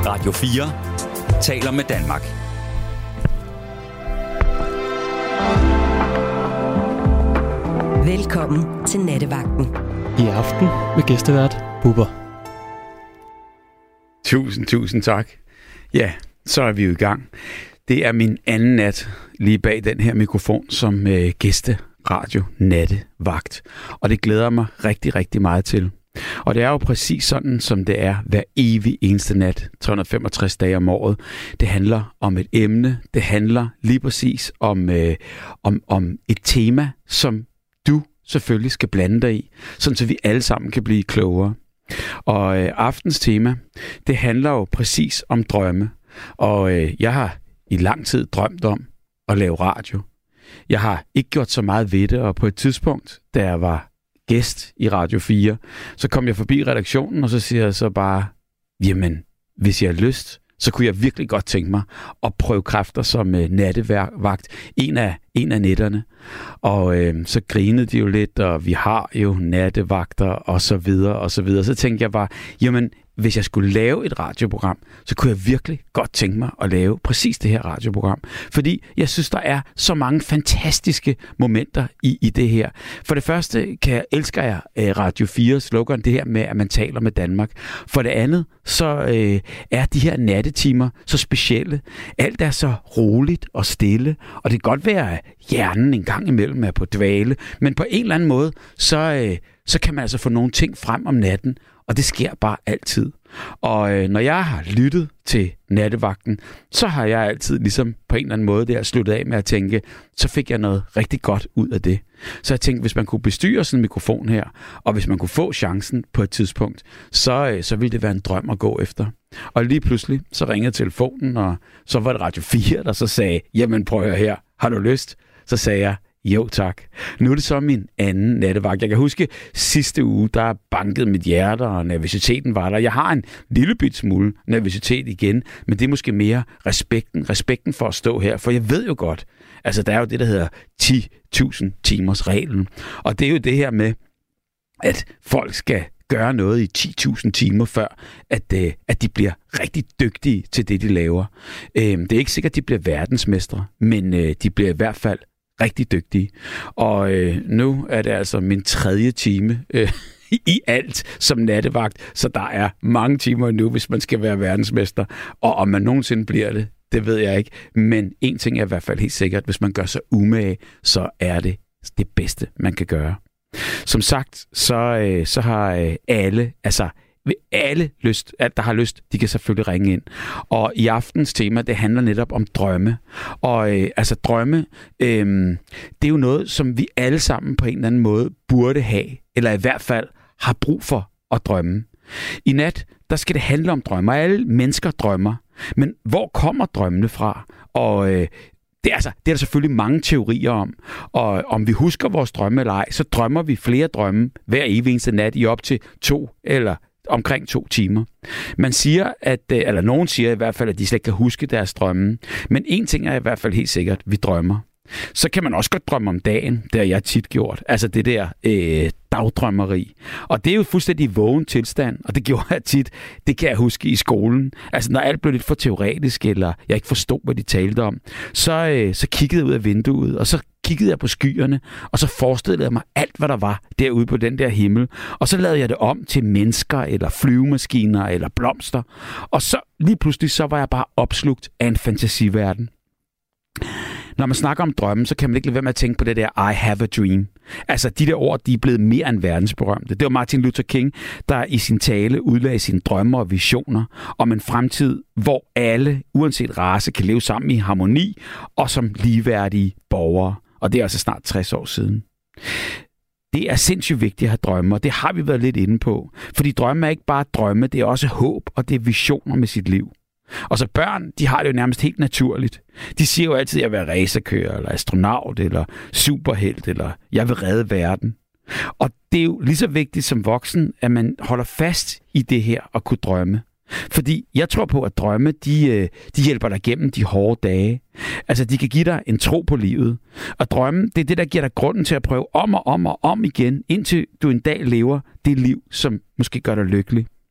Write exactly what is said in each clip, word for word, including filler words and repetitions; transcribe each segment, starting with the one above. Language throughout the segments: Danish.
Radio fire taler med Danmark. Velkommen til Nattevagten. I aften med gæstevært Bubber. Tusind, tusind tak. Ja, så er vi jo i gang. Det er min anden nat lige bag den her mikrofon som øh, gæsteradio nattevagt. Og det glæder mig rigtig, rigtig meget til. Og det er jo præcis sådan, som det er hver evig eneste nat, tre hundrede og femogtres dage om året. Det handler om et emne. Det handler lige præcis om, øh, om, om et tema, som du selvfølgelig skal blande dig i, sådan så vi alle sammen kan blive klogere. Og øh, aftens tema, det handler jo præcis om drømme. Og øh, jeg har i lang tid drømt om at lave radio. Jeg har ikke gjort så meget ved det, og på et tidspunkt, da jeg var gæst i Radio fire, så kom jeg forbi redaktionen, og så siger jeg så bare, jamen, hvis jeg har lyst, så kunne jeg virkelig godt tænke mig at prøve kræfter som øh, nattevagt en af, en af nætterne. Og øh, så grinede de jo lidt, og vi har jo nattevagter, og så videre, og så videre. Så tænkte jeg bare, jamen, hvis jeg skulle lave et radioprogram, så kunne jeg virkelig godt tænke mig at lave præcis det her radioprogram. Fordi jeg synes, der er så mange fantastiske momenter i, i det her. For det første kan jeg, elsker jeg eh, Radio fire slogan, det her med, at man taler med Danmark. For det andet, så øh, er de her nattetimer så specielle. Alt er så roligt og stille, og det kan godt være, at hjernen en gang imellem er på dvale, men på en eller anden måde, så, øh, så kan man altså få nogle ting frem om natten, og det sker bare altid. Og øh, når jeg har lyttet til nattevagten, så har jeg altid ligesom på en eller anden måde der sluttet af med at tænke, så fik jeg noget rigtig godt ud af det. Så jeg tænkte, hvis man kunne bestyre sådan en mikrofon her, og hvis man kunne få chancen på et tidspunkt, så, øh, så ville det være en drøm at gå efter. Og lige pludselig, så ringede telefonen, og så var det Radio fire, der så sagde, jamen prøv at høre her, har du lyst? Så sagde jeg, jo tak. Nu er det så min anden nattevagt. Jeg kan huske sidste uge, der bankede mit hjerte, og nervøsiteten var der. Jeg har en lille bit smule nervøsitet igen, men det er måske mere respekten. Respekten for at stå her, for jeg ved jo godt, altså der er jo det, der hedder ti tusind timers reglen. Og det er jo det her med, at folk skal gøre noget i ti tusind timer, før at, øh, at de bliver rigtig dygtige til det, de laver. Øh, det er ikke sikkert, at de bliver verdensmestre, men øh, de bliver i hvert fald rigtig dygtige. Og øh, nu er det altså min tredje time øh, i alt som nattevagt, så der er mange timer nu, hvis man skal være verdensmester. Og om man nogensinde bliver det, det ved jeg ikke. Men en ting er i hvert fald helt sikkert, hvis man gør sig umage, så er det det bedste, man kan gøre. Som sagt, så, øh, så har øh, alle, altså alle lyst, der har lyst, de kan selvfølgelig ringe ind. Og i aftens tema, det handler netop om drømme. Og øh, altså drømme, øh, det er jo noget, som vi alle sammen på en eller anden måde burde have, eller i hvert fald har brug for at drømme. I nat, der skal det handle om drømme, og alle mennesker drømmer. Men hvor kommer drømmene fra? Og øh, Det er, altså, det er der selvfølgelig mange teorier om. Og om vi husker vores drømme eller ej, så drømmer vi flere drømme hver evig eneste nat i op til to eller omkring to timer. Man siger, at, eller nogen siger i hvert fald, at de slet ikke kan huske deres drømme. Men en ting er i hvert fald helt sikkert, vi drømmer. Så kan man også godt drømme om dagen. Det har jeg tit gjort. Altså det der øh, dagdrømmeri. Og det er jo fuldstændig vågen tilstand, og det gjorde jeg tit. Det kan jeg huske i skolen. Altså når alt blev lidt for teoretisk, eller jeg ikke forstod, hvad de talte om, så, øh, så kiggede jeg ud af vinduet, og så kiggede jeg på skyerne, og så forestillede jeg mig alt, hvad der var derude på den der himmel. Og så lavede jeg det om til mennesker, eller flyvemaskiner, eller blomster. Og så lige pludselig, så var jeg bare opslugt af en fantasiverden. Når man snakker om drømmen, så kan man ikke lade være med at tænke på det der I have a dream. Altså de der ord, de er blevet mere end verdensberømte. Det var Martin Luther King, der i sin tale udlagde sine drømme og visioner om en fremtid, hvor alle, uanset race, kan leve sammen i harmoni og som ligeværdige borgere. Og det er altså snart tres år siden. Det er sindssygt vigtigt at have drømme, og det har vi været lidt inde på. Fordi drømme er ikke bare drømme, det er også håb, og det er visioner med sit liv. Og så børn, de har det jo nærmest helt naturligt. De siger jo altid, at jeg vil være racerkører, eller astronaut, eller superhelt, eller jeg vil redde verden. Og det er jo lige så vigtigt som voksen, at man holder fast i det her og kunne drømme. Fordi jeg tror på, at drømme, de, de hjælper dig gennem de hårde dage. Altså, de kan give dig en tro på livet. Og drømme, det er det, der giver dig grunden til at prøve om og om og om igen, indtil du en dag lever det liv, som måske gør dig lykkelig.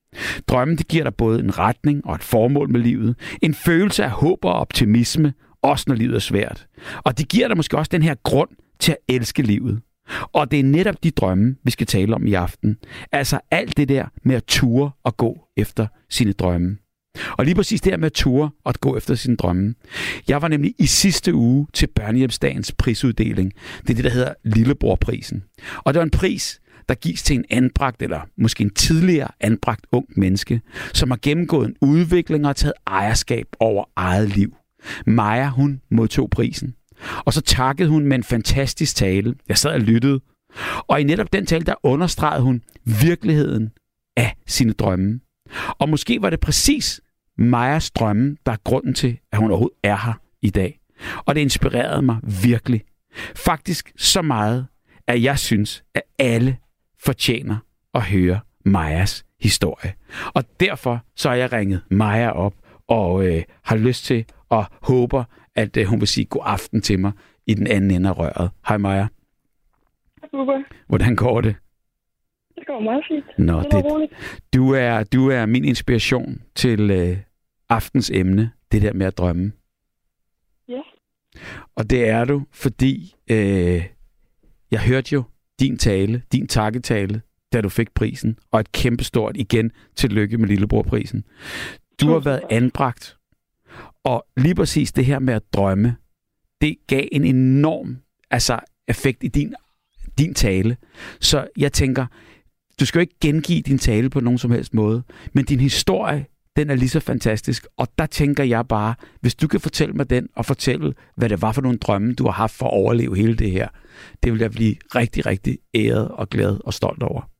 Drømme, det giver dig både en retning og et formål med livet. En følelse af håb og optimisme, også når livet er svært. Og det giver dig måske også den her grund til at elske livet. Og det er netop de drømme, vi skal tale om i aften. Altså alt det der med at ture og gå efter sine drømme. Og lige præcis det her med at ture og gå efter sine drømme. Jeg var nemlig i sidste uge til Børnehjemsdagens prisuddeling. Det er det, der hedder Lillebrorprisen. Og det var en pris, der gives til en anbragt, eller måske en tidligere anbragt ung menneske, som har gennemgået en udvikling og taget ejerskab over eget liv. Maja, hun modtog prisen. Og så takkede hun med en fantastisk tale. Jeg sad og lyttede. Og i netop den tale, der understregede hun virkeligheden af sine drømme. Og måske var det præcis Majas drømme, der er grunden til, at hun overhovedet er her i dag. Og det inspirerede mig virkelig. Faktisk så meget, at jeg synes, at alle fortjener at høre Majas historie. Og derfor så har jeg ringet Maja op og øh, har lyst til og håber, at øh, hun vil sige god aften til mig i den anden ende af røret. Hej Maja. Hej. Hvordan går det? Det går meget fint. Nå, det det, roligt. du, er, du er min inspiration til øh, aftens emne, det der med at drømme. Ja. Og det er du, fordi øh, jeg hørte jo din tale, din takketale, da du fik prisen, og et kæmpestort igen tillykke med Lillebrorprisen. Du har været anbragt, og lige præcis det her med at drømme, det gav en enorm altså, effekt i din, din tale. Så jeg tænker, du skal jo ikke gengive din tale på nogen som helst måde, men din historie, den er lige så fantastisk. Og der tænker jeg bare, hvis du kan fortælle mig den, og fortælle, hvad det var for nogle drømme, du har haft for at overleve hele det her, det vil jeg blive rigtig, rigtig æret og glad og stolt over.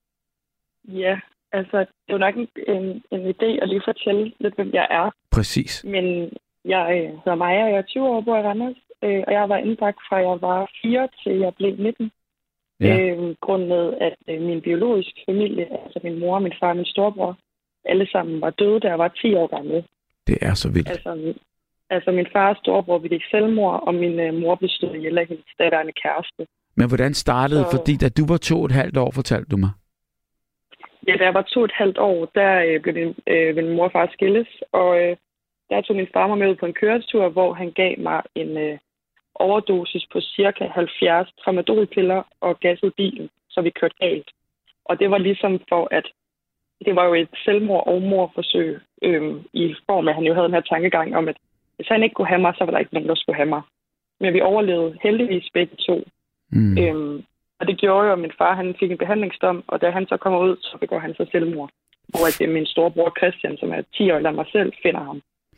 Ja, altså, det er jo nok en, en, en idé at lige fortælle lidt, hvem jeg er. Præcis. Men jeg øh, hedder Maja, jeg er tyve år, bor i Randers, øh, og jeg var indbragt fra jeg var fire til jeg blev nitten. Ja. Øh, grundet med, at øh, min biologiske familie, altså min mor, min far og min storebror, alle sammen var døde, da jeg var ti år gammel. Det er så vildt. Altså, altså min far og storebror begik selvmord, og min øh, mor blev slået ihjel af hendes datterende kæreste. Men hvordan startede det? Så... Fordi da du var to og et halvt år, fortalte du mig. Ja, da jeg var to og et halvt år, der øh, blev min, øh, min mor og far skilles, og øh, der tog min far mig med ud på en køretur, hvor han gav mig en øh, overdosis på cirka halvfjerds tramadolpiller og gassede bilen, så vi kørte galt. Og det var ligesom for, at det var jo et selvmord- og mordforsøg øh, i form af, at han jo havde den her tankegang om, at hvis han ikke kunne have mig, så var der ikke nogen, der skulle have mig. Men vi overlevede heldigvis begge to. Mm. Øhm, og det gjorde jo, at min far han fik en behandlingsdom, og da han så kommer ud, så begår han så selvmord. Hvor det er min storebror Christian, som er ti år ældre end mig selv, finder ham.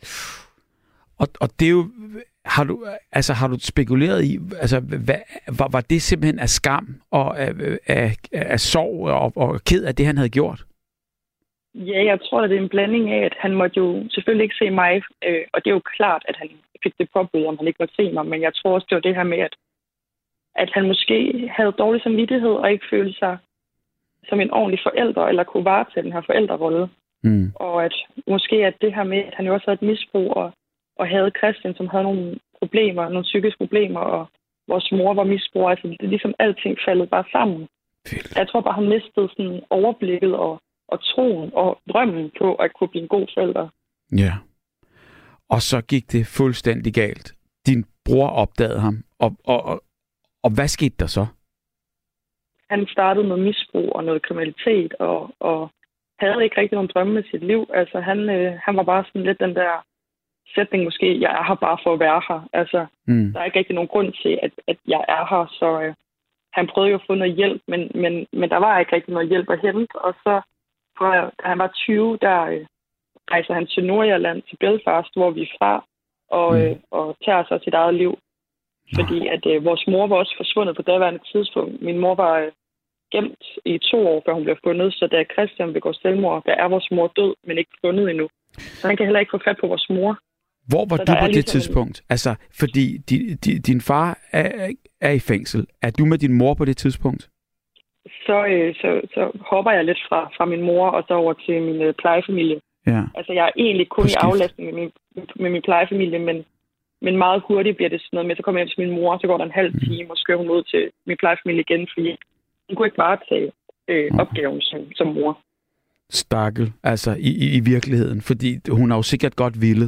Og, og det er jo... Har du, altså, har du spekuleret i, altså, hvad, var, var det simpelthen af skam og af, af, af sorg og, og ked af det, han havde gjort? Ja, jeg tror, at det er en blanding af, at han måtte jo selvfølgelig ikke se mig, øh, og det er jo klart, at han fik det påbud, om han ikke måtte se mig, men jeg tror også, det var det her med, at, at han måske havde dårlig samvittighed og ikke følte sig som en ordentlig forælder, eller kunne varetage den her forældrerolle. Mm. Og at måske at det her med, at han jo også havde et misbrug, og, og havde Christian, som havde nogle problemer, nogle psykiske problemer, og vores mor var misbruger, altså det er ligesom alting faldet bare sammen. Vildt. Jeg tror bare, han mistede sådan overblikket og og troen og drømmen på at kunne blive en god forælder. Ja. Og så gik det fuldstændig galt. Din bror opdagede ham. Og, og, og, og hvad skete der så? Han startede med misbrug og noget kriminalitet, og, og havde ikke rigtig nogen drømme med sit liv. Altså, han, øh, han var bare sådan lidt den der sætning måske, jeg er her bare for at være her. Altså, mm. der er ikke rigtig nogen grund til, at, at jeg er her. Så øh, han prøvede jo at få noget hjælp, men, men, men der var ikke rigtig noget hjælp at hente. Og så fra, da han var tyve, der øh, rejser han til Nordirland, til Belfast, hvor vi er fra, og, øh, og tager sig sit eget liv. Fordi at øh, vores mor var også forsvundet på daværende tidspunkt. Min mor var øh, gemt i to år, før hun blev fundet, så da Christian begår selvmord, der er vores mor død, men ikke fundet endnu. Så han kan heller ikke få fat på vores mor. Hvor var så du på det ligesom tidspunkt? En... Altså, fordi di, di, din far er, er i fængsel. Er du med din mor på det tidspunkt? Så, øh, så, så hopper jeg lidt fra, fra min mor og så over til min øh, plejefamilie. Ja. Altså, jeg er egentlig kun i aflastning med min, med min plejefamilie, men, men meget hurtigt bliver det sådan noget med, så kommer jeg hjem til min mor, så går der en halv time, mm. og skører hun ud til min plejefamilie igen, fordi hun kunne ikke bare tage øh, opgaven som, som mor. Stakkel, altså i, i, i virkeligheden, fordi hun har jo sikkert godt villet.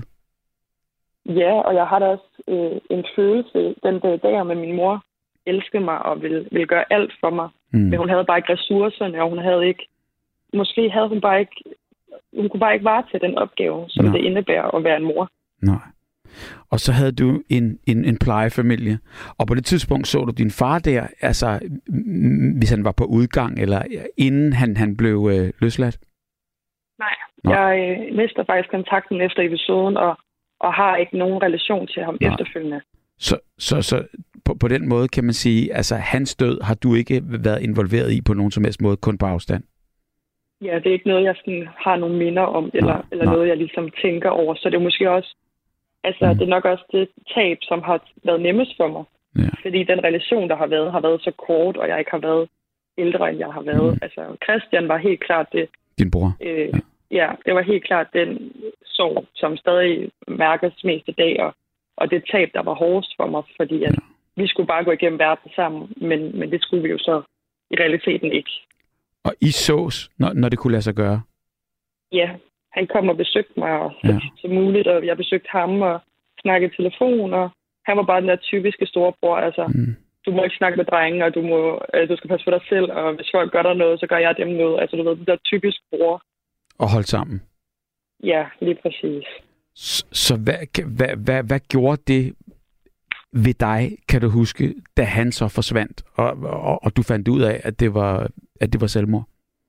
Ja, og jeg har da også øh, en følelse den dag, der med min mor elskede mig og ville, ville gøre alt for mig. Mm. Men hun havde bare ikke ressourcerne, og hun havde ikke, måske havde hun bare ikke, hun kunne bare ikke varetage den opgave, som Nej. det indebærer at være en mor. Nej. Og så havde du en, en, en plejefamilie, og på det tidspunkt så du din far der, altså hvis han var på udgang, eller inden han, han blev øh, løsladt? Nej, Nej. jeg øh, mister faktisk kontakten efter episoden, og, og har ikke nogen relation til ham Nej. efterfølgende. Så, så, så på, på den måde kan man sige, altså hans død har du ikke været involveret i på nogen som helst måde, kun på afstand? Ja, det er ikke noget, jeg sådan har nogle minder om, eller, nej, eller nej. noget, jeg ligesom tænker over. Så det er måske også, altså mm. det er nok også det tab, som har været nemmest for mig. Ja. Fordi den relation, der har været, har været så kort, og jeg ikke har været ældre, end jeg har været. Mm. Altså Christian var helt klart det. Din bror? Øh, ja. ja, det var helt klart den sorg, som stadig mærkes mest i dag, og, og det tab, der var hårdest for mig, fordi at ja. vi skulle bare gå igennem verden sammen, men, men det skulle vi jo så i realiteten ikke. Og I sås, når, når det kunne lade sig gøre? Ja, han kom og besøgte mig og ja. så muligt, og jeg besøgte ham og snakkede i telefon, og han var bare den der typiske storebror, altså mm. du må ikke snakke med drenge, og du, må, øh, du skal passe på dig selv, og hvis folk gør der noget, så gør jeg dem noget. Altså du ved, det der typisk bror. Og holde sammen? Ja, lige præcis. Så, så hvad, hvad, hvad, hvad gjorde det ved dig, kan du huske, da han så forsvandt, og, og, og du fandt ud af, at det var, at det var selvmord?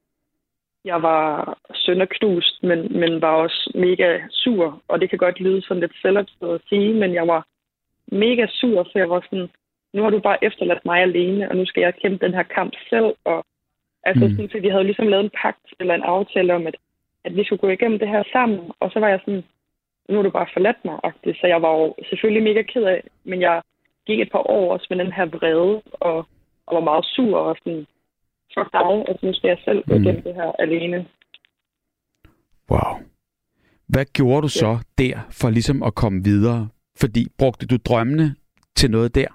Jeg var sønderknust, men, men var også mega sur, og det kan godt lyde sådan lidt selvoptaget at sige, men jeg var mega sur, for jeg var sådan, nu har du bare efterladt mig alene, og nu skal jeg kæmpe den her kamp selv, og altså mm. sådan, så vi havde ligesom lavet en pagt eller en aftale om, at, at vi skulle gå igennem det her sammen, og så var jeg sådan, nu har du bare forladt mig, så jeg var jo selvfølgelig mega ked af, men jeg gik et par år også med den her vrede, og, og var meget sur, og sådan, fuck dig, altså nu skal jeg selv gå igennem mm. det her alene. Wow. Hvad gjorde du så ja. der, for ligesom at komme videre? Fordi brugte du drømmene til noget der?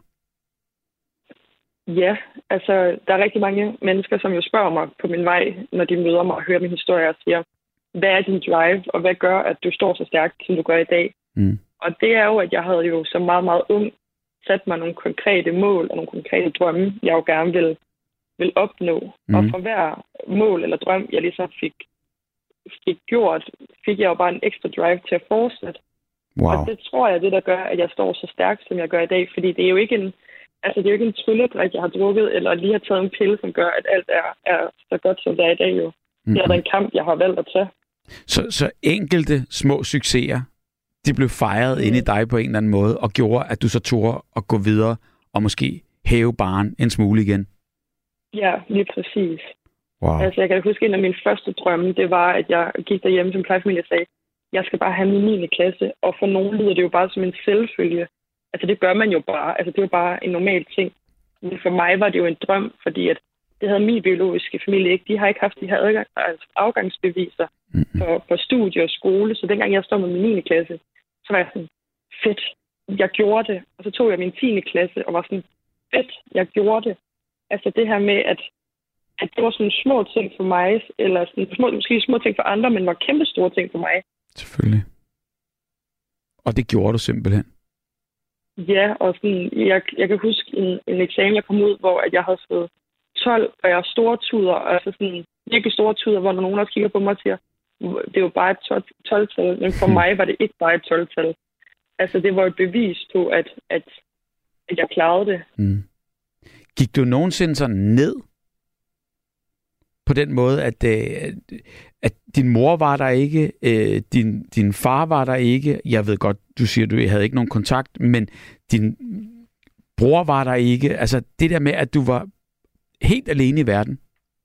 Ja, altså der er rigtig mange mennesker, som jo spørger mig på min vej, når de møder mig og hører min historie og siger, hvad er din drive, og hvad gør, at du står så stærkt, som du gør i dag? Mm. Og det er jo, at jeg havde jo så meget, meget ung sat mig nogle konkrete mål og nogle konkrete drømme, jeg jo gerne vil, vil opnå. Mm. Og for hver mål eller drøm, jeg ligesom fik, fik gjort, fik jeg jo bare en ekstra drive til at fortsætte. Wow. Og det tror jeg, det der gør, at jeg står så stærkt, som jeg gør i dag. Fordi det er jo ikke en, altså det er jo ikke en trylledrik, jeg har drukket, eller lige har taget en pille, som gør, at alt er, er så godt, som det er i dag jo. Mm. Det er en kamp, jeg har valgt at tage. Så, så enkelte små succeser, de blev fejret mm. inde i dig på en eller anden måde, og gjorde, at du så turde at gå videre, og måske hæve barren en smule igen? Ja, lige præcis. Wow. Altså jeg kan huske, en af mine første drømme, det var, at jeg gik derhjemme som plejefamilie og sagde, jeg skal bare have min niende klasse, og for nogen lyder det jo bare som en selvfølge. Altså det gør man jo bare, altså det er jo bare en normal ting. Men for mig var det jo en drøm, fordi at det havde min biologiske familie ikke. De har ikke haft de her adgang, altså afgangsbeviser mm-hmm. for, for studie og skole, så dengang jeg stod med min niende klasse, så var jeg sådan, fedt, jeg gjorde det. Og så tog jeg min tiende klasse og var sådan, fedt, jeg gjorde det. Altså det her med, at, at det var sådan små ting for mig, eller sådan, små, måske små ting for andre, men var kæmpe store ting for mig. Selvfølgelig. Og det gjorde du simpelthen? Ja, og sådan, jeg, jeg kan huske en, en eksamen, jeg kom ud, hvor at jeg havde fået tolv, og jeg har store tuder, altså sådan virkelig store tuder, hvor nogen også kigger på mig og siger, det er jo bare et tolv-tal, men for mig var det ikke bare et tolv-tal. Altså det var et bevis på, at, at, at jeg klarede det. Mm. Gik du nogensinde sådan ned på den måde, at, at, at din mor var der ikke, øh, din, din far var der ikke, jeg ved godt, du siger, du havde ikke nogen kontakt, men din bror var der ikke, altså det der med, at du var helt alene i verden?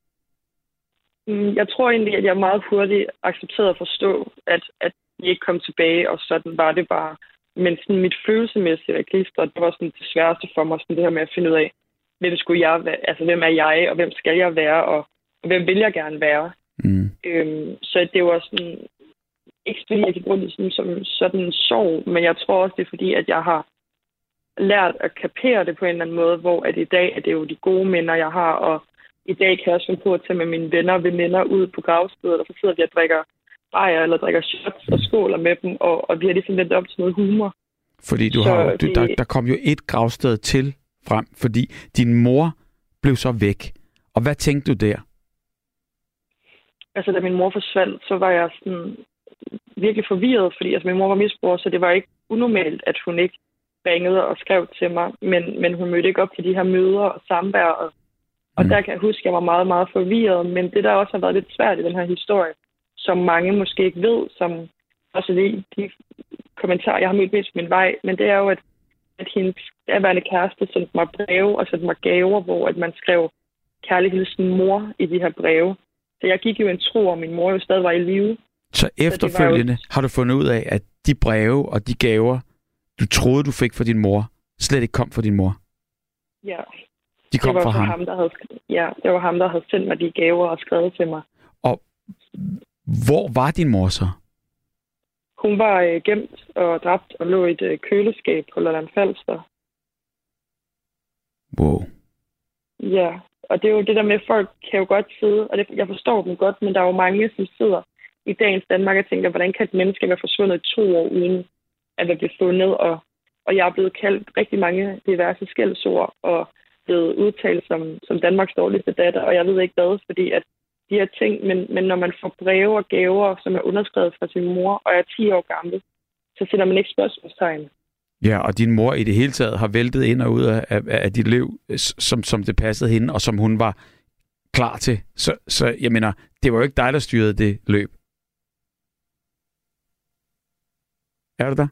Jeg tror egentlig, at jeg meget hurtigt accepterede at forstå, at, at jeg ikke kom tilbage, og sådan var det bare. Men sådan mit følelsemæssige register, det var sådan det sværeste for mig, sådan det her med at finde ud af, hvem skulle jeg være, altså hvem er jeg, og hvem skal jeg være, og, og hvem vil jeg gerne være. Mm. Øhm, så det var sådan, ikke fordi jeg gik rundt sådan, som sådan en sorg, men jeg tror også, det er fordi, at jeg har lært at kapere det på en eller anden måde, hvor at i dag er det jo de gode minder, jeg har, og i dag kan jeg også finde på at tage med mine venner og veninder ud på gravstedet, og så sidder vi og drikker bajer eller drikker shots og skåler med dem, og, og vi har ligesom vendt op til noget humor. Fordi du så har, du, det... der, der kom jo et gravsted til frem, fordi din mor blev så væk. Og hvad tænkte du der? Altså, da min mor forsvandt, så var jeg sådan virkelig forvirret, fordi altså, min mor var misbruger, så det var ikke unormalt, at hun ikke ringede og skrev til mig, men, men hun mødte ikke op til de her møder og samvær, og, og mm. der kan jeg huske, at jeg var meget, meget forvirret, men det, der også har været lidt svært i den her historie, som mange måske ikke ved, som også de, de kommentarer, jeg har mødt mest på min vej, men det er jo, at, at hendes daværende kæreste sendte mig breve og sendte mig gaver, hvor at man skrev kærlig hilsen mor i de her breve. Så jeg gik jo en tro, og min mor jo stadig var i live. Så efterfølgende så jo... har du fundet ud af, at de breve og de gaver, du troede, du fik fra din mor, slet ikke kom fra din mor? Ja. De kom det var fra ham? ham der havde, ja, det var ham, der havde sendt mig de gaver og skrevet til mig. Og hvor var din mor så? Hun var øh, gemt og dræbt og lå i et øh, køleskab på Lolland Falster. Wow. Ja, og det er jo det der med, at folk kan jo godt sidde, og det, jeg forstår dem godt, men der er jo mange, som sidder i dagens Danmark og tænker, hvordan kan et menneske være forsvundet i to år, uden at være blevet fundet, og, og jeg er blevet kaldt rigtig mange diverse skældsord, og blevet udtalt som, som Danmarks dårligste datter, og jeg ved ikke hvad, fordi at de her ting, men, men når man får breve og gaver, som er underskrevet fra sin mor, og er ti år gammel, så sætter man ikke spørgsmålstegn. Ja, og din mor i det hele taget har væltet ind og ud af, af, af dit liv, som, som det passede hende, og som hun var klar til. Så, så jeg mener, det var jo ikke dig, der styrede det løb. Er du der?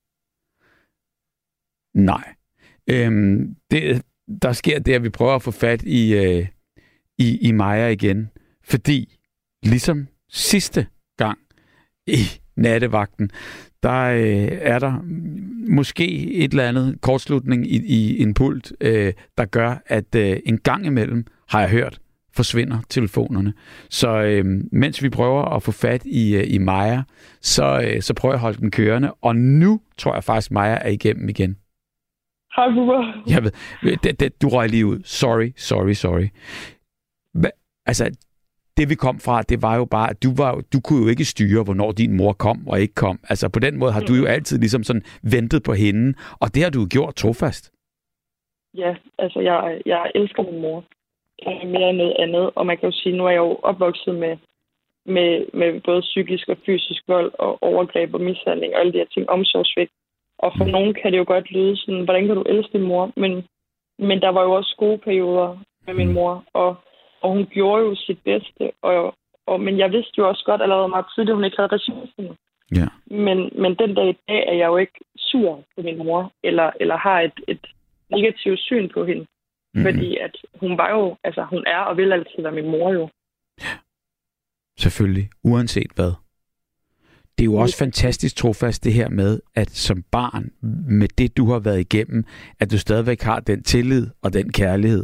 Nej. Øhm, det, der sker det, at vi prøver at få fat i, øh, i, i Maja igen. Fordi, ligesom sidste gang i nattevagten, der øh, er der måske et eller andet kortslutning i, i en pult, øh, der gør, at øh, en gang imellem, har jeg hørt, forsvinder telefonerne. Så øh, mens vi prøver at få fat i, øh, i Maja, så, øh, så prøver jeg at holde den kørende. Og nu tror jeg faktisk, Maja er igennem igen. Hej, Bubber. Jeg ved, det, det, du røg lige ud. Sorry, sorry, sorry. Hva, altså, det vi kom fra, det var jo bare, at du, var, du kunne jo ikke styre, hvornår din mor kom og ikke kom. Altså på den måde har du jo altid ligesom sådan ventet på hende, og det har du gjort trofast. Ja, altså jeg, jeg elsker min mor. Mere end noget andet, og man kan jo sige, nu er jeg jo opvokset med, med, med både psykisk og fysisk vold og overgreb og mishandling og alle de her ting, omsorgsvigt. Og for mm. nogen kan det jo godt lyde sådan, hvordan kan du elske din mor? Men, men der var jo også gode perioder med min mor, og Og hun gjorde jo sit bedste, og, og, men jeg vidste jo også godt allerede meget tidligt, at hun ikke havde ressourcerne. Ja. Men, men den dag i dag er jeg jo ikke sur på min mor, eller, eller har et, et negativt syn på hende. Mm-hmm. Fordi at hun var jo, altså hun er og vil altid være min mor jo. Ja. Selvfølgelig, uanset hvad. Det er jo også fantastisk trofast det her med, at som barn, med det du har været igennem, at du stadigvæk har den tillid og den kærlighed.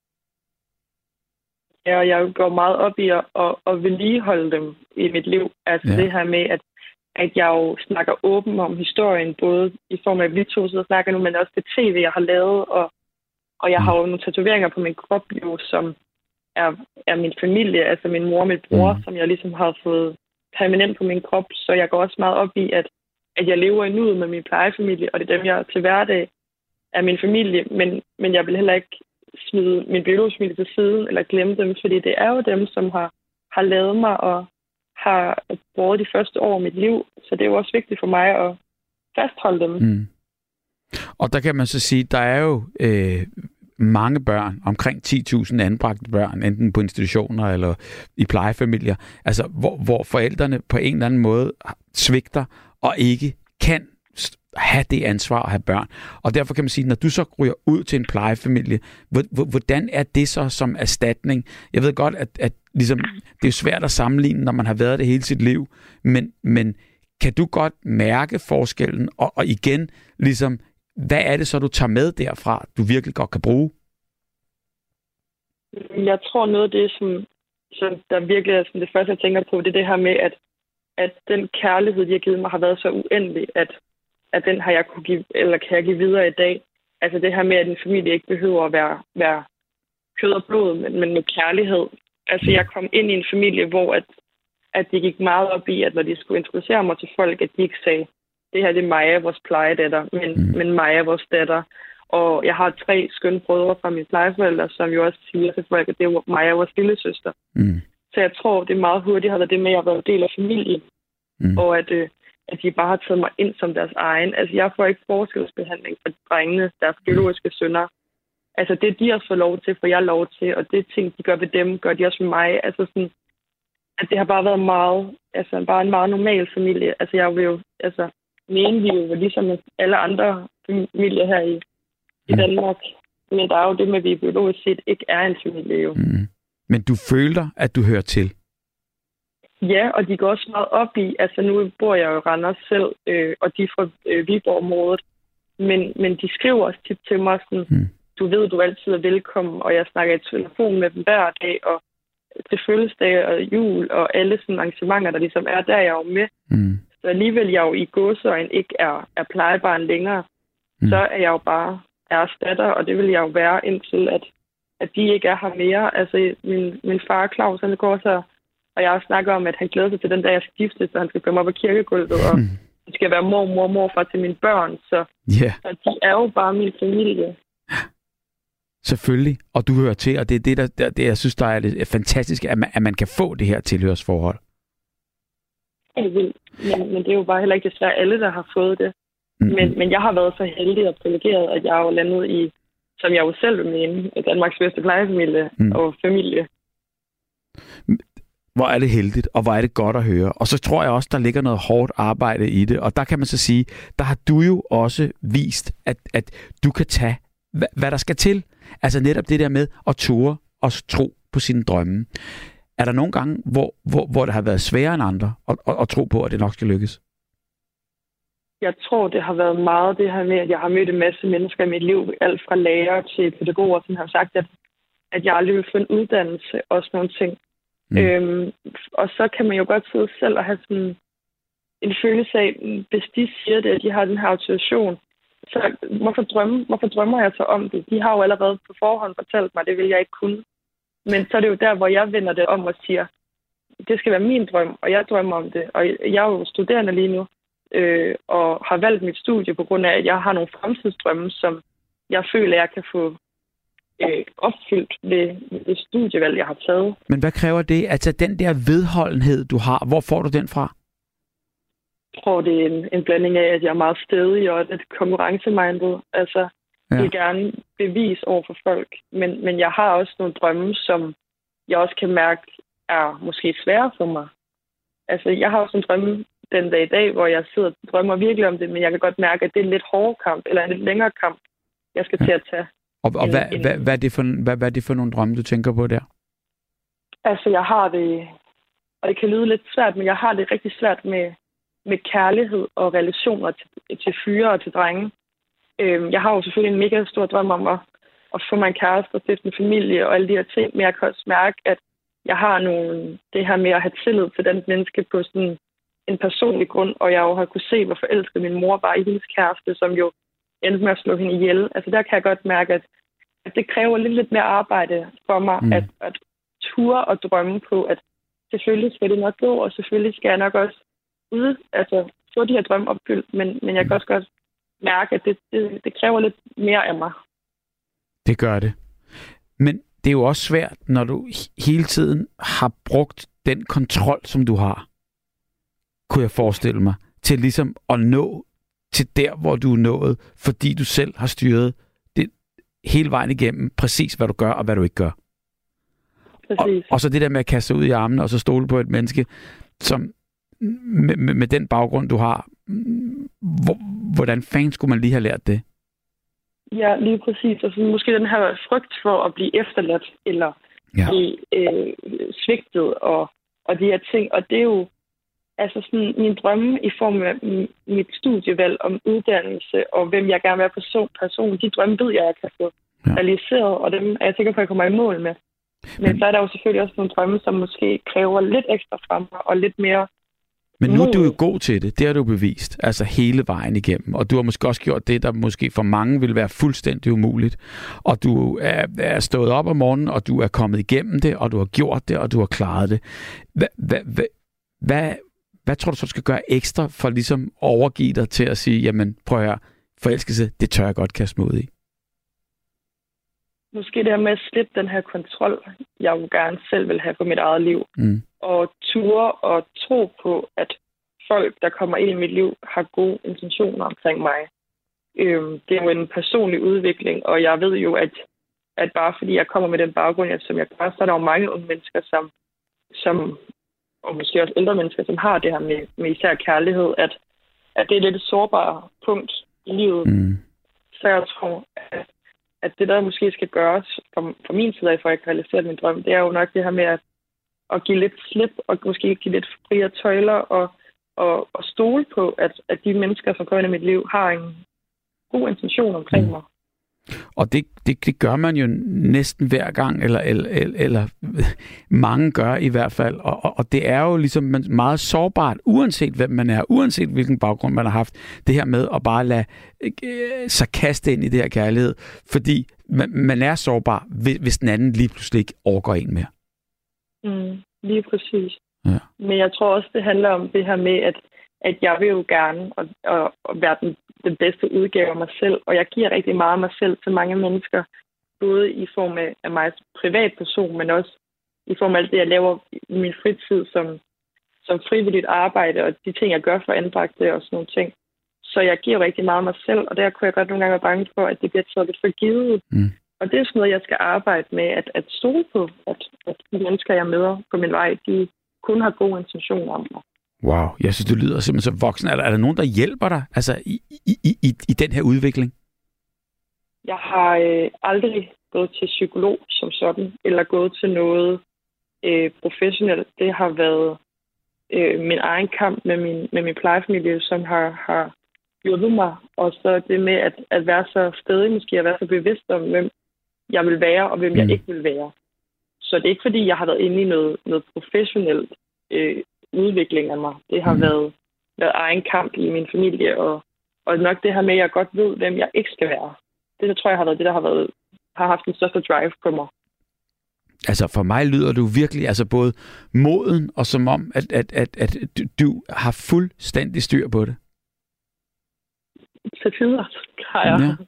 Ja, og jeg går meget op i at, at, at vedligeholde dem i mit liv. Altså ja. Det her med, at, at jeg jo snakker åben om historien, både i form af, at vi to sidder og snakker nu, men også det tv, jeg har lavet. Og, og jeg mm. har jo nogle tatoveringer på min krop, jo, som er, er min familie, altså min mor og min bror, mm. som jeg ligesom har fået permanent på min krop. Så jeg går også meget op i, at, at jeg lever i nuet med min plejefamilie, og det er dem, jeg til hverdag er min familie. Men, men jeg vil heller ikke smide min biologiske familie til siden, eller glemme dem, fordi det er jo dem, som har, har lavet mig og har båret de første år af mit liv. Så det er jo også vigtigt for mig at fastholde dem. Mm. Og der kan man så sige, der er jo øh, mange børn, omkring ti tusind anbragte børn, enten på institutioner eller i plejefamilier, altså hvor, hvor forældrene på en eller anden måde svigter og ikke kan have det ansvar at have børn. Og derfor kan man sige, når du så ryger ud til en plejefamilie, hvordan er det så som erstatning? Jeg ved godt, at, at ligesom, det er svært at sammenligne, når man har været det hele sit liv, men, men kan du godt mærke forskellen? Og, og igen, ligesom, hvad er det så, du tager med derfra, du virkelig godt kan bruge? Jeg tror noget af det, som, som der virkelig er som det første, jeg tænker på, det er det her med, at, at den kærlighed, de har givet mig, har været så uendelig, at at den har jeg kunne give, eller kan jeg give videre i dag. Altså det her med, at en familie ikke behøver at være, være kød og blod, men, men med kærlighed. Altså, jeg kom ind i en familie, hvor at, at de gik meget op i, at når de skulle introducere mig til folk, at de ikke sagde, det her det er Maja, vores plejedatter, men, mm. men Maja, vores datter. Og jeg har tre skønne brødre fra mine plejeforældre, som jo også siger til folk, at det er Maja, vores lille søster. Mm. Så jeg tror, det er meget hurtigt har været det med, at jeg har været en del af familien, mm. og at, øh, at de bare har taget mig ind som deres egen. Altså, jeg får ikke forskelsbehandling for drengene, deres biologiske sønner. Altså, det de også får lov til, får jeg lov til, og det ting, de gør ved dem, gør de også med mig. Altså, sådan, at det har bare været meget, altså, bare en meget normal familie. Altså, jeg vil jo, altså, mene vi jo ligesom alle andre familier her i, i Danmark. Men der er jo det med, at vi biologisk set ikke er en familie, jo. Mm. Men du føler, at du hører til? Ja, og de går også meget op i, altså nu bor jeg jo i Randers selv, øh, og de er fra øh, Viborg-området, men, men de skriver også tit til mig sådan, mm. du ved, du altid er velkommen, og jeg snakker i telefon med dem hver dag, og til fødselsdag og jul, og alle sådan arrangementer, der ligesom er, der er jeg jo med. Mm. Så alligevel jeg jo i godsøjne ikke er, er plejebarn længere, mm. så er jeg jo bare deres datter, og det vil jeg jo være indtil, at, at de ikke er her mere. Altså min, min far Claus, han går så, og jeg har snakket om, at han glæder sig til den dag, jeg skal gifte, så han skal komme op på kirkegulvet, og mm. det skal være mor, mor, morfar til mine børn, så, yeah. så de er jo bare min familie. Selvfølgelig, og du hører til, og det er det, der, der det, jeg synes, der er det fantastiske, at man, at man kan få det her tilhørsforhold. Jeg vil, men, men det er jo bare heller ikke desværre alle, der har fået det. Mm-hmm. Men, men jeg har været så heldig og privilegeret, at jeg har jo landet i, som jeg jo selv vil mene, Danmarks bedste plejefamilie mm. og familie. Hvor er det heldigt, og hvor er det godt at høre. Og så tror jeg også, der ligger noget hårdt arbejde i det, og der kan man så sige, der har du jo også vist, at, at du kan tage, hvad, hvad der skal til. Altså netop det der med at ture og tro på sine drømme. Er der nogle gange, hvor, hvor, hvor det har været sværere end andre at, at, at tro på, at det nok skal lykkes? Jeg tror, det har været meget det her med, at jeg har mødt en masse mennesker i mit liv, alt fra lærer til pædagoger, som har sagt, at, at jeg aldrig vil få en uddannelse og sådan nogle ting. Mm. Øhm, og så kan man jo godt sidde selv og have sådan en følelse af, hvis de siger det, at de har den her autorisation, så hvorfor, drømme, hvorfor drømmer jeg så om det? De har jo allerede på forhånd fortalt mig, det vil jeg ikke kunne. Men så er det jo der, hvor jeg vender det om og siger, det skal være min drøm, og jeg drømmer om det. Og jeg er jo studerende lige nu, øh, og har valgt mit studie på grund af, at jeg har nogle fremtidsdrømme, som jeg føler, jeg kan få øh, opfyldt ved, ved det studievalg, jeg har taget. Men hvad kræver det? Altså den der vedholdenhed, du har, hvor får du den fra? Jeg tror, det er en, en blanding af, at jeg er meget stædig og lidt konkurrencemindet. Altså, ja. Jeg vil gerne bevise over for folk. Men, men jeg har også nogle drømme, som jeg også kan mærke er måske svære for mig. Altså, jeg har også en drømme den dag i dag, hvor jeg sidder og drømmer virkelig om det, men jeg kan godt mærke, at det er en lidt hårdere kamp, eller en lidt længere kamp, jeg skal ja. til at tage. Og, og en, hvad, en... Hvad, hvad, er det for, hvad, hvad er det for nogle drømme, du tænker på der? Altså, jeg har det, og det kan lyde lidt svært, men jeg har det rigtig svært med, med kærlighed og relationer til, til fyre og til drenge. Øhm, jeg har jo selvfølgelig en mega stor drøm om at, at få mig en kæreste og stifte en familie og alle de her ting, men jeg kan også mærke, at jeg har nogle, det her med at have tillid til den menneske på sådan en personlig grund, og jeg jo har kunne se, hvor forelsket min mor var i hendes kæreste, som jo endte med at slå hende ihjel. Altså der kan jeg godt mærke, at, at det kræver lidt, lidt mere arbejde for mig, mm. at, at ture og drømme på, at selvfølgelig skal det nok gå, og selvfølgelig skal jeg nok også ud, altså få de her drømme opfyldt, men, men jeg kan også godt mærke, at det, det, det kræver lidt mere af mig. Det gør det. Men det er jo også svært, når du hele tiden har brugt den kontrol, som du har, kunne jeg forestille mig, til ligesom at nå til der, hvor du er nået, fordi du selv har styret det hele vejen igennem, præcis hvad du gør og hvad du ikke gør. Og, og så det der med at kaste ud i armene, og så stole på et menneske, som med, med, med den baggrund, du har, hvor, hvordan fanden skulle man lige have lært det? Ja, lige præcis. Altså, måske den her frygt for at blive efterladt, eller ja. blive øh, svigtet, og, og de her ting. Og det er jo altså sådan min drømme i form af mit studievalg om uddannelse, og hvem jeg gerne vil være person, person. De drømme ved jeg, jeg kan få ja. realiseret, og dem er jeg sikker på, at jeg kommer i mål med. Men, Men så er der jo selvfølgelig også nogle drømme, som måske kræver lidt ekstra fra mig, og lidt mere Men nu er du jo god til det. Det har du bevist. Altså hele vejen igennem. Og du har måske også gjort det, der måske for mange vil være fuldstændig umuligt. Og du er, er stået op om morgenen, og du er kommet igennem det, og du har gjort det, og du har klaret det. Hvad, hvad, hvad, hvad, hvad tror du så, du skal gøre ekstra for ligesom at overgive dig til at sige, jamen prøv at høre, forelskelse, det tør jeg godt kaste mig ud i? Måske det her med at slippe den her kontrol, jeg jo gerne selv vil have på mit eget liv. Mm. Og ture og tro på, at folk, der kommer ind i mit liv, har gode intentioner omkring mig. Øhm, det er jo en personlig udvikling, og jeg ved jo, at, at bare fordi jeg kommer med den baggrund, som jeg gør, så er der jo mange unge mennesker, som, som, og måske også ældre mennesker, som har det her med, med især kærlighed, at, at det er lidt et sårbart punkt i livet. Mm. Så jeg tror, at at det, der måske skal gøres fra, fra min side af, for at jeg kan realisere min drøm, det er jo nok det her med at, at give lidt slip, og måske give lidt friere tøjler, og, og, og stole på, at, at de mennesker, som kommer ind i mit liv, har en god intention omkring mm. mig. Og det, det, det gør man jo næsten hver gang, eller, eller, eller, eller mange gør i hvert fald. Og, og, og det er jo ligesom meget sårbart, uanset hvem man er, uanset hvilken baggrund man har haft, det her med at bare lade øh, sig kaste ind i det her kærlighed. Fordi man, man er sårbar, hvis den anden lige pludselig ikke overgår en mere. Mm, lige præcis. Ja. Men jeg tror også, det handler om det her med, at, at jeg vil jo gerne og, og, og være den den bedste udgave af mig selv, og jeg giver rigtig meget af mig selv til mange mennesker, både i form af, af mig som privatperson, men også i form af alt det, jeg laver i min fritid som, som frivilligt arbejde, og de ting, jeg gør for anbragte og sådan nogle ting. Så jeg giver rigtig meget af mig selv, og der kunne jeg godt nogle gange være bange for, at det bliver taget lidt for givet. Mm. Og det er sådan noget, jeg skal arbejde med, at, at stole på, at, at de mennesker, jeg møder på min vej, de kun har gode intentioner om mig. Wow, jeg synes, du lyder simpelthen så voksen. Er der, er der nogen, der hjælper dig altså, i, i, i, i den her udvikling? Jeg har øh, aldrig gået til psykolog som sådan, eller gået til noget øh, professionelt. Det har været øh, min egen kamp med min, med min plejefamilie, som har, har hjulpet mig. Og så det med at, at være så stedig, måske at være så bevidst om, hvem jeg vil være, og hvem mm. jeg ikke vil være. Så det er ikke, fordi jeg har været inde i noget, noget professionelt øh, udvikling af mig. Det har mm. været, været egen kamp i min familie, og, og nok det her med, at jeg godt ved, hvem jeg ikke skal være. Det, der tror jeg har været det, der har, været, har haft den største drive på mig. Altså for mig lyder du virkelig altså både moden, og som om, at, at, at, at du har fuldstændig styr på det. Til tider har jeg. Ja.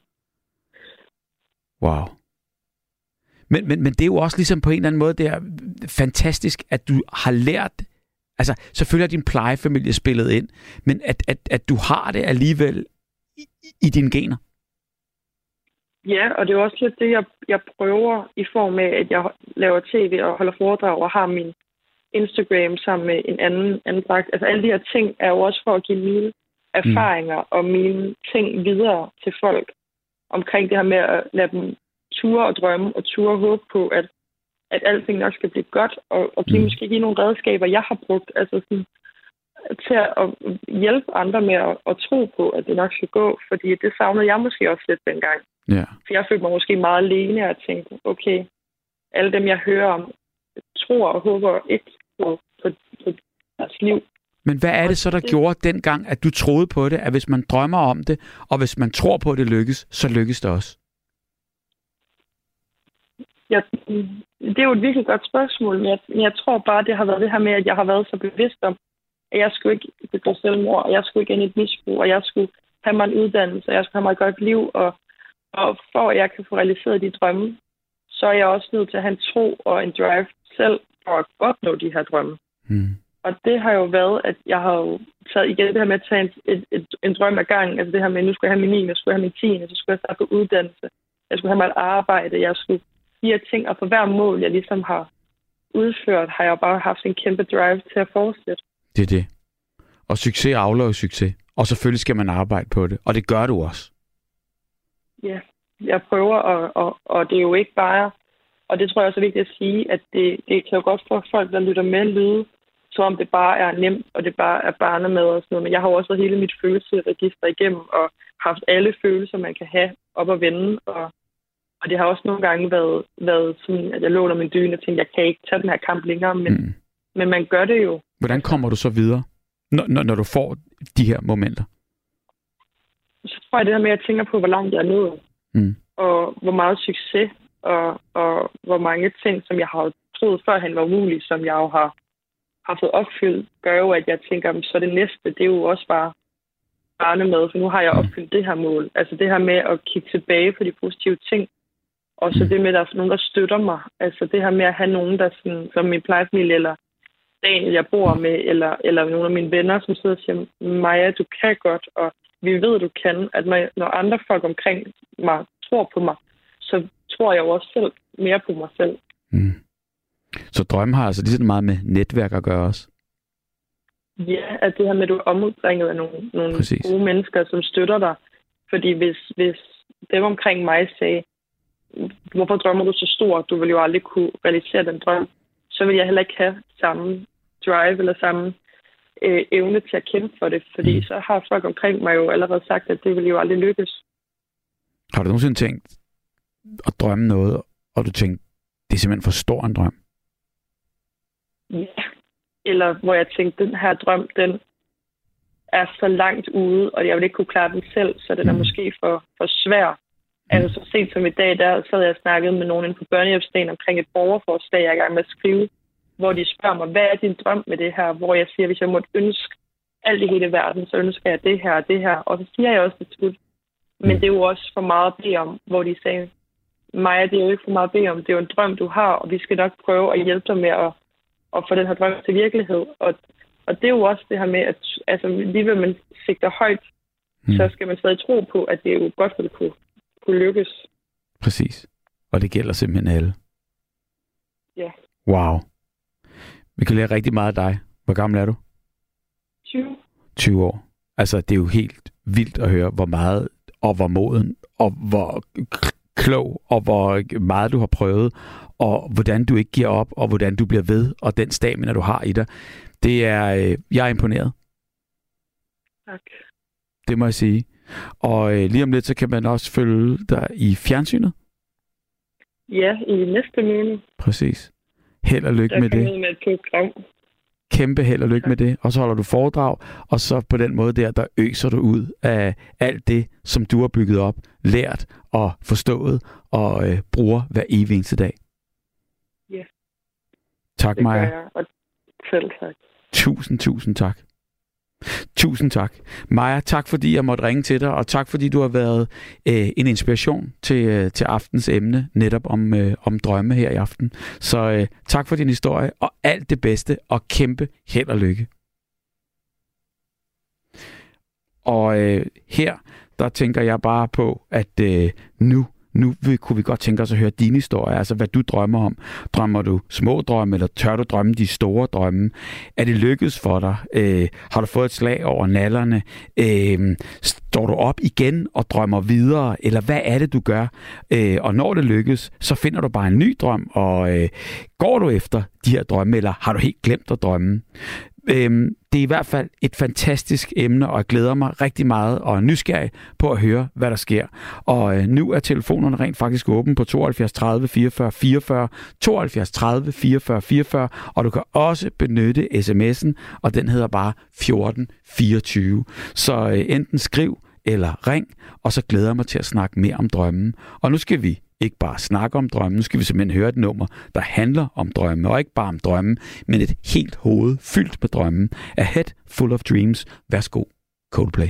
Wow. Men, men, men det er jo også ligesom på en eller anden måde, det er fantastisk, at du har lært. Altså, selvfølgelig har din plejefamilie spillet ind, men at, at, at du har det alligevel i, i dine gener. Ja, og det er også lidt det, jeg, jeg prøver i form af, at jeg laver tv og holder foredrag og har min Instagram sammen med en anden anbragt. Altså, alle de her ting er jo også for at give mine erfaringer mm. og mine ting videre til folk omkring det her med at lade dem ture og drømme og ture og håbe på, at at alting nok skal blive godt, og, og give, mm. måske give nogle redskaber, jeg har brugt, altså sådan, til at hjælpe andre med at, at tro på, at det nok skal gå, fordi det savnede jeg måske også lidt dengang. Yeah. For jeg følte mig måske meget alene, og tænkte, okay, alle dem, jeg hører om, tror og håber ikke på, på, på deres liv. Men hvad er det så, der det... gjorde dengang, at du troede på det, at hvis man drømmer om det, og hvis man tror på, at det lykkes, så lykkes det også? Ja, det er jo et virkelig godt spørgsmål, men jeg, men jeg tror bare, det har været det her med, at jeg har været så bevidst om, at jeg skulle ikke begå selvmord, og jeg skulle ikke ind i et misbrug, og jeg skulle have mig en uddannelse, og jeg skulle have mig et godt liv, og, og for at jeg kan få realiseret de drømme, så er jeg også nødt til at have en tro og en drive selv for at opnå de her drømme. Mm. Og det har jo været, at jeg har jo taget igen det her med at tage en, et, et, en drøm ad gangen, altså det her med, at nu skulle jeg have min niende, jeg skulle have min tiende, så skulle jeg starte på uddannelse, jeg skulle have mig et arbejde, jeg skulle de her ting, og for hver mål, jeg ligesom har udført, har jeg bare haft en kæmpe drive til at fortsætte. Det er det. Og succes afløser succes. Og selvfølgelig skal man arbejde på det. Og det gør du også. Ja, jeg prøver, og, og, og det er jo ikke bare, og det tror jeg også er vigtigt at sige, at det, det kan jo godt få folk, der lytter med, lyde, som om det bare er nemt, og det bare er barnemad og sådan noget. Men jeg har jo også hele mit følelsesregister igennem, og haft alle følelser, man kan have op at vende, og Og det har også nogle gange været, været sådan, at jeg lå under min dyne og tænkte, jeg kan ikke tage den her kamp længere, men, mm. men man gør det jo. Hvordan kommer du så videre? når, når, når du får de her momenter? Så tror jeg det her med, at jeg tænker på, hvor langt jeg er nået. Mm. Og hvor meget succes, og, og hvor mange ting, som jeg har troet førhen var umulige, som jeg jo har, har fået opfyldt, gør jo, at jeg tænker, så det næste, det er jo også bare barnemad, for nu har jeg opfyldt det her mål. Altså det her med at kigge tilbage på de positive ting, og så det med, at der er nogen, der støtter mig. Altså det her med at have nogen, der sådan, som min plejefamilie, eller Daniel, jeg bor med, eller, eller nogle af mine venner, som sidder og siger, Maja, du kan godt, og vi ved, du kan, at når, når andre folk omkring mig tror på mig, så tror jeg jo også selv mere på mig selv. Mm. Så drømme har altså lige så meget med netværk at gøre også? Ja, at det her med, at du er omringet af nogle, nogle gode mennesker, som støtter dig. Fordi hvis, hvis dem omkring mig sagde, hvorfor drømmer du så stort? Du vil jo aldrig kunne realisere den drøm. Så vil jeg heller ikke have samme drive eller samme øh, evne til at kæmpe for det. Fordi mm. så har folk omkring mig jo allerede sagt, at det vil jo aldrig lykkes. Har du nogensinde tænkt at drømme noget, og du tænkte, det er simpelthen for stor en drøm? Ja. Eller hvor jeg tænkte, den her drøm, den er så langt ude, og jeg vil ikke kunne klare den selv, så den mm. er måske for, for svær. Mm. Altså så sent som i dag, der sad jeg og snakkede med nogen inde på børnehjælpsdagen omkring et borgerforslag, jeg er i gang med at skrive, hvor de spørger mig, hvad er din drøm med det her? Hvor jeg siger, hvis jeg måtte ønske alt i hele verden, så ønsker jeg det her og det her. Og så siger jeg også det slut. Men det er jo også for meget at bede om, hvor de sagde, Maja, det er jo ikke for meget at bede om, det er jo en drøm, du har, og vi skal nok prøve at hjælpe dig med at, at få den her drøm til virkelighed. Og, og det er jo også det her med, at altså, lige ved man sigter højt, mm. så skal man stadig tro på, at det er jo godt, for det kunne, kunne lykkes. Præcis. Og det gælder simpelthen alle. Ja. Wow. Vi kan lære rigtig meget af dig. Hvor gammel er du? tyve. tyve år. Altså, det er jo helt vildt at høre, hvor meget og hvor moden, og hvor klog, og hvor meget du har prøvet, og hvordan du ikke giver op, og hvordan du bliver ved, og den stamina, du har i dig. Det er, øh, jeg er imponeret. Tak. Det må jeg sige. Og øh, lige om lidt, så kan man også følge dig i fjernsynet. Ja, i næste måned. Præcis. Held og lykke med det. Jeg med et program. Kæmpe held og lykke med det, og så holder du foredrag, og så på den måde der, der øser du ud af alt det, som du har bygget op, lært og forstået, og øh, bruger hver evig eneste dag. Ja. Tak, det Maja. Jeg, og selv tak. Tusind, tusind tak. Tusind tak. Maja, tak fordi jeg måtte ringe til dig, og tak fordi du har været øh, en inspiration til, øh, til aftens emne, netop om, øh, om drømme her i aften. Så øh, tak for din historie, og alt det bedste, og kæmpe held og lykke. Og øh, her, der tænker jeg bare på, at øh, nu Nu vil, kunne vi godt tænke os at høre din historie, altså hvad du drømmer om. Drømmer du små drømme, eller tør du drømme de store drømme? Er det lykkedes for dig? Øh, har du fået et slag over nallerne? Øh, står du op igen og drømmer videre? Eller hvad er det, du gør? Øh, og når det lykkes, så finder du bare en ny drøm, og øh, går du efter de her drømme, eller har du helt glemt at drømme? Øhm, det er i hvert fald et fantastisk emne, og jeg glæder mig rigtig meget og er nysgerrig på at høre, hvad der sker. Og øh, nu er telefonerne rent faktisk åben på tooghalvfjerds tredive fireogfyrre fireogfyrre, tooghalvfjerds tredive fireogfyrre fireogfyrre, og du kan også benytte sms'en, og den hedder bare fjorten fireogtyve. Så øh, enten skriv eller ring, og så glæder jeg mig til at snakke mere om drømmen. Og nu skal vi ikke bare snakke om drømme, nu skal vi simpelthen høre et nummer, der handler om drømme, og ikke bare om drømme, men et helt hoved fyldt med drømme. A Head Full of Dreams. Værsgo, Coldplay.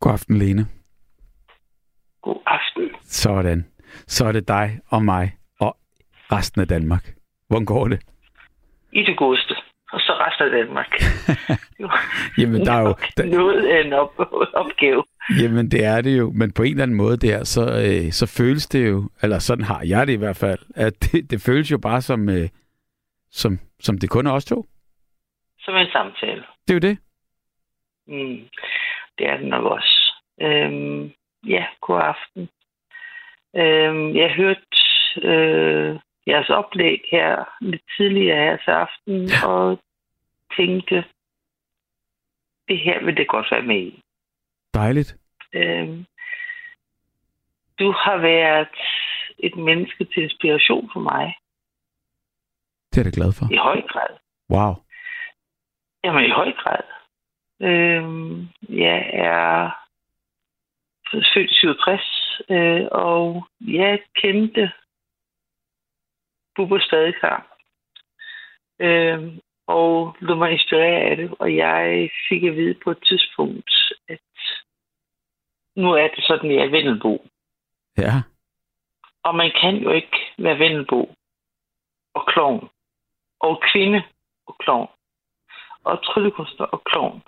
God aften, Lene. God aften. Sådan. Så er det dig og mig og resten af Danmark. Hvordan går det? I det godeste. Og så resten af Danmark. Jamen, der er jo... Der... Noget af en op- opgave. Jamen, det er det jo. Men på en eller anden måde der, så, øh, så føles det jo, eller sådan har jeg det i hvert fald, at det, det føles jo bare som, øh, som, som det kun er os to. Som en samtale. Det er jo det. Mm, det er det nok også. Øhm, ja, god aften. Øhm, jeg hørte øh, jeres oplæg her lidt tidligere her til aften, ja. Og tænkte, det her vil det godt være med i. Dejligt. Øhm, du har været et menneske til inspiration for mig. Det er jeg glad for. I høj grad. Wow. Jamen, i høj grad. Øhm, jeg er født i syvogtres, øh, og jeg kendte Bubber Stadikar. Øhm, og lod mig inspirere af det, og jeg fik at vide på et tidspunkt, at nu er det sådan, jeg er Vendelbo. Ja. Og man kan jo ikke være Vendelbo og klovn, og kvinde og klovn, og tryllekunstner og klovn.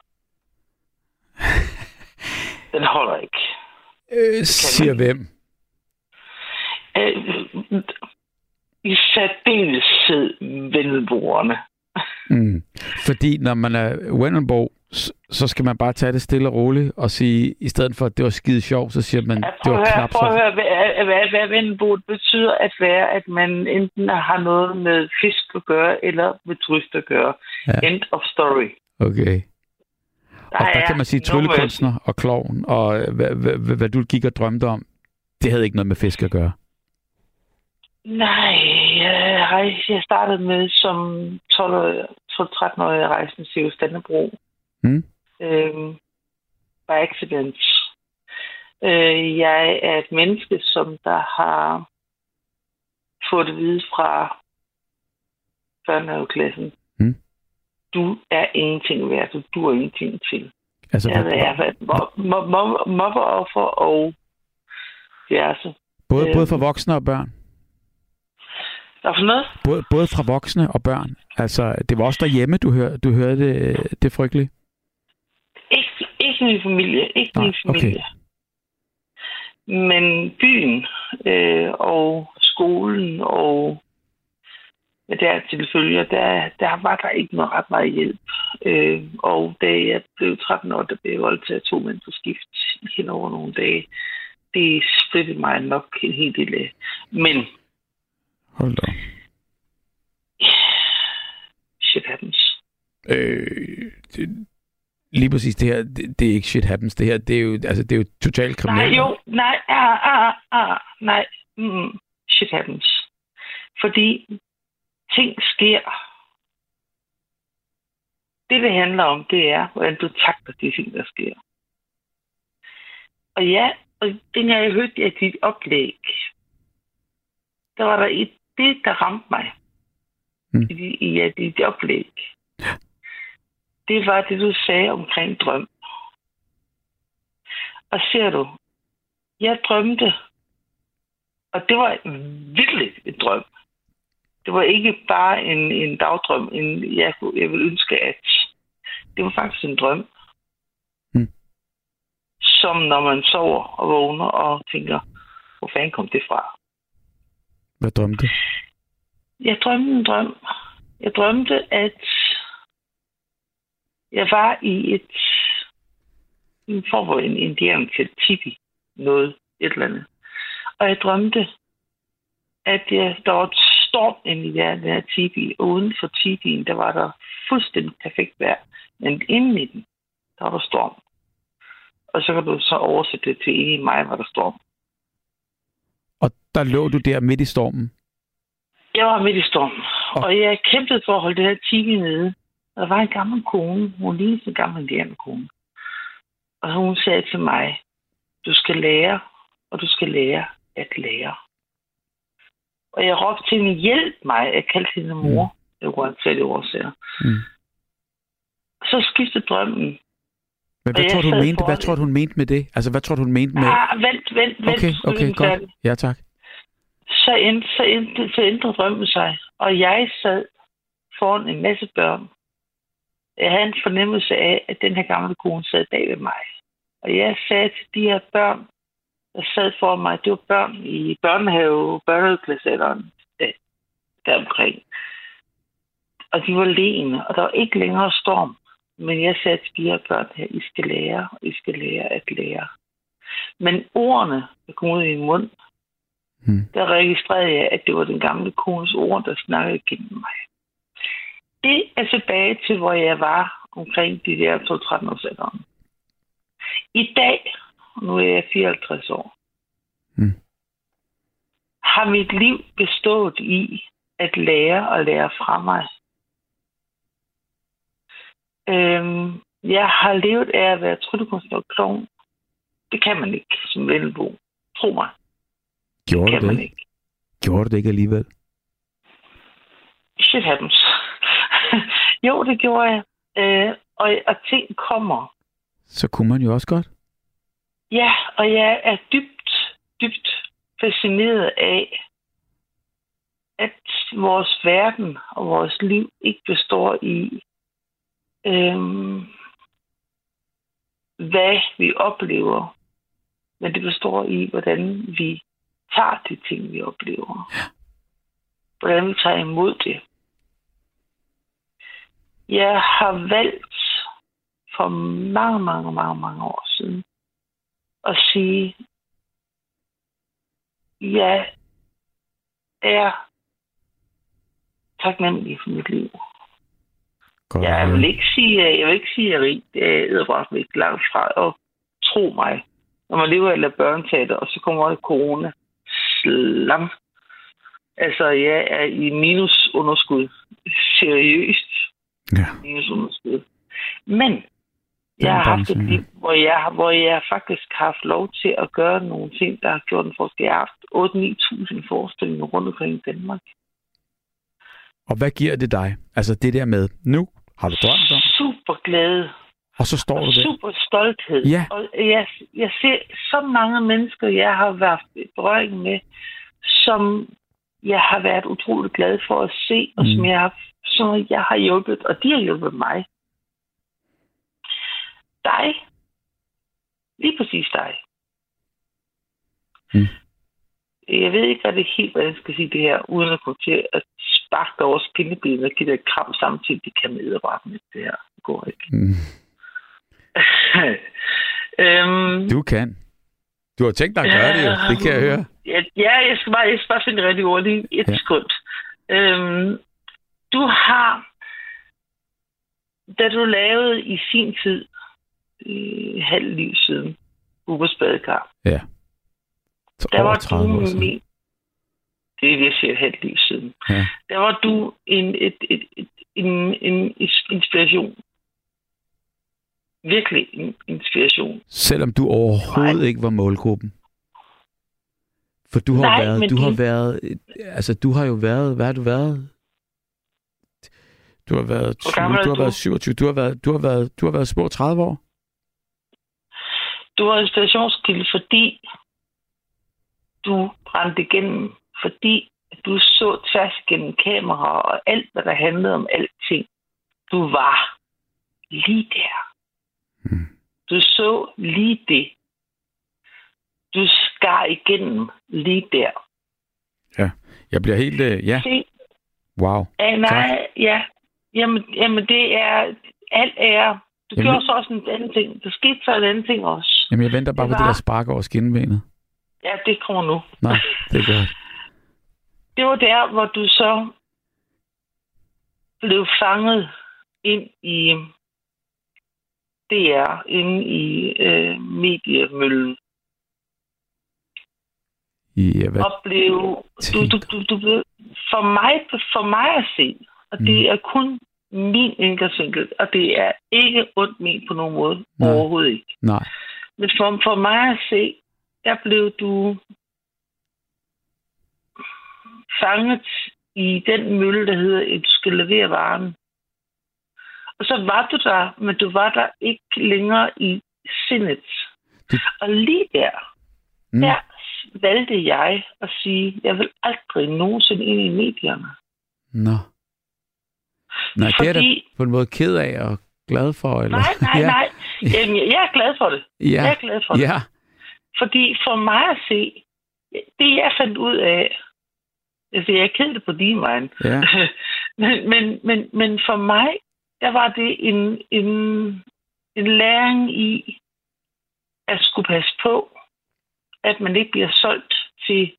Den holder ikke. Øh, siger man. Hvem? Øh, I særdeleshed Vendelboerne. Mm. Fordi når man er Vendelbo, så skal man bare tage det stille og roligt og sige, i stedet for, at det var skide sjovt, så siger man, ja, det var knap så... Prøv at høre, hvad, hvad, hvad Vendelbo betyder at være, at man enten har noget med fisk at gøre, eller med turister at gøre. Ja. End of story. Okay. Der og der kan man sige, tryllekunstner og klovn, og hvad, hvad, hvad du gik og drømte om, det havde ikke noget med fisk at gøre. Nej, jeg, jeg startede med som tolv-tretten-årig rejsen til Sivs Dannebro. Mm. Øhm, by accident. Øh, jeg er et menneske, som der har fået at vide fra børnehaveklassen. Mm. Du er ingenting værd, du duer ingenting til. Altså, jeg har været mobberoffer og diverse. Både, øhm, både for voksne og børn? Hvad for noget? Både, både fra voksne og børn. Altså, det var også derhjemme, du, hør, du hørte det, det frygtelige? Ikke, ikke min familie. Ikke Nej, min familie. Okay. Men byen øh, og skolen og hvad der tilfølger, der, der var der ikke noget ret meget hjælp. Øh, og da jeg blev tretten år, der blev jeg voldtaget to mænd på skift hen over nogle dage. Det splittede mig nok en hel del af. Men hold da. Shit happens. Øh, det, lige præcis det her, det, det er ikke shit happens. Det her, det er jo, altså, det er jo totalt kriminelt. Nej, jo, nej, ah, ah, ah, nej. Mm, shit happens. Fordi ting sker. Det, det handler om, det er, hvordan du takter de ting, der sker. Og ja, og dengang jeg hørte af dit oplæg, der var der et, det, der ramte mig mm. i, i, i dit oplæg. Det var det, du sagde omkring drøm. Og ser du, jeg drømte, og det var virkelig en drøm. Det var ikke bare en, en dagdrøm, en, jeg, jeg ville ønske, at det var faktisk en drøm. Mm. Som når man sover og vågner og tænker, hvor fanden kom det fra? Hvad drømte du? Jeg drømte en drøm. Jeg drømte, at jeg var i et en form for en indianer til tipi, noget, et eller andet. Og jeg drømte, at jeg, der var et storm inde i den her tipi, og uden for tipien, der var der fuldstændig perfekt vejr. Men inde i den, der var der storm. Og så kan du så oversætte det til inde i mig, var der storm. Og der lå du der midt i stormen? Jeg var midt i stormen, og, og jeg kæmpede for at holde det her tipi nede. Og der var en gammel kone, hun lignede en gammel indianerkone. Og hun sagde til mig, du skal lære, og du skal lære at lære. Og jeg råbte til hende, hjælp mig. Jeg kaldte hende mor. Mm. Jeg kunne have det årsager. Mm. Så skiftede drømmen. Men hvad tror du, hun mente, hvad tror du, hun mente med det? Altså, hvad tror du, hun mente med... Ah, vent, vent, vent. Okay, okay, godt. Ja, tak. Så, end, så, end, så ændrede drømmen sig, og jeg sad foran en masse børn. Jeg havde en fornemmelse af, at den her gamle kone sad bag ved mig. Og jeg sagde til de her børn, der sad foran mig, det var børn i børnehave, børnehaveklasseren, deromkring. Og de var leende, og der var ikke længere storm. Men jeg sagde til de her børn her, I skal lære, og I skal lære at lære. Men ordene, der kom ud i min mund, hmm. der registrerede jeg, at det var den gamle kones ord, der snakkede gennem mig. Det er tilbage til, hvor jeg var omkring de der tolv tretten års alderen. I dag, og nu er jeg fireoghalvtreds år, hmm. har mit liv bestået i at lære og lære fra mig. Øhm, jeg har levet af at være tryllekunstner og klovn. Det kan man ikke som Vendelbo. Tro mig. Gjorde det du det ikke? ikke? Gjorde du det ikke alligevel? Shit happens. Jo, det gjorde jeg. Øh, og, og ting kommer. Så kunne man jo også godt. Ja, og jeg er dybt, dybt fascineret af, at vores verden og vores liv ikke består i, øhm, hvad vi oplever, men det består i, hvordan vi tager de ting, vi oplever. Hvordan vi tager imod det. Jeg har valgt for mange, mange, mange, mange år siden at sige, jeg er taknemmelig for mit liv. God. Jeg vil ikke sige, jeg vil ikke sige, at jeg er rig. Det er edderbragt ikke langt fra. Og tro mig, når man lever eller børneteater, og så kommer der corona. Slam. Altså, jeg er i minusunderskud. Seriøst. Ja. Minusunderskud. Men jeg har haft et liv, hvor jeg, hvor jeg faktisk har haft lov til at gøre nogle ting, der har gjort en forskel. Jeg har haft otte til ni tusind forestillinger rundt omkring i Danmark. Og hvad giver det dig? Altså det der med, nu har du drømt om? Super glæde. Og så står og du der. Super stolthed. Ja. Og jeg, jeg ser så mange mennesker, jeg har været i berøring med, som jeg har været utroligt glad for at se, og mm. som, jeg har, som jeg har hjulpet, og de har hjulpet mig. Dig. Lige præcis dig. Mm. Jeg ved ikke, hvad det er helt, hvordan jeg skal sige det her, uden at gå til at sparke dig over skinneben og give dig et kram samtidig, de kan medarbejde med det her. Det går ikke. Mm. øhm, du kan. Du har tænkt dig at gøre det jo. Det kan jeg høre. Ja, jeg skal bare, jeg skal bare finde det rigtige ord lige et ja. sekund. Øhm, du har, da du lavede i sin tid, i halv liv siden, Ubers Badekar. Ja. Så der var du min, det er det, jeg siger, et halvt liv siden. Ja. Der var du en, et, et, et, en, en inspiration. Virkelig en inspiration. Selvom du overhovedet Nej. ikke var målgruppen. For du har Nej, været, du har de... været, altså du har jo været, hvad har du været? Du har været tyve, du har du? været syvogtyve, du har været, du har været, du har været små tredive år. Du var inspirationskilde, fordi du brændte igennem, fordi du så tværs igennem kameraer og alt, hvad der handlede om alting. Du var lige der. Hmm. Du så lige det. Du skar igennem lige der. Ja, jeg bliver helt... Uh, ja. Se. Wow. Ja, nej, tak. ja. Jamen, jamen, det er... Alt er... Du jamen, gjorde så også en anden ting. Der skete så en anden ting også. Jamen, jeg venter bare det på var... det der spark over skinbenet. Ja, det kommer nu. Nej, det er godt. Det var der, hvor du så blev fanget ind i D R, inde i øh, mediemøllen. Ja, hvad? Og blev, du, du, du, du blev, for mig, for mig at se, og det mm. er kun min indgangsvinkel, og det er ikke ondt ment på nogen måde, Nej. overhovedet ikke. Nej. Men for, for mig at se, der blev du fanget i den mølle, der hedder, at du skal levere varen. Og så var du der, men du var der ikke længere i sindet. Det... Og lige der, mm. der valgte jeg at sige, jeg vil aldrig nogensinde ind i medierne. Nå. Nej, Fordi... det er da på en måde ked af og glad for, eller? Nej, nej, ja. nej. Jamen, jeg er glad for det. Ja. Jeg er glad for det. Ja. Fordi for mig at se, det jeg fandt ud af, altså jeg er ked det på din vej, Ja. men, men, men, men for mig, der var det en, en, en læring i at skulle passe på, at man ikke bliver solgt til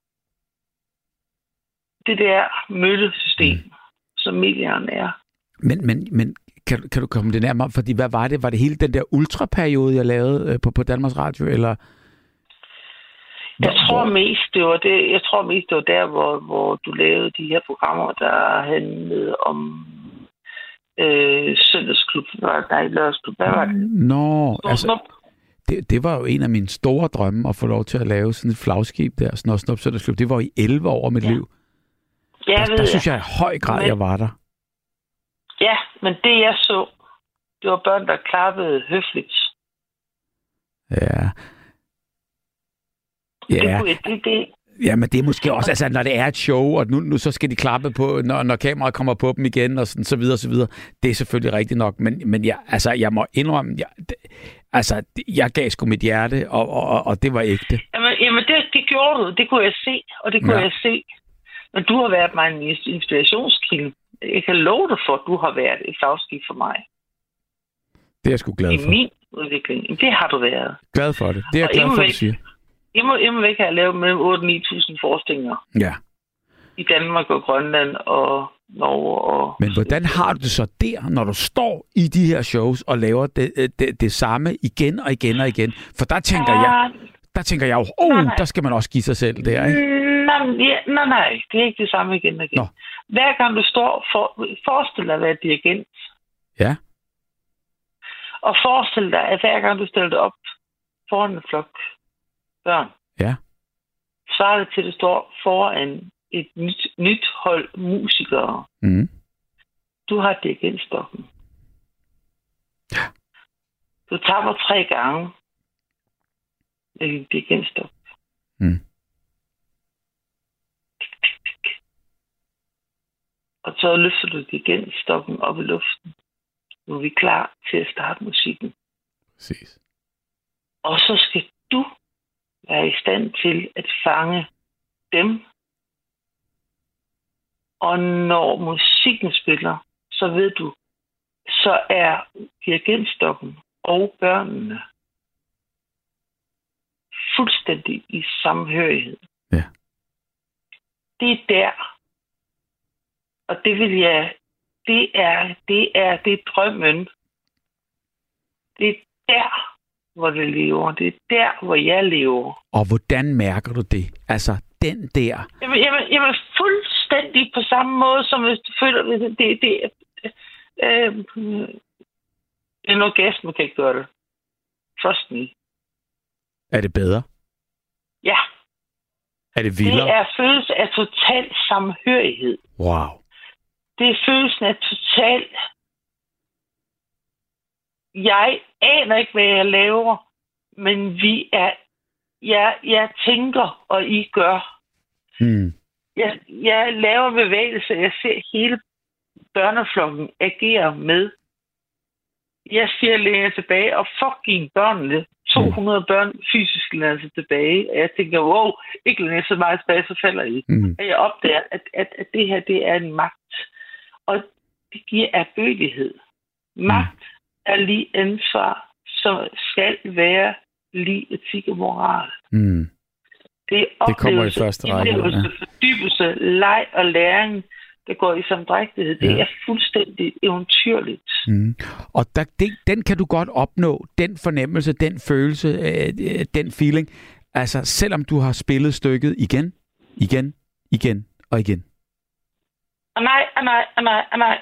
det der møllesystem, mm. som medierne er. Men, men, men kan, kan du komme det nærmere? Fordi hvad var det? Var det hele den der ultraperiode, jeg lavede øh, på, på Danmarks Radio, eller? Jeg tror mest, det var det. Jeg tror mest, det var der, hvor, hvor du lavede de her programmer, der handlede om øh, søndagsklub. Nej, lørdagsklub. Hvad var det? Nå, Snor, altså, snop. det, det var jo en af mine store drømme, at få lov til at lave sådan et flagskib der, Snor, snop, søndagsklub. Det var i elleve år af mit ja. liv. Ja, der, der synes jeg i høj grad, men, jeg var der. Ja, men det jeg så, det var børn, der klappede høfligt. Ja. Ja. Det, det, det. Ja, men det er måske også, altså, når det er et show, og nu, nu så skal de klappe på, når, når kameraet kommer på dem igen, og sådan, så videre, så videre. Det er selvfølgelig rigtigt nok, men, men jeg, altså, jeg må indrømme, jeg, det, altså, jeg gav sgu mit hjerte, og, og, og det var ægte. Jamen, jamen det, det gjorde du, det kunne jeg se, og det kunne ja. jeg se. Men du har været mig en inspirationskilde. Jeg kan love dig for, at du har været et flagskib for mig. Det er jeg sgu glad for. I min udvikling. Det har du været. Glad for det. Det er jeg glad for, at du siger. Jeg må, jeg må ikke have lavet mellem otte til ni tusind forestillinger. Ja. I Danmark og Grønland og Norge. Og... Men hvordan har du det så der, når du står i de her shows og laver det, det, det samme igen og igen og igen? For der tænker ja, jeg, der tænker jeg jo, åh, oh, der skal man også give sig selv der, ikke? Nej, ja, nej, nej, det er ikke det samme igen og igen. Nå. Hver gang du står, for, forestil dig at være dirigent. Ja. Og forestil dig, at hver gang du stiller dig op foran en flok børn, ja. så er det til, at du står foran et nyt, nyt hold musikere. Mm. Du har dirigentstokken. Ja. Du tapper tre gange med din dirigentstok. Mm. Og så løfter du dirigentstokken op i luften. Nu er vi klar til at starte musikken. Præcis. Og så skal du være i stand til at fange dem. Og når musikken spiller, så ved du, så er dirigentstokken og børnene fuldstændig i samhørighed. Ja. Det er der. Og det vil jeg, det er, det er, det er drømmen. Det er der, hvor det lever. Det er der, hvor jeg lever. Og hvordan mærker du det? Altså, den der... Jamen, jamen, jamen fuldstændig på samme måde, som hvis du føler, det, det, det øh, en orgasme kan ikke gøre det. Først nu. Er det bedre? Ja. Er det vildere? Det er følelse af total samhørighed. Wow. Det er følelsen af total... Jeg aner ikke, hvad jeg laver, men vi er... Jeg, jeg tænker, og I gør. Hmm. Jeg, jeg laver bevægelser. Jeg ser hele børneflokken agere med. Jeg siger længere tilbage, og fucking børnene. to hundrede børn fysisk lærer sig tilbage. Og jeg tænker, wow, ikke længere så meget tilbage, så falder I. Mm. Og jeg opdager, at, at, at det her, det er en magt. Og det giver erbødighed. Magt mm. er lige ansvar, som skal være lige etik og moral. Mm. Det er oplevelse, det kommer i første række. Ja. Fordybelse, leg og læring, der går i samdrægtighed. Det ja. er fuldstændig eventyrligt. Mm. Og der, det, den kan du godt opnå, den fornemmelse, den følelse, øh, den feeling, altså selvom du har spillet stykket igen, igen, igen og igen. Og nej, og nej, og nej, og nej.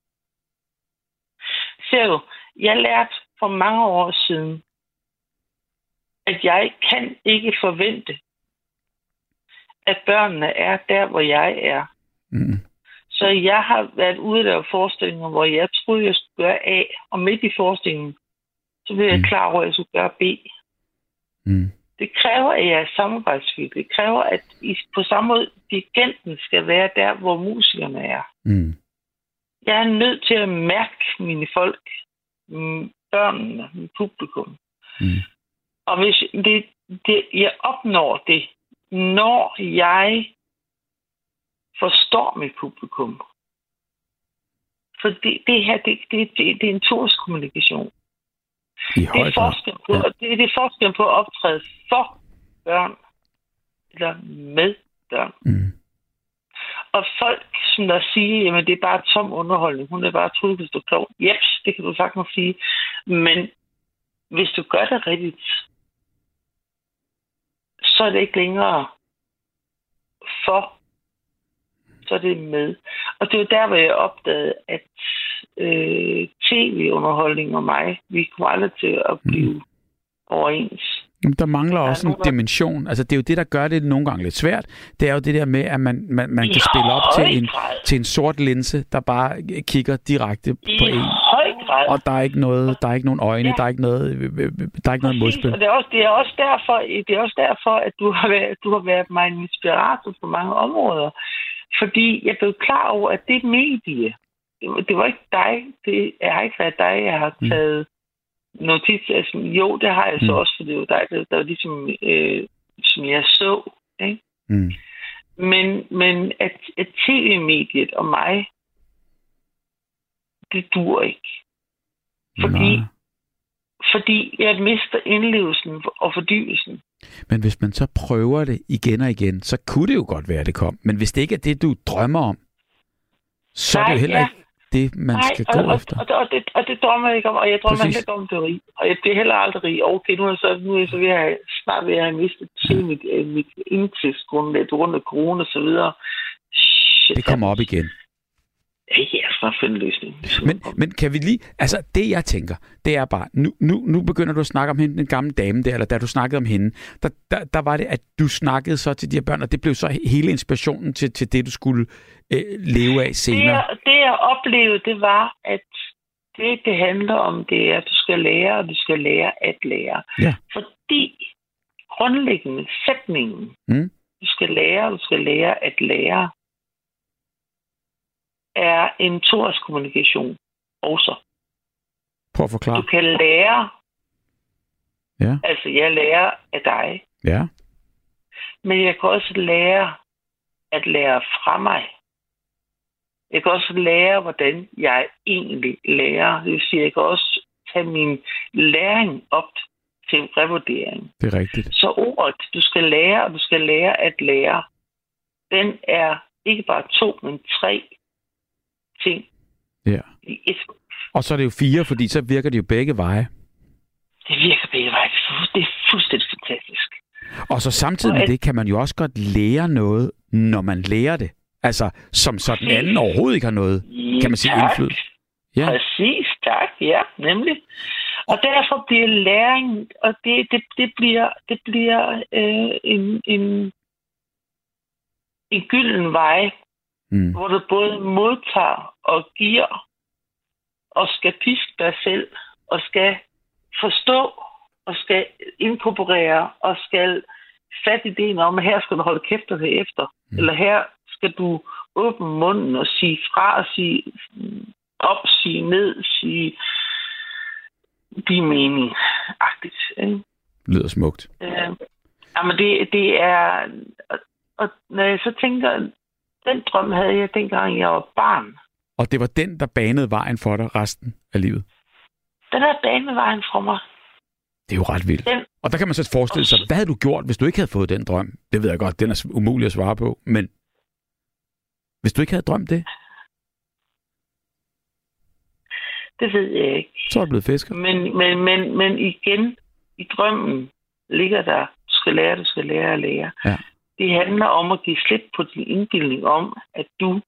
Ser du, jeg lærte for mange år siden, at jeg kan ikke forvente, at børnene er der, hvor jeg er. Mm. Så jeg har været ude og lave forestillinger, hvor jeg troede, jeg skulle gøre A, og midt i forestillingen, så blev jeg Mm. klar over, at jeg skulle gøre B. Mm. Det kræver, at jeg er samarbejdsvillig. Det kræver, at I, på samme måde, dirigenten skal være der, hvor musikerne er. Mm. Jeg er nødt til at mærke mine folk, mine børnene, mit publikum. Mm. Og hvis det, det, jeg opnår det, når jeg forstår mit publikum. For det, det her, det, det, det, det er en torisk kommunikation. I Det høj er, grad. forskel på, Ja. det, det er forskel på at optræde for børn eller med børn. Mm. Og folk, som der siger, jamen det er bare tom underholdning. Hun er bare troet, hvis du er klog. Jeps, det kan du sagtens sige. Men hvis du gør det rigtigt, så er det ikke længere for, så er det med. Og det var der, hvor jeg opdagede, at øh, tv-underholdning og mig, vi kommer aldrig til at blive mm. overens. Jamen, der mangler også en nogen, der- dimension. Altså, det er jo det, der gør det nogle gange lidt svært. Det er jo det der med, at man, man, man I kan spille op til høj en, grad. til en sort linse, der bare kigger direkte I på en. høj grad. Og der er ikke noget, der er ikke nogen øjne, Ja. der er ikke noget, der er ikke noget Præcis, modspil. og det er også, det er også derfor, det er også derfor, at du har været, du har været mig en inspirator på mange områder. Fordi jeg blev klar over, at det medie, det var ikke dig, det har ikke været dig, jeg har taget mm. notits af. Jo, det har jeg så Mm. også, for det var dig, der, der var ligesom, øh, som jeg så. Ikke? Mm. Men, men at, at tv-mediet og mig, det dur ikke. Fordi, Nå. fordi jeg mister indlevelsen og fordybelsen. Men hvis man så prøver det igen og igen, så kunne det jo godt være, at det kom. Men hvis det ikke er det, du drømmer om, så Nej, er det jo heller ja. ikke det, man Nej, skal og, gå og, efter. Og, og, og, det, og det drømmer jeg ikke om, og jeg drømmer Præcis. heller ikke om det rig. Og jeg bliver heller aldrig rig. Okay, nu er jeg så, nu er jeg så ved at have, snart ved at have mistet til mit, øh, mit indtægtsgrundlag på grund af corona og så videre. Shit, Det kommer op igen. Ja, jeg skal finde en løsning. Men, men kan vi lige... Altså, det jeg tænker, det er bare... Nu, nu, nu begynder du at snakke om hende, den gamle dame der, eller da du snakkede om hende, der, der, der var det, at du snakkede så til de her børn, og det blev så hele inspirationen til, til det, du skulle øh, leve af Det, senere. jeg, det, jeg oplevede, det var, at det, det handler om, det er, at du skal lære, og du skal lære at lære. Ja. Fordi grundlæggende sætningen, Mm. du skal lære, og du skal lære at lære, er en torisk kommunikation også. Prøv at forklare. Du kan lære, Ja. altså jeg lærer af dig, Ja. men jeg kan også lære at lære fra mig. Jeg kan også lære, hvordan jeg egentlig lærer. Det vil sige, jeg kan også tage min læring op til revurdering. Det er rigtigt. Så ordet, du skal lære, og du skal lære at lære, den er ikke bare to, men tre ting Ja. i et. Og så er det jo fire, fordi så virker det jo begge veje. Det virker begge veje. Det er fuldstændig fantastisk. Og så samtidig med det kan man jo også godt lære noget, når man lærer det. Altså, som så den anden overhovedet ikke har noget, kan man sige, tak. indflydelse. Ja. Præcis, tak. Ja, nemlig. Og derfor bliver læring, og det, det, det bliver, det bliver øh, en, en, en gylden vej, Mm. hvor du både modtager og giver, og skal piske dig selv, og skal forstå, og skal inkorporere, og skal fatte ideen om, at her skal du holde kæft og efter. Mm. Eller her skal du åbne munden og sige fra, og sige op, sige ned, sige din mening. Agtigt, ikke? Lyder smukt. Øh, jamen det, det er... Og, og når jeg så tænker... Den drøm havde jeg, dengang jeg var barn. Og det var den, der banede vejen for dig resten af livet. Den er banet vejen fra mig. Det er jo ret vildt. Den... Og der kan man så forestille sig, hvad havde du gjort, hvis du ikke havde fået den drøm? Det ved jeg godt, den er umulig at svare på, men hvis du ikke havde drømt det? Det ved jeg ikke. Så er du blevet fisker. Men, men, men, men igen, i drømmen ligger der, du skal lære, du skal lære at lære. Ja. Det handler om at give slip på din indbildning om, at du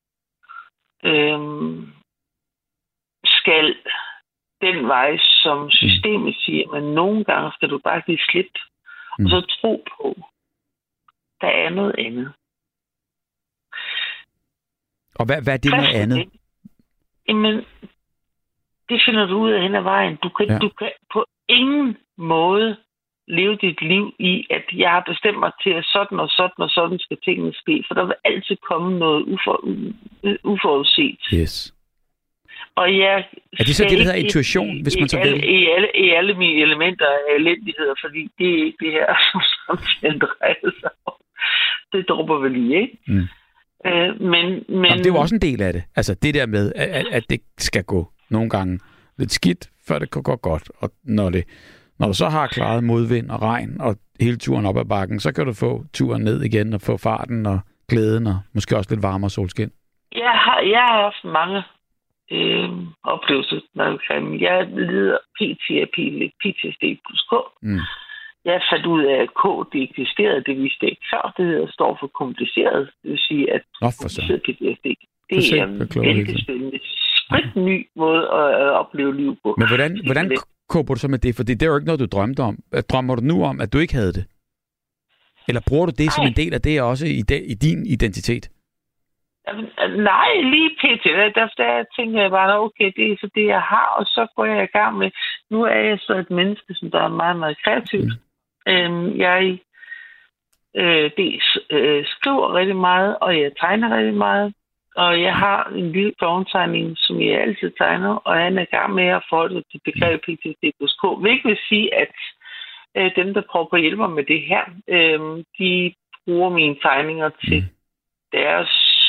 øhm, skal den vej, som systemet siger, men nogle gange skal du bare give slip, mm. og så tro på, der er noget andet. Og hvad, hvad er det noget andet? Jamen, det finder du ud af hen ad vejen. Du kan, ja. du kan på ingen måde leve dit liv i, at jeg har bestemt mig til, at sådan og sådan og sådan skal tingene ske. For der vil altid komme noget ufor, uforudset. Yes. Og jeg er det så det, der hedder intuition, i, hvis man så alle, vil? I alle, I alle mine elementer af elendigheder, fordi det er ikke det her, som samtidig drejer sig om. Det dropper vi lige, ikke? Mm. Øh, men, men... Jamen, det er jo også en del af det. Altså det der med, at, at det skal gå nogle gange lidt skidt, før det kan gå godt. Og når, det, når du så har klaret modvind og regn og hele turen op ad bakken, så kan du få turen ned igen og få farten og glæden og måske også lidt varmere solskin. Jeg har, jeg har haft mange øh, oplevelser. Jeg lider P T S D plus K. Mm. Jeg fandt ud af, at K det eksisterede. Det vidste jeg ikke før. Det hedder, står for kompliceret. Det vil sige, at Nå, kompliceret P T S D det er en vældig spændende, sprit ny måde at, at opleve liv på. Men hvordan, hvordan kåber du så med det? For det er jo ikke noget, du drømte om. Drømmer du nu om, at du ikke havde det? Eller bruger du det Ej. som en del af det også i, de, i din identitet? Jamen, nej, lige pt. Der, der tænker jeg bare, okay, det er så det, jeg har, og så går jeg i gang med. Nu er jeg så et menneske, som der er meget, meget kreativt. Mm. Øhm, jeg øh, det, øh, skriver rigtig meget, og jeg tegner rigtig meget. Og jeg har en lille klovnetegning, som jeg altid tegner, og han er i gang med at få det til begrebet P T S D plus K. Hvilket vil sige, at øh, dem, der prøver at hjælpe mig med det her, øh, de bruger mine tegninger til mm. deres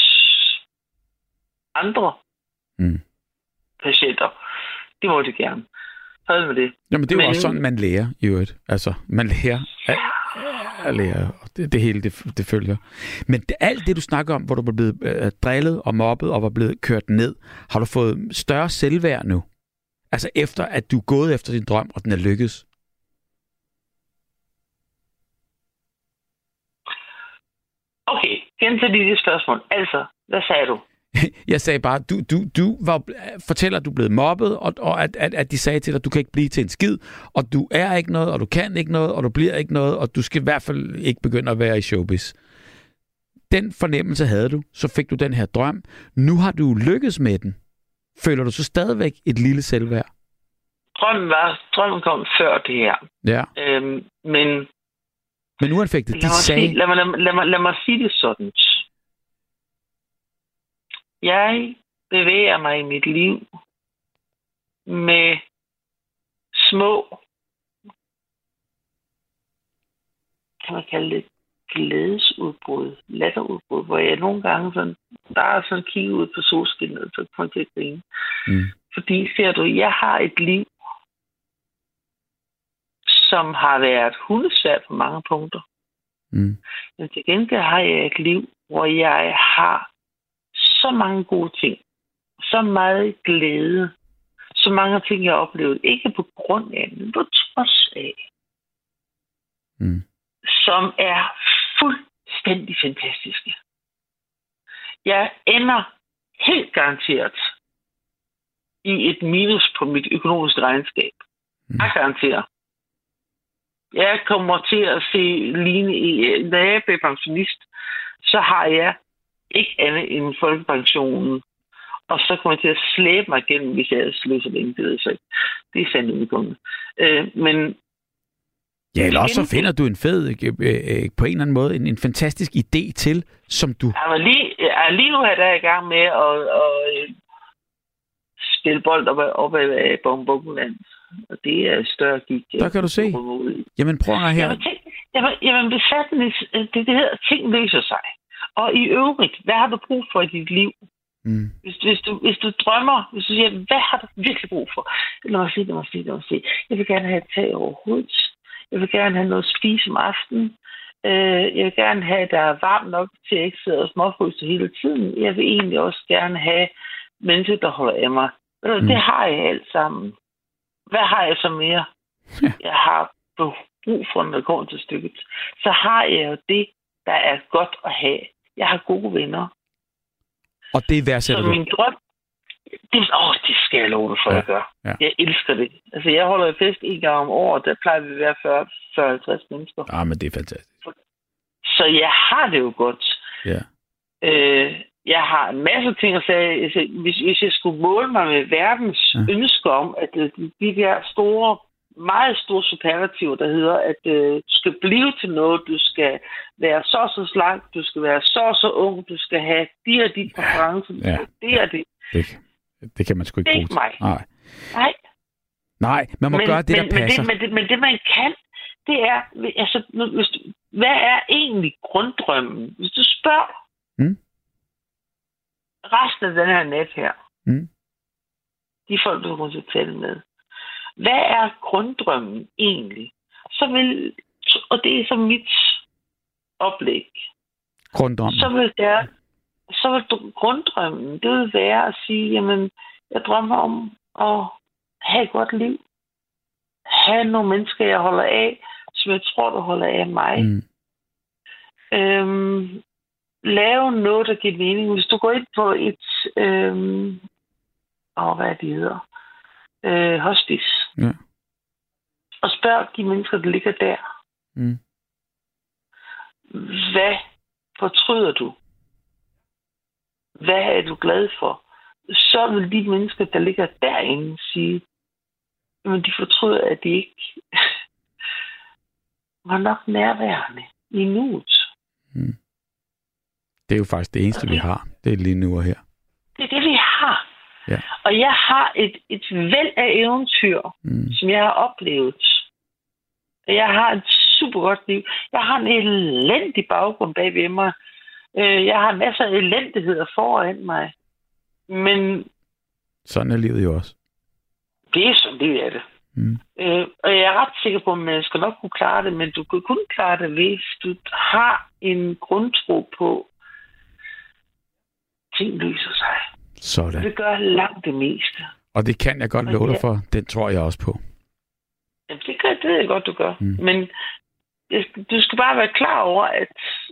andre mm. patienter. Det må de gerne. Fred med det. Jamen, det er jo Men, også sådan, man lærer i øvrigt. Altså, man lærer at, at lære, og det, det hele, det, det følger. Men det, alt det, du snakker om, hvor du er blevet øh, drillet og mobbet og var blevet kørt ned, har du fået større selvværd nu? Altså efter, at du er gået efter din drøm, og den er lykkedes? Okay, gentag lige det spørgsmål. Altså, hvad sagde du? Jeg sagde bare, du, du, du var, fortæller, at du er blevet mobbet, og, og at, at, at de sagde til dig, at du kan ikke blive til en skid, og du er ikke noget, og du kan ikke noget, og du bliver ikke noget, og du skal i hvert fald ikke begynde at være i showbiz. Den fornemmelse havde du, så fik du den her drøm. Nu har du lykkes med den. Føler du så stadigvæk et lille selvværd? Drømmen var, drømmen kom før det her. Ja. Øhm, men... Men uanfægtet, de sagde... Sige, lad, mig, lad, mig, lad, mig, lad mig sige det sådan. Jeg bevæger mig i mit liv med små, kan man kalde det, glædesudbrud, latterudbrud, hvor jeg nogle gange sådan, der er sådan kigget ud på solskinnet, så kan man til at grine. Mm. Fordi, ser du, jeg har et liv, som har været hundesvært på mange punkter. Mm. Men til gengæld har jeg et liv, hvor jeg har så mange gode ting, så meget glæde, så mange ting, jeg har oplevet, ikke på grund af, men på trods af, mm. som er fuldstændig fantastiske. Jeg ender helt garanteret i et minus på mit økonomiske regnskab. Mm. Jeg garanterer. Jeg kommer til at se ligne i, når jeg bliver pensionist, så har jeg ikke andet end folkepensionen. Og så kommer jeg til at slæbe mig igennem, hvis jeg sløser længe. Det ved jeg så ikke. Det er sandt udgående. Øh, men... Ja, eller også så finder du en fed, øh, på en eller anden måde, en, en fantastisk idé til, som du... Jeg lige, jeg, lige nu er jeg i gang med at, at, at spille bold op, op af Bongbongland. Og det er større gik. Der kan du se. Jamen prøv at her. Jamen, jamen besatten, det, det hedder, ting løser sig. Og i øvrigt, hvad har du brug for i dit liv? Mm. Hvis, hvis, du, hvis du drømmer, hvis du siger, hvad har du virkelig brug for? Lad mig sige, lad mig sige, lad mig sige. Jeg vil gerne have et tag over hovedet. Jeg vil gerne have noget at spise om aftenen. Jeg vil gerne have, at der er varmt nok til, at jeg ikke sidder og småfryser hele tiden. Jeg vil egentlig også gerne have mennesker, der holder af mig. Mm. Det har jeg alt sammen. Hvad har jeg så mere? Ja. Jeg har brug for, når det kommer til stykket. Så har jeg jo det, der er godt at have. Jeg har gode venner. Og det værdsætter du? Så min drøm, det, åh, det skal jeg love dig for, ja. at gøre. Ja. Jeg elsker det. Altså, jeg holder jo fest en gang om året. Der plejer vi at være fyrre til halvtreds mennesker. Ja, men det er fantastisk. Så jeg har det jo godt. Ja. Øh, jeg har en masse ting at sige. Altså, hvis, hvis jeg skulle måle mig med verdens ja. ønsker om, at de, de der store, meget store superlativer, der hedder, at øh, du skal blive til noget, du skal være så så slank, du skal være så så ung, du skal have de og de præferencer, ja. det og det. Det, det kan man sgu ikke bruge til. Det er ikke mig. Nej. Nej. Nej, man må men, gøre det, men, der passer. Men det, men, det, men det, man kan, det er, altså, hvis du, hvad er egentlig grunddrømmen? Hvis du spørger mm. resten af den her net her, mm. de folk, du kommer til at tale med, hvad er grunddrømmen egentlig? Så vil, og det er så mit oplæg. Grunddrømmen? Så vil, der, så vil du, grunddrømmen, det vil være at sige, jamen, jeg drømmer om at have et godt liv. Have nogle mennesker, jeg holder af, som jeg tror, der holder af mig. Mm. Øhm, lave noget, der giver mening. Hvis du går ind på et øhm, åh, hvad er det hedder? Øh, hospice. Ja. Og spørg de mennesker, der ligger der. Mm. Hvad fortryder du? Hvad er du glad for? Så vil de mennesker, der ligger derinde, sige, men de fortryder, at de ikke var nok nærværende i nuet. Mm. Det er jo faktisk det eneste, okay. vi har. Det er lige nu og her. Det er det, vi har. Ja. Og jeg har et, et væld af eventyr, mm. som jeg har oplevet. Og jeg har et super godt liv. Jeg har en elendig baggrund bagved mig. Jeg har masser af elendigheder foran mig. Men sådan er livet jo også. Det er sådan, det er det. Mm. Øh, og jeg er ret sikker på, at man skal nok kunne klare det, men du kan kun klare det, hvis du har en grundtro på, at ting løser sig. Sådan. Det gør langt det meste. Og det kan jeg godt love dig for. Den tror jeg også på. Jamen, det, gør, det ved jeg godt, du gør. Mm. Men du skal bare være klar over, at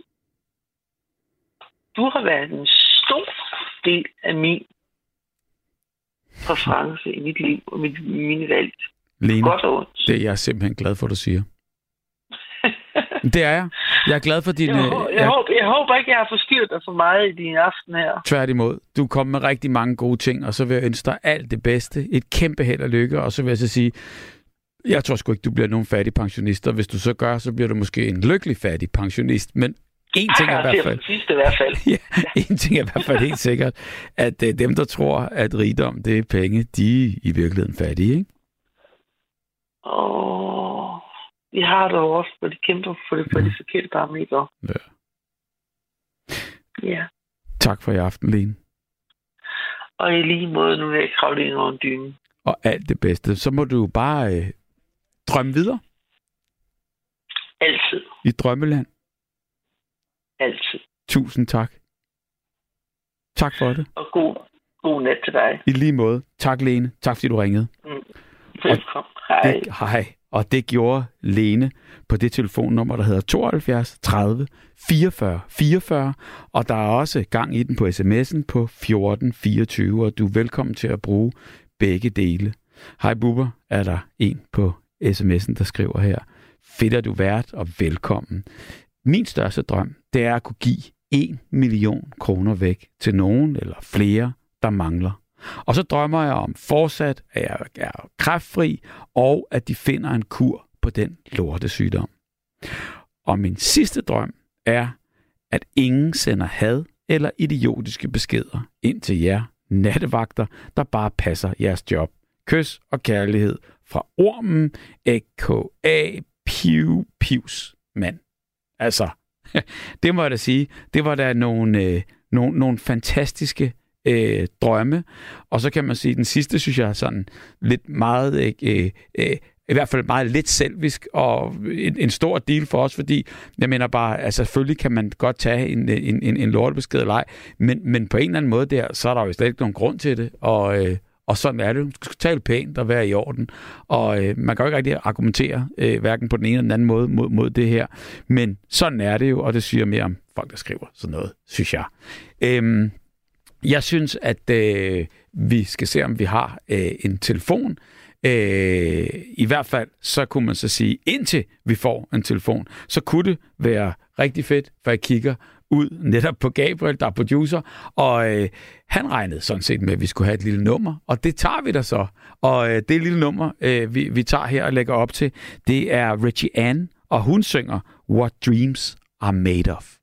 du har været en stor del af min præference i mit liv og mit, mine valg. Lene, godt og ondt. Det er jeg simpelthen glad for, du siger. Det er jeg. Jeg er glad for din... Jeg, jeg, jeg, håber, jeg håber ikke, jeg har forstyrret dig for meget i din aften her. Tværtimod. Du kom med rigtig mange gode ting, og så vil jeg ønske dig alt det bedste. Et kæmpe held og lykke, og så vil jeg så sige, jeg tror sgu ikke, du bliver nogen fattig pensionist, og hvis du så gør, så bliver du måske en lykkelig fattig pensionist, men en ting er i hvert fald... Det er i hvert fald. Ja, en ting er i hvert fald helt sikkert, at uh, dem, der tror, at rigdom, det er penge, de er i virkeligheden fattige, ikke? Åh, vi har det jo også, hvor de kæmper for det, for de forkerte parametre. Ja. Ja. Tak for i aften, Lene. Og i lige måde, nu er jeg kravlet ind over en dyne. Og alt det bedste. Så må du bare øh, drømme videre. Altid. I drømmeland. Altid. Tusind tak. Tak for det. Og god, god nat til dig. I lige måde. Tak, Lene. Tak, fordi du ringede. Mm. Velkommen. Hej. Det, hej. Og det gjorde Lene på det telefonnummer, der hedder tooghalvfjerds tredive fireogfyrre fireogfyrre. Og der er også gang i den på sms'en på fjorten fireogtyve, og du er velkommen til at bruge begge dele. Hej Bubber, er der en på sms'en, der skriver her. Fedt, at du er vært, og velkommen. Min største drøm, det er at kunne give en million kroner væk til nogen eller flere, der mangler. Og så drømmer jeg om fortsat, at jeg er kræftfri, og at de finder en kur på den lortesygdom. Og min sidste drøm er, at ingen sender had eller idiotiske beskeder ind til jer nattevagter, der bare passer jeres job. Kys og kærlighed fra ormen, A K A Piu Pius mand. Altså, det må jeg da sige, det var da nogle, øh, nogle, nogle fantastiske øh, drømme. Og så kan man sige, den sidste, synes jeg, er sådan lidt meget, øh, øh, i hvert fald meget lidt selvisk, og en, en stor del for os, fordi jeg mener bare, altså selvfølgelig kan man godt tage en, en, en, en lortebesked eller ej, men, men på en eller anden måde der, så er der jo slet ikke nogen grund til det, og øh, Og sådan er det. Du skal tale pænt og være i orden. Og øh, man kan jo ikke rigtig argumentere, øh, hverken på den ene eller den anden måde, mod, mod det her. Men sådan er det jo, og det siger mere om folk, der skriver sådan noget, synes jeg. Øhm, jeg synes, at øh, vi skal se, om vi har øh, en telefon. Øh, I hvert fald, så kunne man så sige, indtil vi får en telefon, så kunne det være rigtig fedt, for jeg kigger ud netop på Gabriel, der er producer, og øh, han regnede sådan set med, at vi skulle have et lille nummer, og det tager vi da så. Og øh, det lille nummer, øh, vi, vi tager her og lægger op til, det er Richie Ann, og hun synger What Dreams Are Made Of.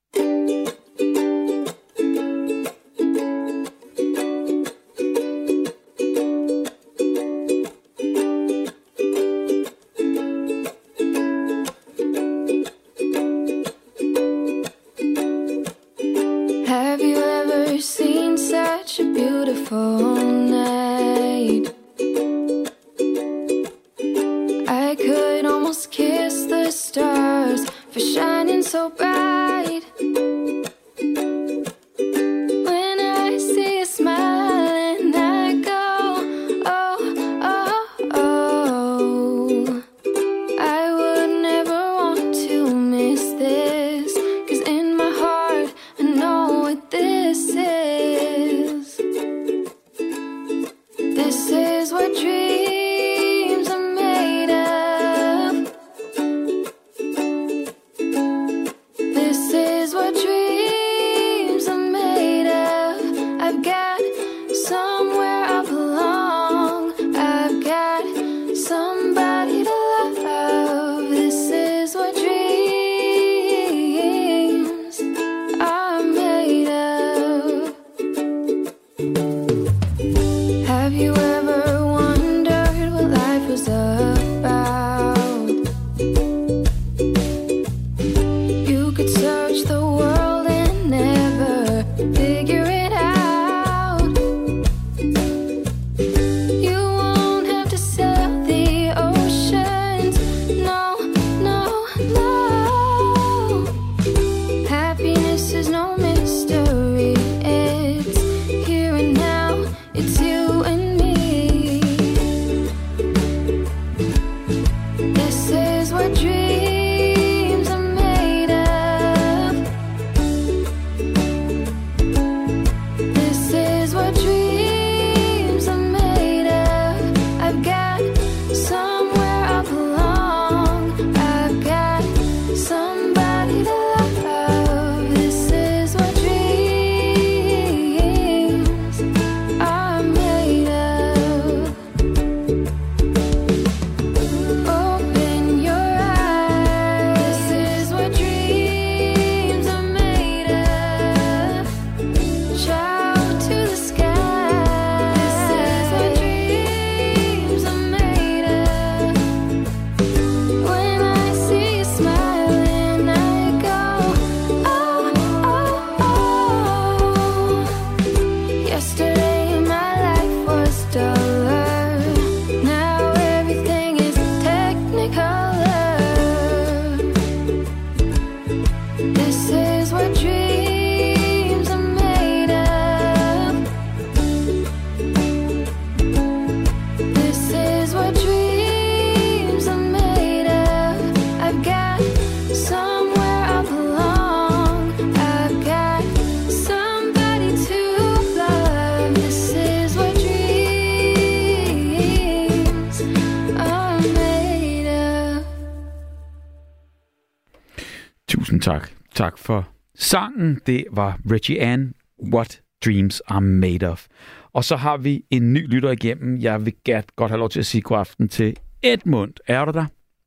Tak. Tak for sangen. Det var Richie Ann, What Dreams Are Made Of. Og så har vi en ny lytter igennem. Jeg vil godt have lov til at sige god aften til Edmund. Er du der?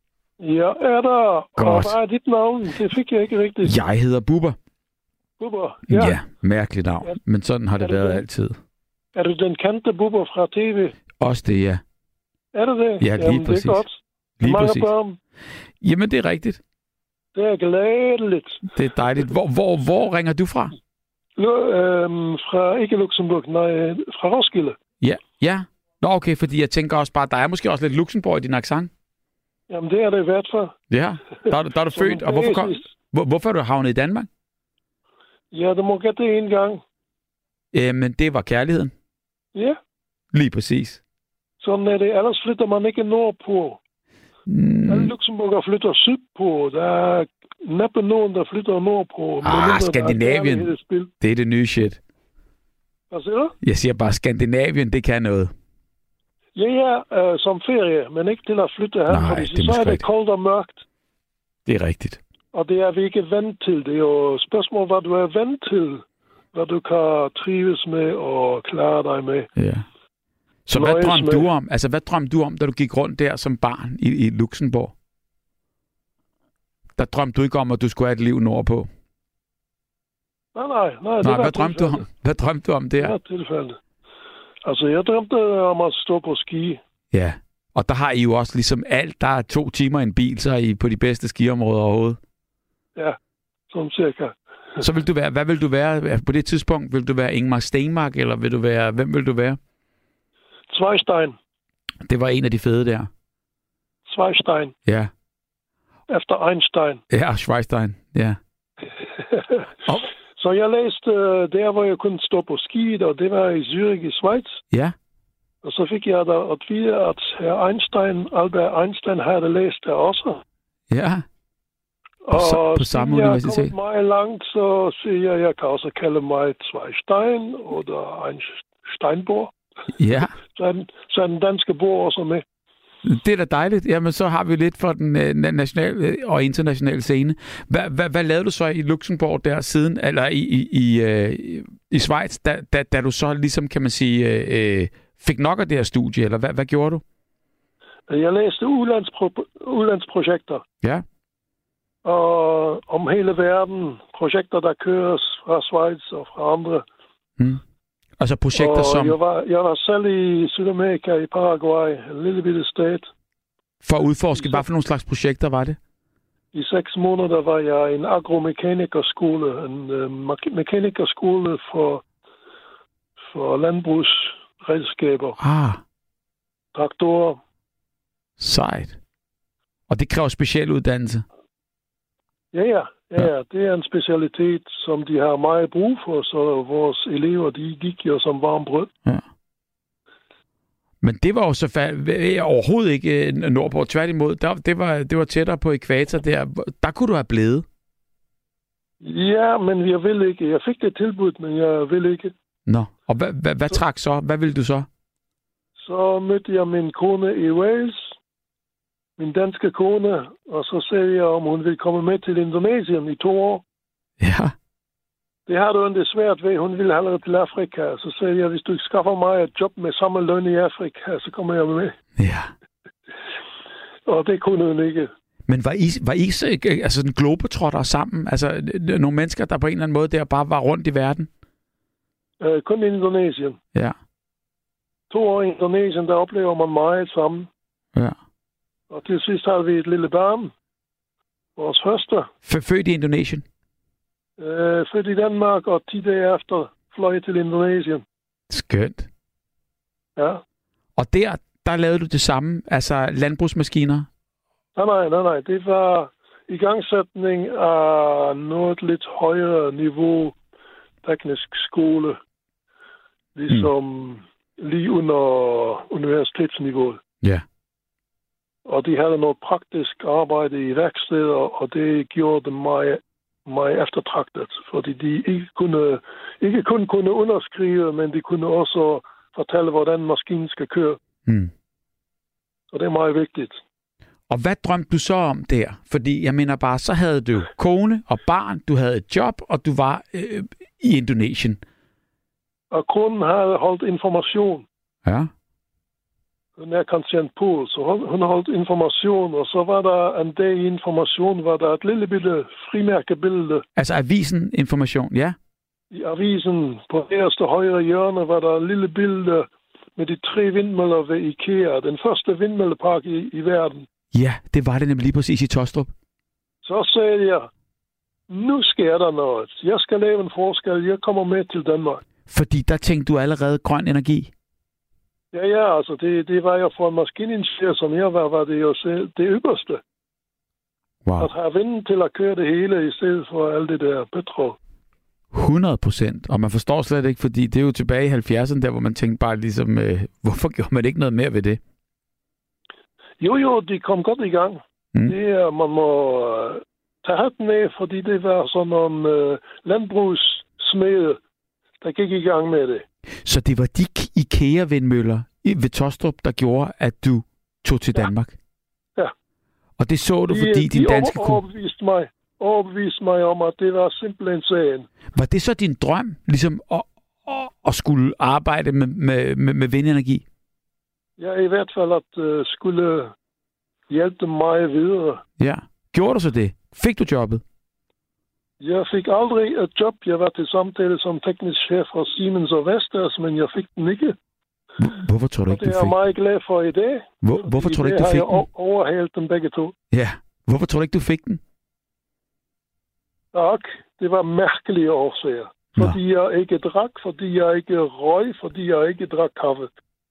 Ja, er der. Godt. Og hvad er dit navn? Det fik jeg ikke rigtigt. Jeg hedder Bubber. Bubber, ja. Ja, mærkeligt navn. Ja. Men sådan har det er været det, altid. Er du den kendte Bubber fra T V? Også det, ja. Er det det? Ja, lige Jamen, præcis. Det er godt. Lige mange præcis. børn? Jamen, det er rigtigt. Det er glædeligt. Det er dejligt. Hvor, hvor, hvor ringer du fra? Lu- øhm, fra ikke Luxembourg, nej, fra Roskilde. Ja, ja. Nå, okay, fordi jeg tænker også bare, der er måske også lidt Luxembourg i din accent. Jamen, det er det i hvert fald. Ja, der er, der er du født. Og hvorfor, kom, hvor, hvorfor er du havnet i Danmark? Ja, du må gætte det en gang. Jamen, det var kærligheden. Ja. Lige præcis. Sådan er det. Ellers flytter man ikke nordpå. Mm. Alle Luxemburger flytter sydpå. Der er næppe nogen, der flytter nordpå. Ah, Skandinavien. Det er det nye shit. Hvad siger du? Jeg siger bare, Skandinavien, det kan noget. Ja, ja, øh, som ferie, men ikke til at flytte her. Nej, fordi det er så er det rigtigt. koldt og mørkt. Det er rigtigt. Og det er vi ikke vant til. Det er jo spørgsmål, hvad du er vant til. Hvad du kan trives med og klare dig med. Ja. Så hvad drømte du om? Altså, hvad drømte du om, da du gik rundt der som barn i, i Luxembourg? Der drømte du ikke om, at du skulle have et liv nordpå? Nej, nej. nej, det nej var hvad drømte du om? Hvad drømte du om der? Det var tilfældet. Altså, jeg drømte om at stå på ski. Ja, og der har I jo også ligesom alt. Der er to timer i en bil, så er I på de bedste skiområder overhovedet. Ja, som cirka. Så vil du være, hvad vil du være på det tidspunkt? Vil du være Ingmar Stenmark, eller vil du være, hvem vil du være? Zweistein. Det var en af de fede der. Zweistein. Ja. Efter Einstein. Ja, Schweistein, ja. oh. Så jeg læste der, hvor jeg kunne stå på skiet, og det var i Zürich i Schweiz. Ja. Og så fik jeg da at vide, at herr Einstein, Albert Einstein, havde læst der også. Ja. På, og på samme jeg universitet. Og jeg meget langt, så siger jeg, jeg kan også kalde mig Zweistein, eller en Steinbohr. Ja. så, er den, så er den danske bor også med. Det er da dejligt. Jamen, så har vi lidt for den øh, nationale og internationale scene. Hvad, hvad, hvad lavede du så i Luxembourg der siden, eller i, i, i, øh, i Schweiz, da, da, da du så ligesom, kan man sige, øh, fik nok af det her studie, eller hvad, hvad gjorde du? Jeg læste udlandspro- udlandsprojekter. Ja. Og om hele verden. Projekter, der køres fra Schweiz og fra andre. Hmm. Altså projekter og som... Jeg var, jeg var selv i Sydamerika, i Paraguay, en lille bitte stat. For at udforske, hvad for nogle slags projekter var det? I seks måneder var jeg i en agromekanikerskole, en uh, mekanikerskole for, for landbrugsredskaber. Ah. Traktorer. Sejt. Og det kræver speciel uddannelse? Ja, ja. Ja, ja, det er en specialitet, som de har meget brug for, så vores elever, de gik jo som varm brød. Ja. Men det var jo så fa- overhovedet ikke nordpå. Tværtimod, der, det, var, det var tættere på ekvator der. Der kunne du have blevet. Ja, men jeg vil ikke. Jeg fik det tilbudt, men jeg vil ikke. Nå, og hvad, hvad, hvad trak så? Hvad ville du så? Så mødte jeg min kone i Wales. Min danske kone, og så sagde jeg, om hun ville komme med til Indonesien i to år. Ja. Det har du ikke svært ved. Hun ville hellere til Afrika. Så sagde jeg, hvis du ikke skaffer mig et job med samme løn i Afrika, så kommer jeg med. Ja. Og det kunne hun ikke. Men var I, var I så, altså en globetrotter sammen? Altså nogle mennesker, der på en eller anden måde der bare var rundt i verden? Uh, kun i Indonesien. Ja. To år i Indonesien, der oplever man meget sammen. Ja. Og til sidst havde vi et lille barn. Vores første. Født i Indonesien? Øh, født i Danmark, og ti dage efter fløj til Indonesien. Skønt. Ja. Og der, der lavede du det samme? Altså landbrugsmaskiner? Nej, nej, nej, nej. Det var igangsætning af noget lidt højere niveau teknisk skole. Ligesom mm. lige under universitetsniveauet. Ja. Og de havde noget praktisk arbejde i værksteder, og det gjorde dem meget, meget eftertragtet. Fordi de ikke, kunne, ikke kun kunne underskrive, men de kunne også fortælle, hvordan maskinen skal køre. Mm. Og det er meget vigtigt. Og hvad drømte du så om der? Fordi jeg mener bare, så havde du kone og barn, du havde et job, og du var øh, i Indonesien. Og konen havde holdt information. Ja. Hun er kontant på, så hun, hun holdt information, og så var der en dag i information, var der et lille bitte frimærkebillede. Altså avisen information, ja? I avisen på nederste højre hjørne var der et lille billede med de tre vindmøller ved IKEA. Den første vindmøllepark i, i verden. Ja, det var det nemlig lige præcis i Tostrup. Så sagde jeg, nu sker der noget. Jeg skal lave en forskel. Jeg kommer med til Danmark. Fordi der tænkte du allerede grøn energi? Ja, ja, altså det, det var jo for en maskiningeniør, som jeg var, var det jo selv det ypperste. Wow. At have vinden til at køre det hele, i stedet for alt det der petrol. hundrede procent. Og man forstår slet ikke, fordi det er jo tilbage i halvfjerdserne, der hvor man tænkte bare ligesom, øh, hvorfor gjorde man ikke noget mere ved det? Jo, jo, de kom godt i gang. Mm. Det er, man må uh, tage hatten af, fordi det var sådan nogle uh, landbrugssmede, der gik i gang med det. Så det var de IKEA-vindmøller ved Tostrup, der gjorde, at du tog til Danmark? Ja. Og det så du, de, fordi de din danske kone... De overbeviste mig overbeviste mig om, at det var simpelthen sagen. Var det så din drøm, ligesom at, at, at skulle arbejde med, med, med, med vindenergi? Ja, i hvert fald at uh, skulle hjælpe mig videre. Ja. Gjorde du så det? Fik du jobbet? Jeg fik aldrig et job. Jeg var til samtale som teknisk chef fra Siemens og Vestas, men jeg fik den ikke. Hvorfor tror du ikke, du fik? Det er jeg meget glad for i dag. Hvor, hvorfor tror du ikke, du fik den? Jeg har overhalet dem begge to. Ja. Hvorfor tror du ikke, du fik den? Tak. Det var mærkelige årsager. Fordi Nå. jeg ikke drak, fordi jeg ikke røg, fordi jeg ikke drak kaffe.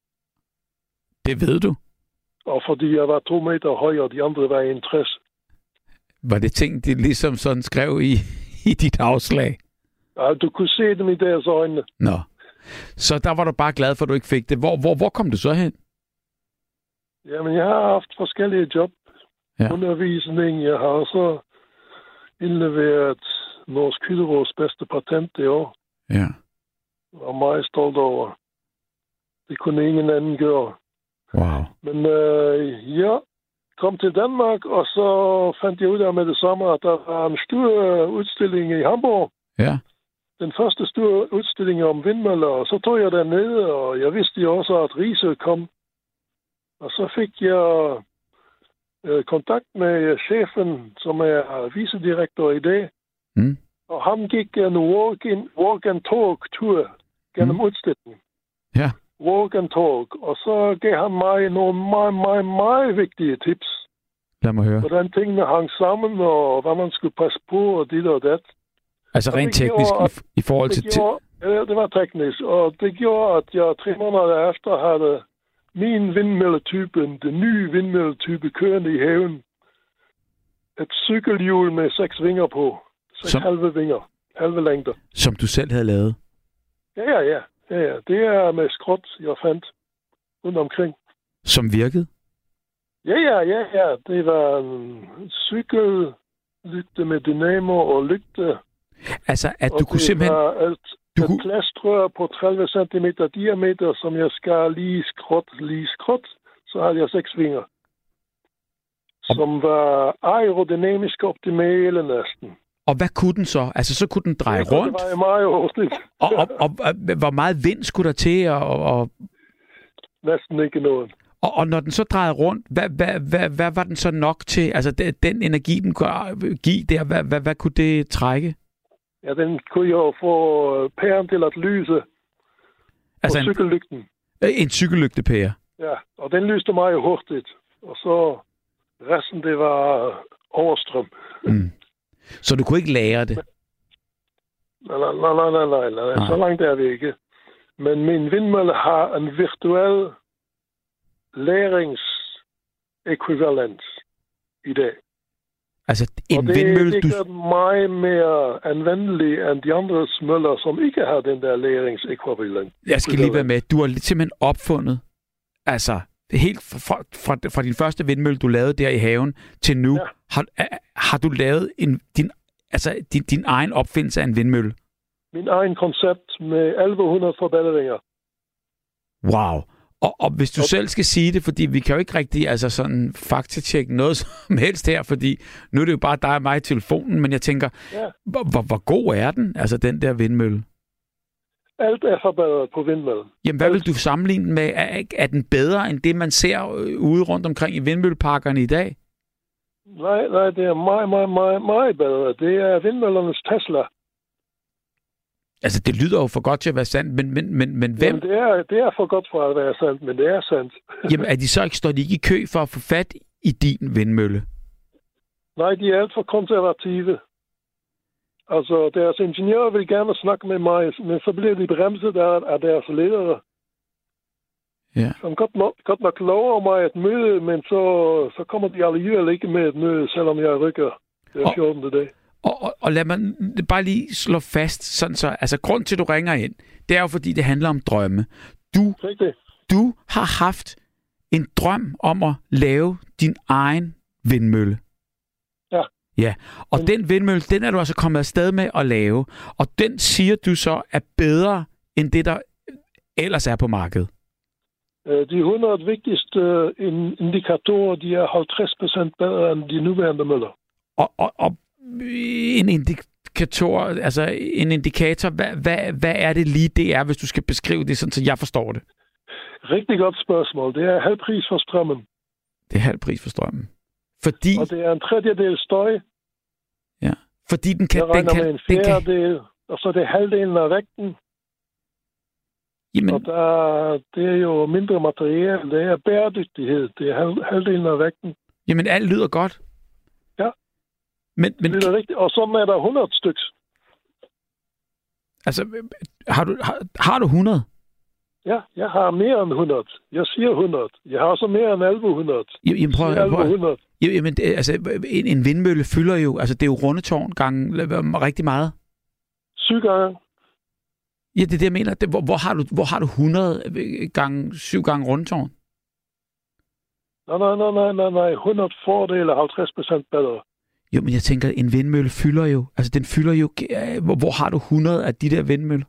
Det ved du. Og fordi jeg var to meter høj, og de andre var en tres. Var det ting, de ligesom sådan skrev i, i dit afslag? Ja, du kunne se dem i deres øjne. Nå. Så der var du bare glad for, at du ikke fik det. Hvor, hvor, hvor kom du så hen? Jamen, jeg har haft forskellige job. Ja. Undervisning. Jeg har også indleveret Norsk Hydros bedste patent i år. Ja. Og meget stolt over. Det kunne ingen anden gøre. Wow. Men øh, ja, kom til Danmark, og så fandt jeg ud af med det samme, at der var en stor udstilling i Hamburg. Ja. Den første store udstilling om vindmøller, og så tog jeg dernede, og jeg vidste jo også, at Riese kom. Og så fik jeg øh, kontakt med chefen, som er vicedirektor i dag. Mm. Og ham gik en walk-in, walk-and-talk-tur gennem mm. udstillingen. Ja. Walk and talk. Og så gav han mig nogle meget, meget, meget vigtige tips. Lad mig høre. Hvordan tingene hang sammen, og hvad man skulle passe på, og dit og dat. Altså rent teknisk gjorde, i, i forhold til... Det, gjorde, ja, det var teknisk, og det gjorde, at jeg tre måneder efter havde min vindmølletype, den nye vindmølletype, kørende i haven. Et cykelhjul med seks vinger på. Seks som, halve vinger. Halve længder. Som du selv havde lavet? Ja, ja, ja. Ja, ja, det er med skrot, jeg fandt rundt omkring. Som virkede? Ja, ja, ja, ja. Det var en cykellygte med dynamo og lygte. Altså, at og du kunne simpelthen... Og det var et, du et kunne... plastrør på tredive centimeter diameter, som jeg skar lige skråt, lige skråt. Så havde jeg seks vinger. Som var aerodynamisk optimale næsten. Og hvad kunne den så? Altså, så kunne den dreje ja, rundt? Det var meget hurtigt. og, og, og, og hvor meget vind skulle der til? Og, og... Næsten ikke noget. Og, og når den så drejede rundt, hvad, hvad, hvad, hvad var den så nok til? Altså, den, den energi, den kunne give der, hvad, hvad, hvad kunne det trække? Ja, den kunne jo få pæren til at lyse altså på en, cykellygten. En cykellygtepære? Ja, og den lyste meget hurtigt. Og så resten, det var overstrøm. Mm. Så du kunne ikke lære det? Nej, nej, nej, nej, nej, nej. Så langt er vi ikke. Men min vindmølle har en virtuel læringsekvivalens i dag. Altså en og det, vindmølle, det gør den meget mere anvendelig end de andre møller, som ikke har den der læringsekvivalens. Jeg skal lige være med. Du har simpelthen opfundet, altså helt fra, fra, fra din første vindmølle, du lavede der i haven, til nu, ja. har, har du lavet en, din, altså, din, din egen opfindelse af en vindmølle? Min egen koncept med elleve hundrede forbedringer. Wow. Og, og hvis du okay. selv skal sige det, fordi vi kan jo ikke rigtig altså sådan faktatjekke noget som helst her, fordi nu er det jo bare dig og mig i telefonen, men jeg tænker, ja. hvor, hvor, hvor god er den, altså den der vindmølle? Alt er forbedret på vindmøllen. Jamen, hvad vil du sammenligne den med? Er, er den bedre end det, man ser ude rundt omkring i vindmølleparkerne i dag? Nej, nej, det er meget, meget, meget, meget bedre. Det er vindmøllernes Tesla. Altså, det lyder jo for godt til at være sandt, men, men, men, men hvem... Jamen, det er, det er for godt for at være sandt, men det er sandt. Jamen, er de så ikke, står de ikke i kø for at få fat i din vindmølle? Nej, de er alt for konservative. Altså, deres ingeniører vil gerne snakke med mig, men så bliver de bremset af deres ledere. Ja. Som godt nok, godt nok lover mig et møde, men så, så kommer de alligevel ikke med et møde, selvom jeg rykker den fjortende dag. Og, og, og lad mig bare lige slå fast, sådan så, altså grund til, at du ringer ind, det er jo, fordi det handler om drømme. Du, du har haft en drøm om at lave din egen vindmølle. Ja. Ja, og men... den vindmølle, den er du altså kommet afsted med at lave, og den siger du så er bedre end det, der ellers er på markedet. De hundrede vigtigste indikatorer, de er halvtreds procent bedre end de nuværende møller. Og, og, og en indikator, altså en indikator, hvad, hvad, hvad er det lige, det er, hvis du skal beskrive det, sådan så jeg forstår det? Rigtig godt spørgsmål. Det er halv pris for strømmen. Det er halv pris for strømmen. Fordi... Og det er en tredjedel støj. Ja, fordi den kan... Jeg regner den kan, med en fjerdedel, kan... og så er det halvdelen af vægten. Jamen... Og der, det er jo mindre materiale. Det er bæredygtighed. Det er halv, halvdelen af vægten. Jamen, alt lyder godt. Ja. Men, men... Det er rigtigt. Og så er der hundrede stykker. Altså, har du, har, har du hundrede? Ja, jeg har mere end hundrede. Jeg siger hundrede. Jeg har også mere end elleve hundrede. Jamen, prøv, prøv, jamen, altså, en, en vindmølle fylder jo, altså det er jo rundetårn gange rigtig meget. Syv gange. Ja, det er det, jeg mener. Det, hvor, hvor, har du, hvor har du hundrede gange, syv gange rundetårn? Nej, nej, nej, nej, nej, nej. hundrede fordele, halvtreds procent bedre. Jo, men jeg tænker, en vindmølle fylder jo, altså den fylder jo, hvor, hvor har du hundrede af de der vindmøller?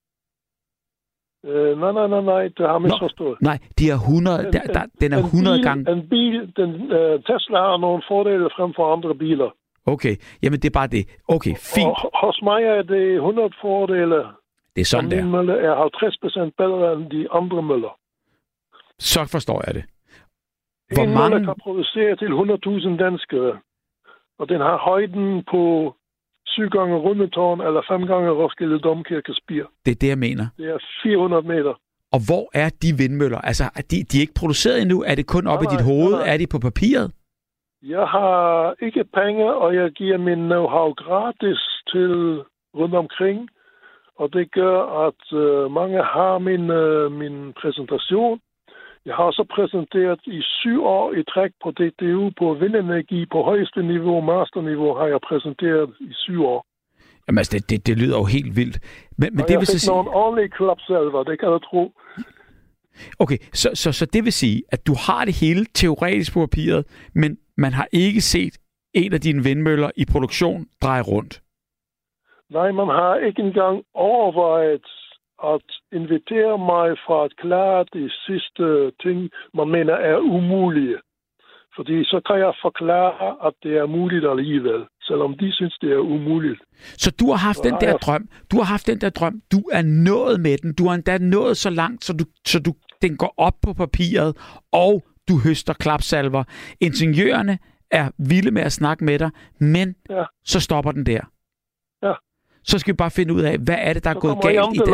Øh, nej, nej, nej, nej, det har man misforstået. Nej, de er hundrede, en, der, der, den er hundrede bil, gange. En bil, den, uh, Tesla har nogle fordele frem for andre biler. Okay, jamen det er bare det. Okay, fint. Og hos mig er det hundrede fordele. Det er sådan der. Min mølle er halvtreds procent bedre end de andre møller. Så forstår jeg det. Hvor en mange... mølle kan producere til hundrede tusind danskere. Og den har højden på syv gange Rundetårn eller fem gange Roskilde Domkirke Spir. Det er det, jeg mener. Det er fire hundrede meter. Og hvor er de vindmøller? Altså, er de, de er ikke produceret endnu? Er det kun op nej, i dit hoved? Nej. Er de på papiret? Jeg har ikke penge, og jeg giver min know-how gratis til rundt omkring. Og det gør, at uh, mange har min, uh, min præsentation. Jeg har også præsenteret i syv år i træk på D T U på vindenergi på højeste niveau, masterniveau, har jeg præsenteret i syv år. Jamen altså, det, det, det lyder jo helt vildt. Men, men og det jeg vil fik sige... nogle ordentlige klapsalver, det kan du tro. Okay, så, så, så det vil sige, at du har det hele teoretisk på papiret, men man har ikke set en af dine vindmøller i produktion dreje rundt. Nej, man har ikke engang overvejet at invitere mig for at klare de sidste ting, man mener er umulige. Fordi så kan jeg forklare, at det er muligt alligevel, selvom de synes, det er umuligt. Så du har haft så den der jeg... drøm. Du har haft den der drøm. Du er nået med den. Du har endda nået så langt, så, du, så du, den går op på papiret, og du høster klapsalver. Ingeniørerne er vilde med at snakke med dig, men ja. Så stopper den der. Ja. Så skal vi bare finde ud af, hvad er det, der så er gået galt i den?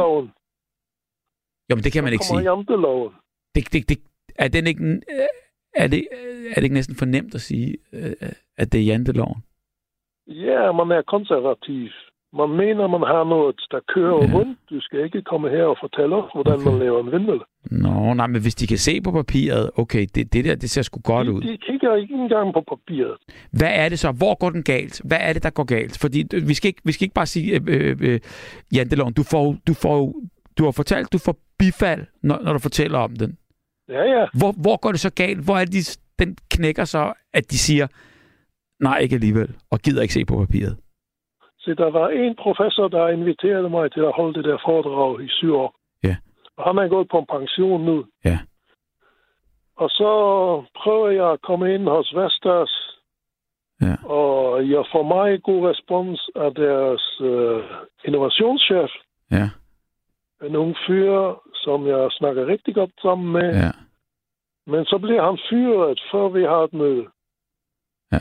Jo, men det kan man så ikke sige. Janteloven. Det, det, det, er, den ikke, er, det, er det ikke næsten for nemt at sige, at det er janteloven? Ja, man er konservativ. Man mener, man har noget, der kører ja. rundt. Du skal ikke komme her og fortælle os, hvordan okay. man laver en vindmølle. Nå, nej, men hvis de kan se på papiret, okay, det, det der, det ser sgu godt de, ud. De kigger ikke engang på papiret. Hvad er det så? Hvor går den galt? Hvad er det, der går galt? Fordi vi skal ikke, vi skal ikke bare sige, øh, øh, janteloven, du får, du får, du har fortalt, du får bifald, når, når du fortæller om den. Ja, ja. Hvor, hvor går det så galt? Hvor er det, de, den knækker så, at de siger, nej, ikke alligevel, og gider ikke se på papiret? Så der var en professor, der inviterede mig til at holde det der foredrag i syv år. Ja. Og han er gået på en pension nu. Ja. Og så prøver jeg at komme ind hos Vestas. Ja. Og jeg får meget god respons af deres øh, innovationschef. Ja. En ung fyr, som jeg snakker rigtig godt sammen med. Ja. Men så bliver han fyret, før vi har et møde. Ja.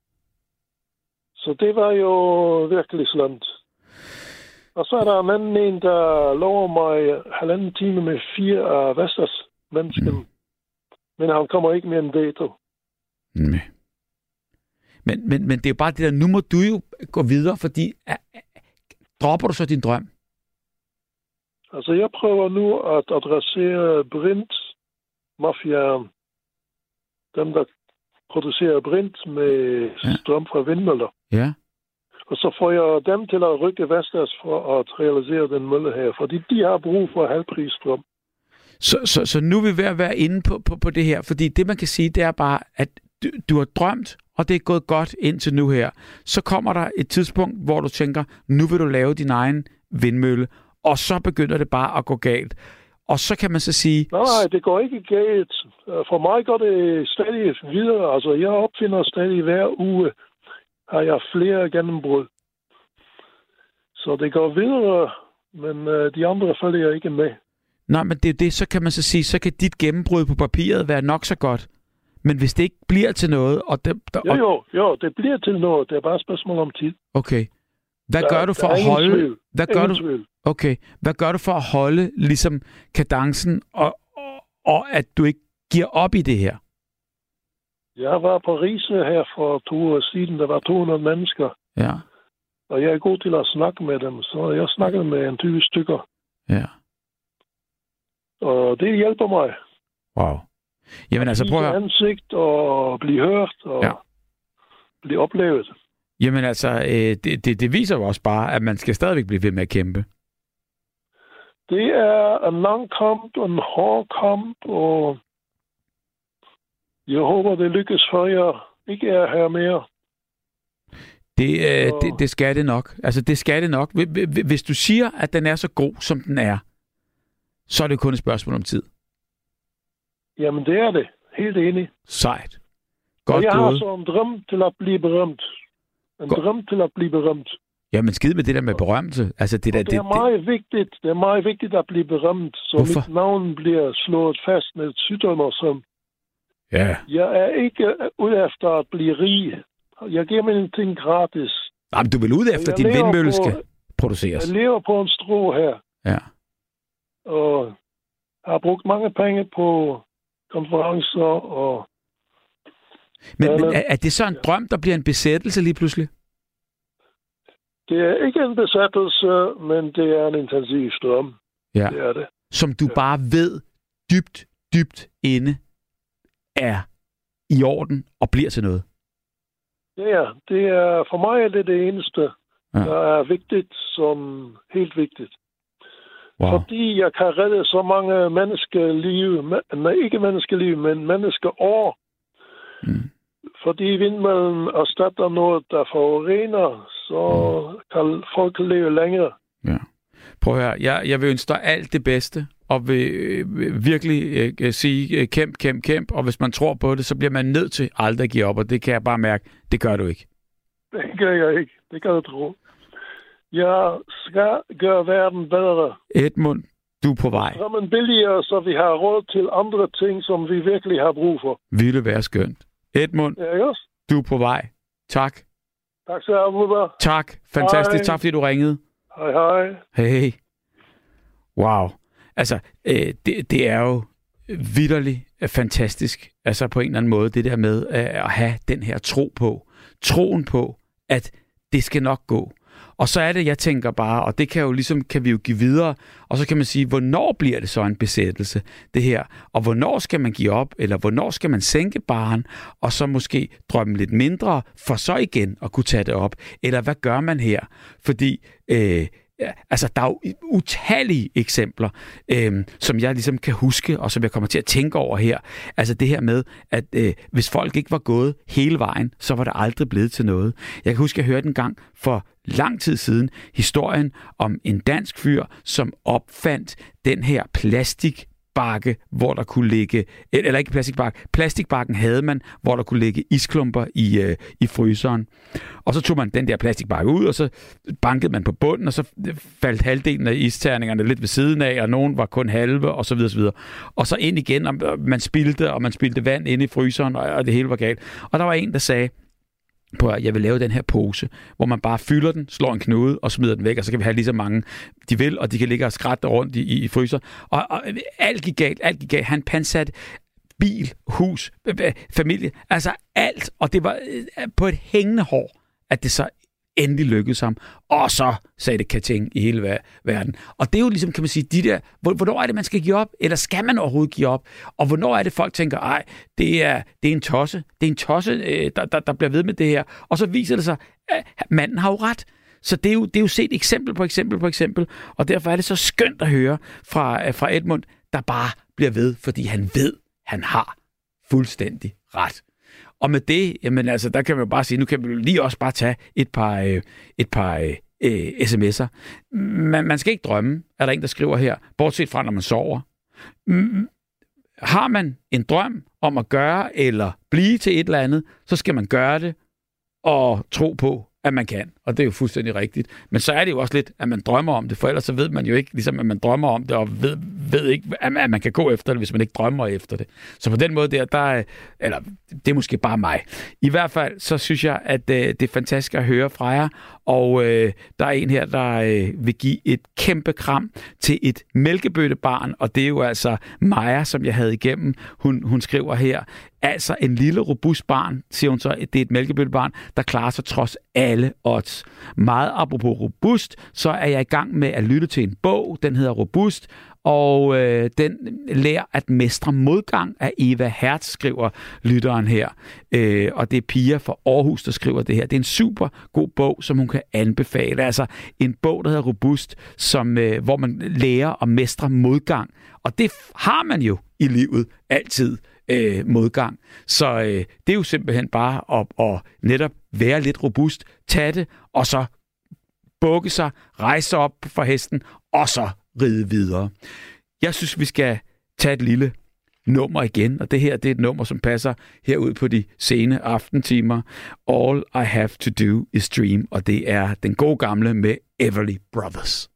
Så det var jo virkelig slemt. Og så er der en anden en, der lover mig halvanden time med fire af Vestas mennesker. Mm. Men han kommer ikke med en veto. Mm. Men, men, men det er jo bare det der, nu må du jo gå videre, fordi uh, dropper du så din drøm? Altså, jeg prøver nu at adressere brint, mafiaen. Dem, der producerer brint med ja. strøm fra vindmøller. Ja. Og så får jeg dem til at rykke Vestas for at realisere den mølle her, fordi de har brug for halvprisstrøm. Så, så, så nu er vi ved at være inde på, på, på det her, fordi det, man kan sige, det er bare, at du, du har drømt, og det er gået godt indtil nu her. Så kommer der et tidspunkt, hvor du tænker, nu vil du lave din egen vindmølle, og så begynder det bare at gå galt. Og så kan man så sige... Nej, nej, det går ikke galt. For mig går det stadig videre. Altså, jeg opfinder stadig hver uge. har jeg flere gennembrud. Så det går videre, men øh, de andre følger ikke med. Nej, men det er det, så kan man så sige, så kan dit gennembrud på papiret være nok så godt. Men hvis det ikke bliver til noget, og det... Og... Jo, jo, jo, det bliver til noget. Det er bare et spørgsmål om tid. Okay. Hvad der, gør du for at holde... Tvivl. Hvad gør ingen du... tvivl. Okay. Hvad gør du for at holde ligesom kadencen, og, og, og at du ikke giver op i det her? Jeg var på Riese her for to år siden. Der var to hundrede mennesker. Ja. Og jeg er god til at snakke med dem. Så jeg snakkede med en tyve stykker. Ja. Og det hjælper mig. Wow. Jamen altså, prøv at høre. Ansigt og blive hørt og ja. blive oplevet. Jamen altså, øh, det, det, det viser jo også bare, at man skal stadigvæk blive ved med at kæmpe. Det er en lang kamp, en hård kamp, og jeg håber, det lykkes, for jeg ikke er her mere. Det, øh, det, det skal det nok. Altså, det skal det nok. Hvis du siger, at den er så god, som den er, så er det kun et spørgsmål om tid. Jamen, det er det. Helt enig. Sejt. Godt og jeg gået. har så en drøm til at blive berømt. En Godt. drøm til at blive berømt. Jamen, skid med det der med berømmelse. Altså, det, der, det er det, meget det... vigtigt. Det er meget vigtigt at blive berømt, så Hvorfor? mit navn bliver slået fast med et sygdommer, som Ja. jeg er ikke ude efter at blive rig. Jeg giver mig en ting gratis. Jamen, du vil ud efter, at din vindmølle skal produceres. Jeg lever på en strå her. Ja. Og har brugt mange penge på konferencer og... Men, men er, er det så en drøm, der bliver en besættelse lige pludselig? Det er ikke en besættelse, men det er en intensiv drøm. Ja. Det er det. Som du Ja. bare ved dybt, dybt inde er i orden og bliver til noget. Ja, det er for mig er det det eneste, Ja. der er vigtigt, som helt vigtigt. Wow. Fordi jeg kan redde så mange menneskeliv, nej, ikke menneskeliv, men menneskeår. Mm. Fordi vindmøllen erstatter noget, der forurener, så mm. kan folk leve længere. Ja. Prøv at høre, jeg, jeg vil ønske dig alt det bedste, og vil øh, virkelig øh, sige øh, kæmp, kæmp, kæmp, og hvis man tror på det, så bliver man nødt til aldrig at give op, og det kan jeg bare mærke, det gør du ikke. Det gør jeg ikke, det kan du tro. Jeg skal gøre verden bedre. Edmund, du er på vej. Sammen billigere, så vi har råd til andre ting, som vi virkelig har brug for. Ville være skønt. Edmund, Ja, ikke også? du er på vej. Tak. Tak skal du have, Bubber. Tak. Fantastisk. Hej. Tak, fordi du ringede. Hej, hej. Hey. Wow. Altså, øh, det, det er jo vitterligt fantastisk. Altså på en eller anden måde, det der med øh, at have den her tro på. Troen på, at det skal nok gå. Og så er det, jeg tænker bare, og det kan jo ligesom, kan vi jo give videre, og så kan man sige, hvornår bliver det så en besættelse, det her? Og hvornår skal man give op, eller hvornår skal man sænke barren, og så måske drømme lidt mindre, for så igen at kunne tage det op? Eller hvad gør man her? Fordi... Øh, Ja, altså, der er jo utallige eksempler, øhm, som jeg ligesom kan huske, og som jeg kommer til at tænke over her. Altså det her med, at øh, hvis folk ikke var gået hele vejen, så var det aldrig blevet til noget. Jeg kan huske, at jeg hørte en gang for lang tid siden historien om en dansk fyr, som opfandt den her plastik bakke, hvor der kunne ligge, eller ikke plastikbakke, plastikbakken havde man, hvor der kunne ligge isklumper i, øh, i fryseren. Og så tog man den der plastikbakke ud, og så bankede man på bunden, og så faldt halvdelen af isterningerne lidt ved siden af, og nogen var kun halve, og så videre, så videre. Og så ind igen, og man spildte, og man spildte vand inde i fryseren, og, og det hele var galt. Og der var en, der sagde, på at jeg vil lave den her pose, hvor man bare fylder den, slår en knude og smider den væk, og så kan vi have lige så mange, de vil, og de kan ligge og skrætte rundt i, i, i fryser. Og, og alt gik galt, alt gik galt. Han pansatte bil, hus, familie, altså alt, og det var på et hængende hår, at det så endelig lykkedes ham. Og så sagde det kating i hele verden. Og det er jo ligesom, kan man sige, de der, hvornår er det, man skal give op? Eller skal man overhovedet give op? Og hvornår er det, folk tænker, ej, det er, det er en tosse. Det er en tosse, der, der, der bliver ved med det her. Og så viser det sig, at manden har jo ret. Så det er jo, det er jo set eksempel på eksempel på eksempel. Og derfor er det så skønt at høre fra, fra Edmund, der bare bliver ved, fordi han ved, han har fuldstændig ret. Og med det, jamen altså, der kan man jo bare sige, nu kan vi lige også bare tage et par, øh, et par øh, sms'er. Man, man skal ikke drømme, er der en, der skriver her, bortset fra, når man sover. Mm, har man en drøm om at gøre eller blive til et eller andet, så skal man gøre det, og tro på, at man kan. Og det er jo fuldstændig rigtigt. Men så er det jo også lidt, at man drømmer om det, for ellers så ved man jo ikke, ligesom at man drømmer om det, og ved, ved ikke, at man kan gå efter det, hvis man ikke drømmer efter det. Så på den måde der, der er, eller det er måske bare mig. I hvert fald, så synes jeg, at øh, det er fantastisk at høre fra jer, og øh, der er en her, der øh, vil give et kæmpe kram til et mælkebøttebarn, og det er jo altså Maja, som jeg havde igennem. Hun, hun skriver her, altså en lille robust barn, siger hun så, det er et mælkebøttebarn, der klarer sig trods alle odds. Meget apropos robust, så er jeg i gang med at lytte til en bog, den hedder Robust, og øh, den lærer at mestre modgang af Eva Hertz, skriver lytteren her. Øh, og det er Pia fra Aarhus, der skriver det her. Det er en super god bog, som hun kan anbefale. Altså en bog, der hedder Robust, som, øh, hvor man lærer at mestre modgang. Og det har man jo i livet altid. Øh, modgang. Så øh, det er jo simpelthen bare at, at netop være lidt robust, tage det, og så bukke sig, rejse op fra hesten, og så ride videre. Jeg synes, vi skal tage et lille nummer igen, og det her det er et nummer, som passer herud på de sene aftentimer. All I Have to Do is Dream, og det er den gode gamle med Everly Brothers.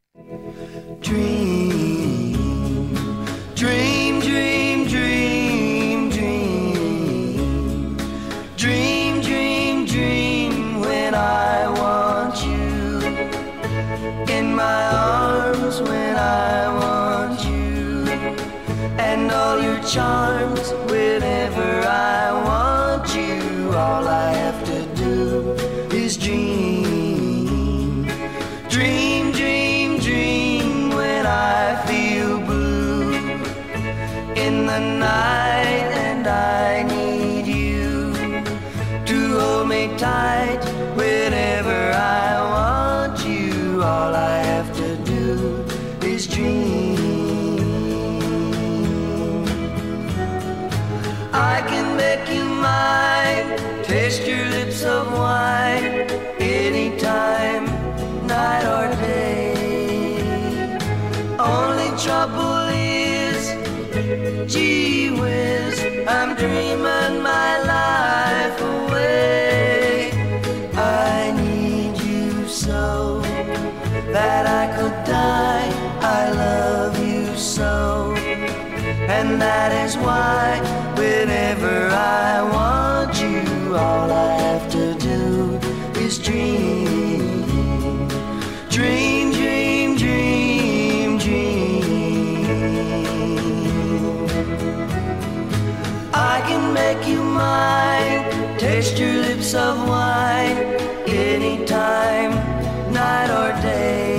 Dream, dream, dream, dream, dream, dream, dream, dream, when I want you in my arms, when I want you, and all your charms, whenever I want you, all I have to do is dream, dream, dream, dream, when I feel blue in the night and I need you to hold me tight whenever I want you, all I have to do is dream. I can make you mine, taste your lips of wine, anytime, night or day. Only trouble is, gee whiz, I'm dreaming my life away. I need you so that I could die, I love you so, and that is why whenever I want you, all I have to do is dream, dream, dream, dream, dream. I can make you mine, taste your lips of wine, anytime, night or day.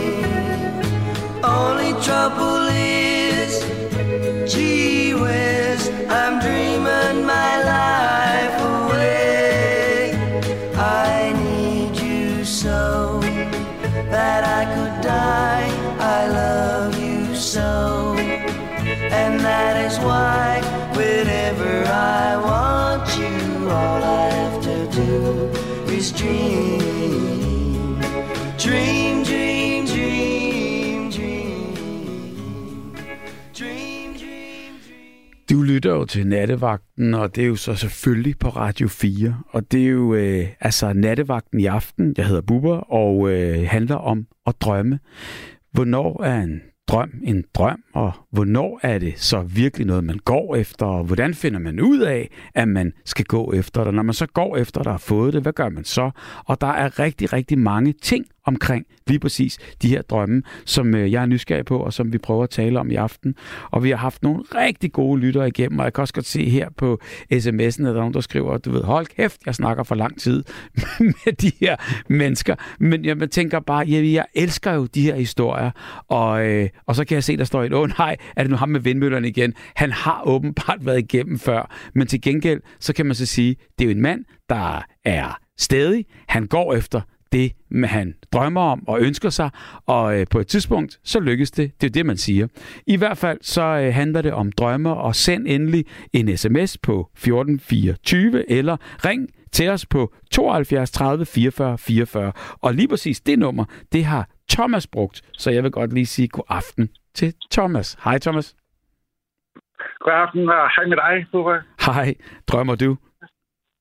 Only trouble is, gee whiz, I'm dreaming my life away. I need you so that I could die, I love you so, and that is why whenever I want you, all I have to do is dream, dream, dream, dream, dream, dream, dream. Du lytter jo til Nattevagten, og det er jo så selvfølgelig på Radio fire. Og det er jo øh, altså Nattevagten i aften. Jeg hedder Bubber, og øh, handler om at drømme. Hvornår er en drøm en drøm, og hvornår er det så virkelig noget, man går efter, og hvordan finder man ud af, at man skal gå efter det? Når man så går efter, der har fået det, hvad gør man så? Og der er rigtig, rigtig mange ting omkring lige præcis de her drømme, som øh, jeg er nysgerrig på, og som vi prøver at tale om i aften. Og vi har haft nogle rigtig gode lyttere igennem, og jeg kan også godt se her på sms'en, at der er nogen, der skriver, du ved, hold kæft, jeg snakker for lang tid med de her mennesker. Men jeg tænker bare, ja, jeg elsker jo de her historier, og, øh, og så kan jeg se, der står et, åh nej, er det nu ham med vindmøllerne igen? Han har åbenbart været igennem før, men til gengæld, så kan man så sige, det er jo en mand, der er stædig, han går efter det, han drømmer om og ønsker sig, og øh, på et tidspunkt, så lykkes det. Det er det, man siger. I hvert fald, så øh, handler det om drømme, og send endelig en sms på fjorten fireogtyve, eller ring til os på tooghalvfjerds tredive fireogfyrre fireogfyrre. Og lige præcis det nummer, det har Thomas brugt, så jeg vil godt lige sige god aften til Thomas. Hej Thomas. God aften, og hej med dig, Bubber. Hej. Drømmer du?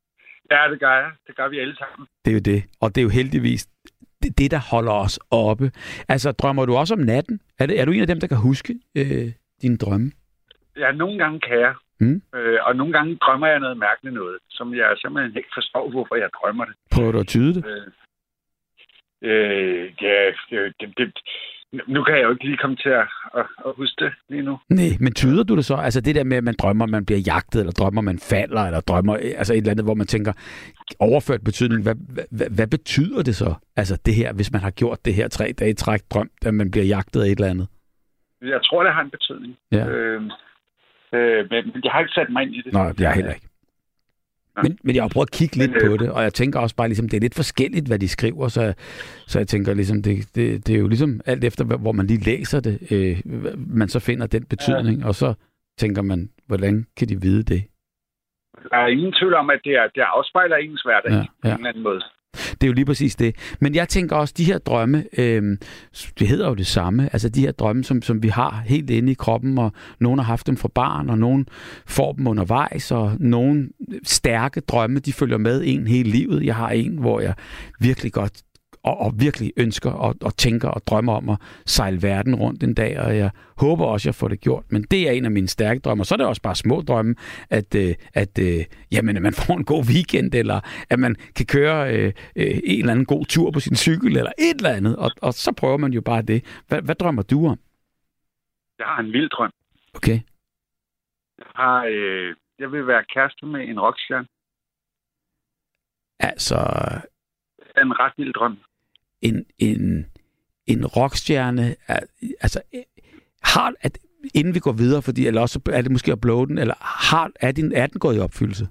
Ja, det gør jeg. Det gør vi alle sammen. Det er jo det. Og det er jo heldigvis det, det der holder os oppe. Altså, drømmer du også om natten? Er, det, er du en af dem, der kan huske øh, dine drømme? Ja, nogle gange kan jeg. Mm. Øh, og nogle gange drømmer jeg noget mærkeligt noget, som jeg simpelthen ikke forstår, hvorfor jeg drømmer det. Prøver du at tyde det? Øh, øh, ja, det, det, det, nu kan jeg jo ikke lige komme til at, at, at huske det lige nu. Nej, men tyder du det så? Altså det der med, at man drømmer, man bliver jagtet, eller drømmer, man falder, eller drømmer, altså et eller andet, hvor man tænker, overført betydning, hvad, hvad, hvad betyder det så? Altså det her, hvis man har gjort det her tre dage i træk, drømt, at man bliver jagtet af et eller andet? Jeg tror, det har en betydning. Ja. Øh, øh, men jeg har ikke sat mig ind i det. Nej, jeg heller ikke. Men, men jeg har prøvet at kigge lidt på det, og jeg tænker også bare, ligesom, det er lidt forskelligt, hvad de skriver, så, så jeg tænker, ligesom, det, det, det er jo ligesom alt efter, hvor man lige læser det, øh, man så finder den betydning, ja. Og så tænker man, hvordan kan de vide det? Der er ingen tvivl om, at det, er, det afspejler ens hverdag ja, ja. på en eller anden måde. Det er jo lige præcis det. Men jeg tænker også, de her drømme, øh, det hedder jo det samme, altså de her drømme, som, som vi har helt inde i kroppen, og nogen har haft dem fra barn, og nogen får dem undervejs, og nogle stærke drømme, de følger med en hele livet. Jeg har en, hvor jeg virkelig godt og, og virkelig ønsker og, og tænker og drømmer om at sejle verden rundt en dag, og jeg håber også, at jeg får det gjort. Men det er en af mine stærke drømme, og så er det også bare små drømme, at, øh, at, øh, jamen, at man får en god weekend, eller at man kan køre øh, øh, en eller anden god tur på sin cykel, eller et eller andet, og, og så prøver man jo bare det. Hvad, hvad drømmer du om? Jeg har en vild drøm. Okay. Jeg, har, øh, jeg vil være kæreste med en rockstjerne. Altså... Det er en ret vild drøm. En, en, en rockstjerne, altså, har, at, inden vi går videre, fordi, eller også er det måske at blow den, eller har, er, din, er den gået i opfyldelse?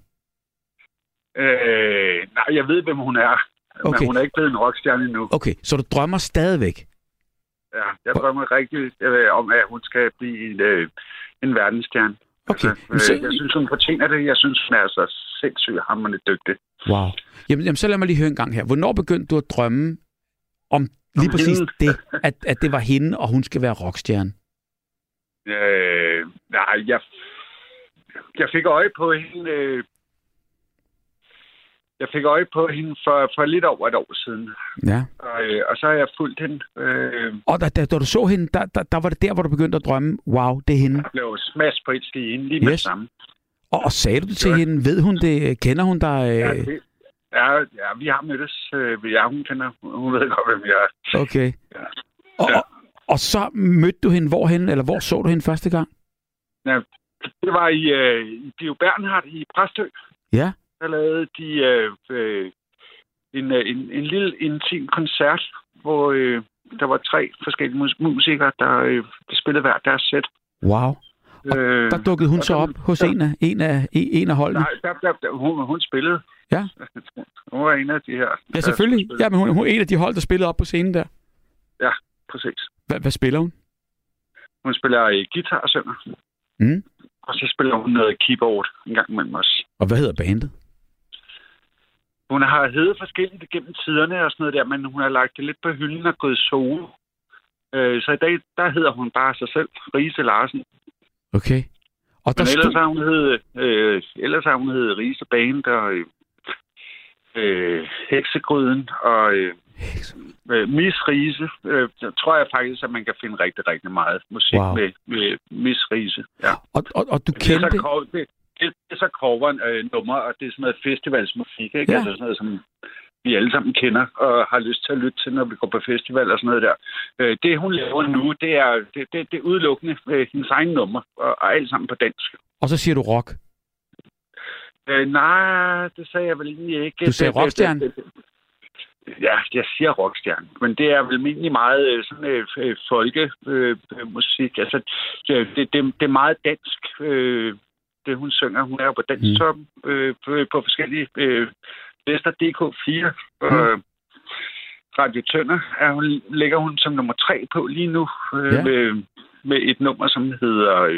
Øh, nej, jeg ved, hvem hun er, okay. Men hun er ikke blevet en rockstjerne endnu. Okay, så du drømmer stadigvæk? Ja, jeg drømmer rigtig øh, om, at hun skal blive en, øh, en verdensstjerne. Okay. Altså, øh, jeg synes, hun fortjener det. Jeg synes, hun er så sindssygt hamrende dygtig. Wow. Jamen, jamen, så lad mig lige høre en gang her. Hvornår begyndte du at drømme om lige om præcis hende? det, at, at det var hende, og hun skal være rockstjerne? Øh, nej, jeg, jeg fik øje på hende... Øh, jeg fik øje på hende for, for lidt over et år siden. Ja. Og, øh, og så har jeg fulgt hende. Øh, og da, da, da du så hende, der, der, der var det der, hvor du begyndte at drømme, wow, det er hende? Jeg blev smash på et ski hende lige yes. med sammen. Og, og sagde du det til ja. hende? Ved hun det? Kender hun dig? Øh... Ja, det, ja, ja, vi har mødtes. Øh, ja, hun kender. Hun ved godt, hvem jeg er. Okay. Ja. Og, ja. og, og så mødte du hende hvorhen, eller hvor så du hende første gang? Ja, det var i, øh, i Bio Bernhardt i Præstø. Ja. Der lavede de øh, øh, en, en, en lille intim koncert, hvor øh, der var tre forskellige mus- musikere, der, øh, der spillede hver deres sæt. Wow. Og øh, der dukkede hun så op der, hos der, en, af, en, af, en af holdene? Nej, der, der, der, hun, hun spillede. Ja. Hun var en af de her. Ja, selvfølgelig. Ja, men hun, hun er en af de hold, der spillede op på scenen der. Ja, præcis. Hva, hvad spiller hun? Hun spiller øh, guitar og synger. Mm. Og så spiller hun noget keyboard en gang imellem os. Og hvad hedder bandet? Hun har heddet forskelligt gennem tiderne og sådan noget der, men hun har lagt det lidt på hylden og gået solo. Øh, så i dag, der hedder hun bare sig selv, Riise Larsen. Okay. Og der men ellers stod... har hun heddet, øh, ellers har hun heddet Riise Band og øh, Heksegryden og øh, øh, Miss Riise. Øh, der tror jeg faktisk, at man kan finde rigtig, rigtig meget musik wow. med, med Miss Riise. Ja. Og, og, og du kendte... Det er så, det, det er så coveren øh, nummer, og det er sådan noget festivalsmusik, ikke? Ja. Altså sådan noget, som vi alle sammen kender og har lyst til at lytte til, når vi går på festival og sådan noget der. Øh, det, hun laver nu, det er, det, det, det er udelukkende øh, hendes egen nummer, og, og alt sammen på dansk. Og så siger du rock? Øh, nej, det sagde jeg vel egentlig ikke. Du sagde rockstjerne? Det, det, det, ja, jeg siger rockstjerne, men det er vel egentlig meget sådan øh, folkemusik. Øh, altså, det, det, det, det er meget dansk, øh, det hun synger. Hun er jo på danstoppen mm. øh, på, på forskellige øh, lister. D K fire og mm. Radio Tønder er hun, ligger hun som nummer tre på lige nu øh, ja. med, med et nummer, som hedder... Øh,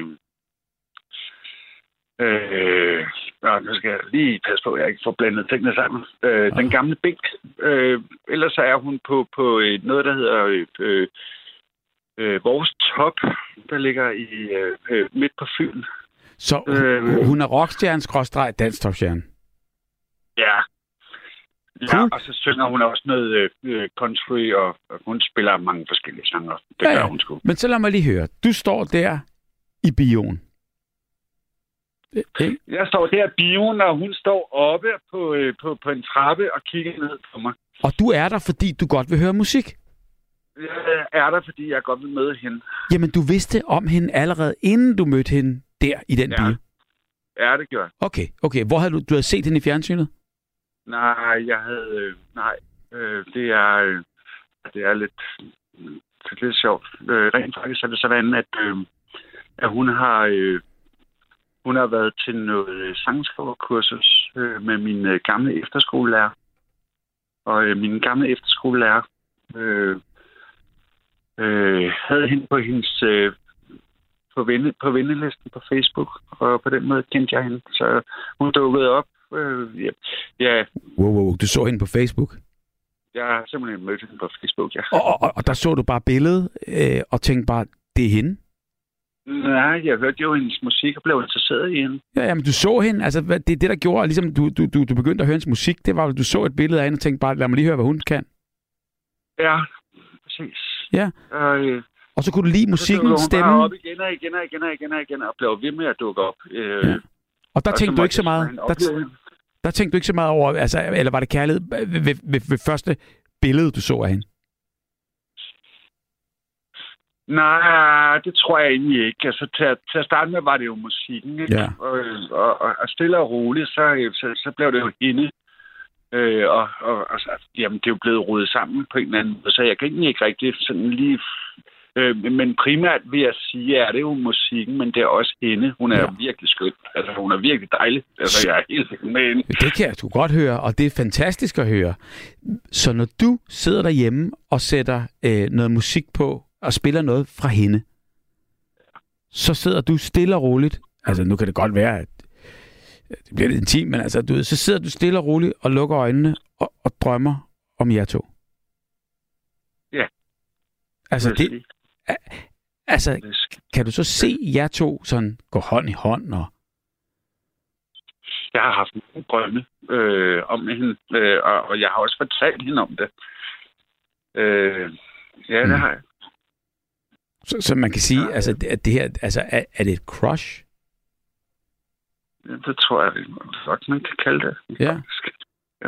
øh, ja, nu skal jeg lige passe på, at jeg ikke får blandet tingene sammen. Øh, oh. Den gamle bænk. Øh, ellers så er hun på, på noget, der hedder øh, øh, Vores Top, der ligger i øh, midt på Fyn. Så øh, hun er rockstjerne skråstreg dansk topstjerne? Ja. Ja, Cool. og så synger hun også noget øh, country, og, og hun spiller mange forskellige sanger. Det Ja, gør ja. hun sgu. Men så lad mig lige høre. Du står der i bioen. Ikke? Jeg står der i bioen, og hun står oppe på, øh, på, på en trappe og kigger ned på mig. Og du er der, fordi du godt vil høre musik. Jeg er der, fordi jeg godt vil møde hende. Jamen, du vidste om hende allerede, inden du mødte hende der i den Ja. bio. Ja, det gør jeg. Okay, okay. Hvor havde du, du havde set hende i fjernsynet? Nej, jeg havde... Øh, nej, øh, det er... Øh, det er lidt... Det er lidt sjovt. Øh, rent faktisk er det sådan, at, øh, at hun har... Øh, hun har været til noget sangskriverkursus øh, med min øh, gamle efterskolelærer. Og øh, min gamle efterskolelærer øh, øh, havde hende på hendes... Øh, på, venne, på vennelisten på Facebook, og på den måde kendte jeg hende. Så hun dukkede op. Øh, ja, ja, Wow, wow, du så hende på Facebook? jeg har simpelthen mødt hende på Facebook, ja. Og, og, og der så du bare billedet, øh, og tænkte bare, det er hende? Nej, jeg hørte jo hendes musik og blev interesseret i hende. Ja, jamen, du så hende. Altså, hvad- det er det, der gjorde, ligesom du, du, du, du begyndte at høre hendes musik, det var, at du så et billede af hende og tænkte bare, lad mig lige høre, hvad hun kan. Ja, præcis. Ja. Og, øh, Og så kunne du lide så musikken, dukker hun bare stemmen, op igen og igen og igen og igen og igen, og blev ved med at dukke op. Øh, Ja. og der og tænkte du måtte ikke så jeg meget, simpelthen der, opleve hende. der tænkte du ikke så meget over, altså, eller var det kærlighed ved, ved, ved, ved første billede, du så af hende? Nej, det tror jeg egentlig ikke. Altså, til, til at starte med var det jo musikken, ikke? Ja. Og, og, og, og stille og roligt, så, så, så blev det jo hende. Øh, og og, og så, jamen, det er jo blevet rodet sammen på en eller anden måde, så jeg kan egentlig ikke rigtig sådan lige... Øh, men primært vil jeg sige, at det er jo musikken, men det er også hende. Hun er Ja. ja. virkelig skøn. Altså, hun er virkelig dejlig. Altså, jeg er helt sikker med hende. Det kan jeg sgu godt høre, og det er fantastisk at høre. Så når du sidder derhjemme og sætter øh, noget musik på, og spiller noget fra hende, så sidder du stille og roligt. Altså, nu kan det godt være, at det bliver lidt intimt, men altså, du ved, så sidder du stille og roligt og lukker øjnene og, og drømmer om jer to. Ja. Altså, vil jeg det, sige. altså, kan du så se jer to sådan gå hånd i hånd? Og... Jeg har haft en drømme øh, om hende, øh, og, og jeg har også fortalt hende om det. Øh, ja, det Mm. har jeg. Så, så man kan sige, Ja. altså, det- at det her, altså, er, er det et crush? Ja, det tror jeg, det godt, man kan kalde det. Ja. faktisk.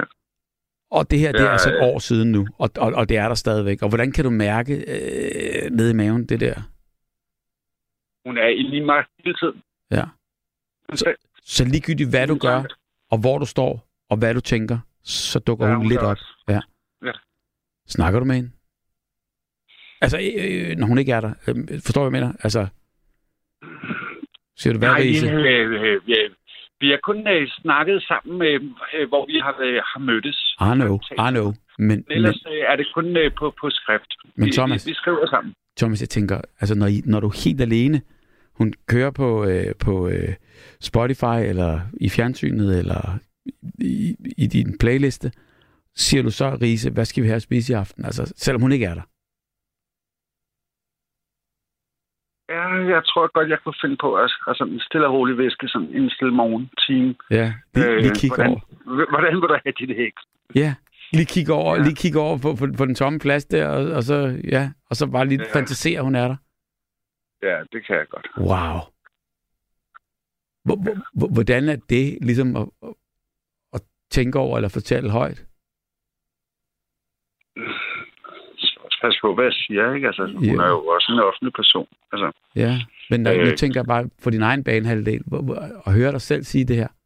Og det her, det er Ja, altså et øh. år siden nu, og, og, og det er der stadigvæk. Og hvordan kan du mærke øh, nede i maven, det der? Hun er inde i mig hele tiden. Ja. Så, så ligegyldigt, hvad du gør, og hvor du står, og hvad du tænker, så dukker Ja, hun hun lidt gør op. også. Ja. Ja. Snakker du med hende? Altså, øh, når hun ikke er der. Øh, forstår du, hvad jeg mener? Altså, siger du, hvad Nej, vil I vi, sige? øh, øh, øh, vi har kun øh, snakket sammen, øh, øh, hvor vi har, øh, har mødtes. I know, I know. Men, men, Ellers øh, er det kun øh, på, på skrift. Men vi, Thomas- vi, vi skriver sammen. Thomas, jeg tænker, altså når, I, når du er helt alene, hun kører på, øh, på øh, Spotify, eller i fjernsynet, eller i, i din playliste, siger du så, Riese, hvad skal vi have at spise i aften? Altså, selvom hun ikke er der. Ja, jeg tror godt, jeg kunne finde på at, at sådan stille og roligt væske sådan en stille morgen-time. Ja, lige, Øh, lige kigge hvordan, over. hvordan vil du have dit hæk? Ja, lige kigge over, Ja. lige kigge over på, på, på den tomme plads der, og, og, så, ja, og så bare lige Ja. fantasere, hun er der. Ja, det kan jeg godt. Wow. Hvor- hvor- hvor- Hvordan er det ligesom at, at, at tænke over eller fortælle højt? Så pas på, hvad jeg siger, ikke? Altså, hun Ja. er jo også en offentlig person. Altså, Ja, men når, Øh. nu tænker jeg bare på din egen banehalvdel, hvor- hvor- at høre dig selv sige det her.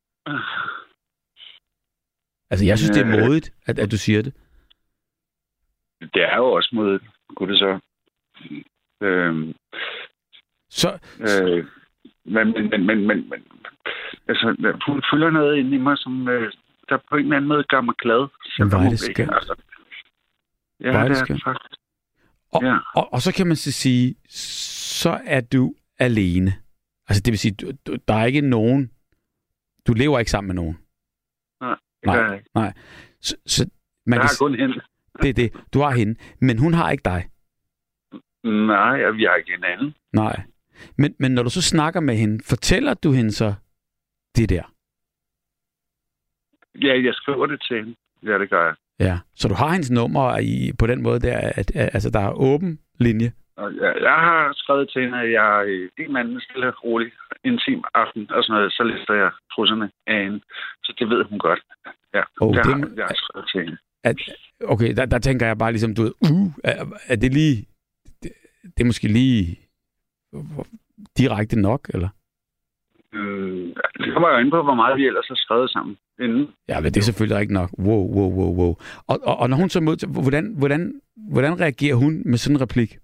Altså, jeg synes, det er Øh. modigt, at, at du siger det. det er jo også mod gud det så. Øhm, Så, øh, men, men, men, men, men, men, altså, hun fylder noget ind i mig, som øh, der på en eller anden måde gør mig glad. Men hvor er Hun det ikke- skønt. Altså, ja, Hvor er det det er skønt. det faktisk. og, Ja. og, og så kan man så sige, så er du alene. Altså, det vil sige, du, du, der er ikke nogen, du lever ikke sammen med nogen. Nej, det Nej. gør jeg ikke. Så, så man Jeg kan, har s- kun hende. det er det. Du har hende, men hun har ikke dig. Nej, og vi har ikke en anden. Nej. Men, men når du så snakker med hende, fortæller du hende så det der? Ja, jeg skriver det til hende. Ja, det gør jeg. Ja, så du har hendes nummer i, på den måde der, at, at altså, der er åben linje? Og jeg, jeg har skrevet til hende, at jeg er en mand stille, rolig, intim aften og sådan noget. Så lister jeg trusserne af hende. Så det ved hun godt. Ja, oh, det, det har jeg skrevet til hende. At, okay, der, der tænker jeg bare ligesom, du ved, uh, er, er det lige, det, det er måske lige direkte nok, eller? Øh, det kommer jo ind på, hvor meget vi ellers har skrevet sammen inden. Ja, men det er selvfølgelig ikke nok. Wow, wow, wow, wow. Og, og, og når hun så modtager, hvordan, hvordan, hvordan reagerer hun med sådan en replik?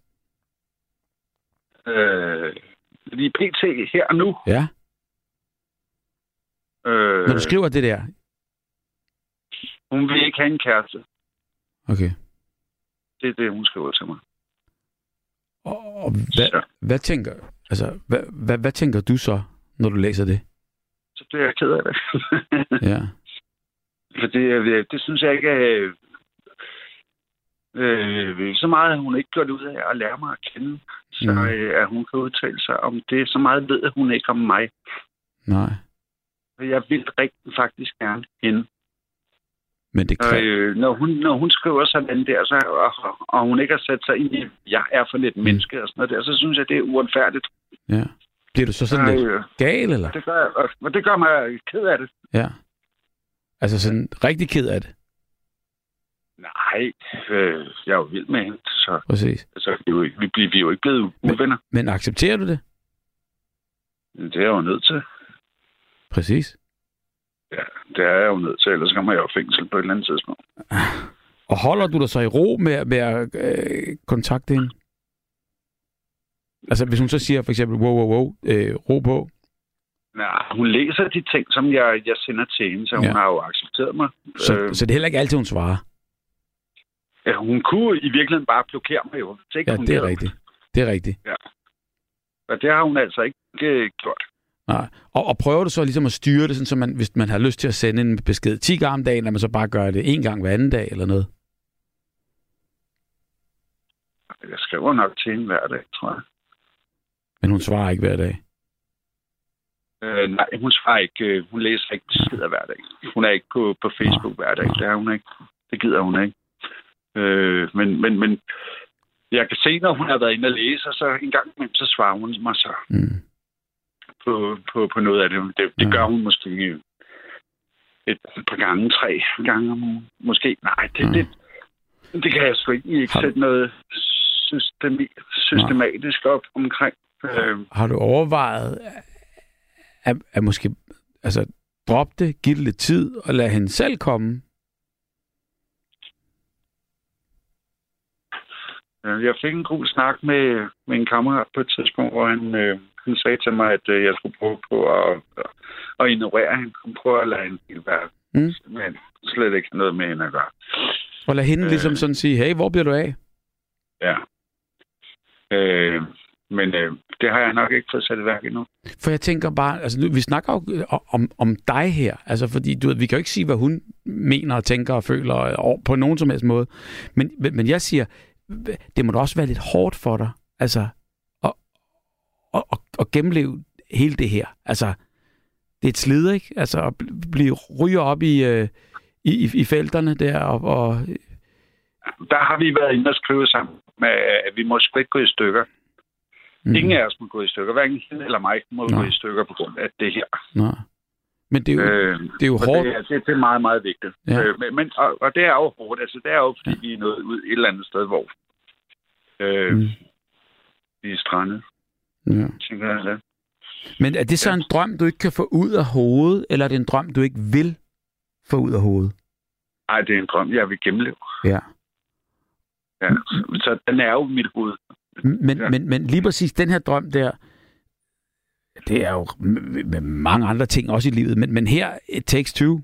Øh, lige pt. Her og nu. Ja. Øh, når du skriver det der? Hun vil ikke have en kæreste. Okay. Det er det, hun skriver til mig. Og, og hvad, hvad tænker, altså, hvad, hvad, hvad tænker du så, når du læser det? Så bliver jeg ked af det. Ja. For det, det synes jeg ikke er... Øh, så meget har hun ikke gjort ud af at lære mig at kende. Så mm. øh, at hun kan udtale sig om det. Så meget ved hun ikke om mig. Nej. Jeg vil rigtig faktisk gerne hende. Men det kræver... øh, når, hun, når hun skriver sådan der, så, og, og hun ikke har sat sig ind i, jeg er for lidt mm. menneske og sådan noget der, så synes jeg, det er uretfærdigt. Ja. Bliver du så sådan øh, lidt gal, eller? Det gør, og, og det gør mig ked af det. Ja. Altså sådan rigtig ked af det? Nej, øh, jeg er jo vild med hende, så, præcis. Så vi, jo, vi bliver vi jo ikke blevet uvenner. Men, men accepterer du det? Det er jeg jo nødt til. Præcis. Ja, det er jeg jo nødt til, ellers kommer jeg jo i fængsel på et eller andet tidspunkt. Og holder du dig så i ro med, med at øh, kontakte hende? Altså, hvis hun så siger for eksempel, wow, wow, wow, øh, ro på? Nej, hun læser de ting, som jeg, jeg sender til hende, så hun ja. har jo accepteret mig. Så, øh, så det er heller ikke altid, hun svarer? Ja, hun kunne i virkeligheden bare blokere mig jo. Det ja, det er rigtigt. Det er rigtigt. Ja. Og det har hun altså ikke øh, gjort. Nej. Og, og prøver du så ligesom at styre det, sådan, så man, hvis man har lyst til at sende en besked ti gange om dagen, at man så bare gør det en gang hver anden dag eller noget? Jeg skriver nok til hende hver dag, tror jeg. Men hun svarer ikke hver dag? Øh, nej, hun svarer ikke. Øh, hun læser ikke beskeder hver dag. Hun er ikke på, på Facebook ja. hver dag. Det er hun ikke. Det gider hun ikke. Øh, men, men, men jeg kan se, når hun har været inde og læse, og så en gang imellem, så svarer hun mig så mm. på, på, på noget af det. Det, det ja. gør hun måske et par gange, tre gange om ugen. Måske. Nej, det, ja. det, det kan jeg sgu ikke, ikke sætte noget systemi, systematisk op omkring. Øh. Har du overvejet at, at måske altså, droppe det, give det lidt tid, og lade hende selv komme? Jeg fik en god snak med, med en kammerat på et tidspunkt, hvor han, øh, han sagde til mig, at øh, jeg skulle prøve på at, at, at ignorere hende. Han prøver at lade hende helt være. Mm. Men slet ikke noget med hende at gøre. Og lade hende øh, ligesom sådan sige, hey, hvor bliver du af? Ja. Øh, men øh, det har jeg nok ikke fået sat i værk endnu. For jeg tænker bare, altså nu, vi snakker jo om, om dig her, altså fordi du ved, vi kan jo ikke sige, hvad hun mener og tænker og føler og, på nogen som helst måde. Men, men jeg siger, det må da også være lidt hårdt for dig, altså at, at, at, at gennemleve hele det her. Altså, det er et slid, ikke? Altså at blive ryger op i, øh, i, i felterne der og, og der har vi været inde og skrive sammen med, at vi må sgu ikke gå i stykker. Mm. Ingen af os må gå i stykker. Hverken hende eller mig må gå i stykker på grund af det her. Nå. Men det er jo, øh, det er jo hårdt. Det er, det, det er meget, meget vigtigt. Ja. Øh, men, men, og, og det er jo hårdt. Altså, det er jo, fordi ja. vi er nået ud et eller andet sted, hvor øh, mm. vi er strandet. Ja. Tænker jeg det. Men er det så en drøm, du ikke kan få ud af hovedet, eller er det en drøm, du ikke vil få ud af hovedet? Nej, det er en drøm, jeg vil gennemleve. Ja. Ja, så den er jo mit hoved. Men, ja. men, men lige præcis den her drøm der, det er jo med mange andre ting også i livet, men, men her, it takes two.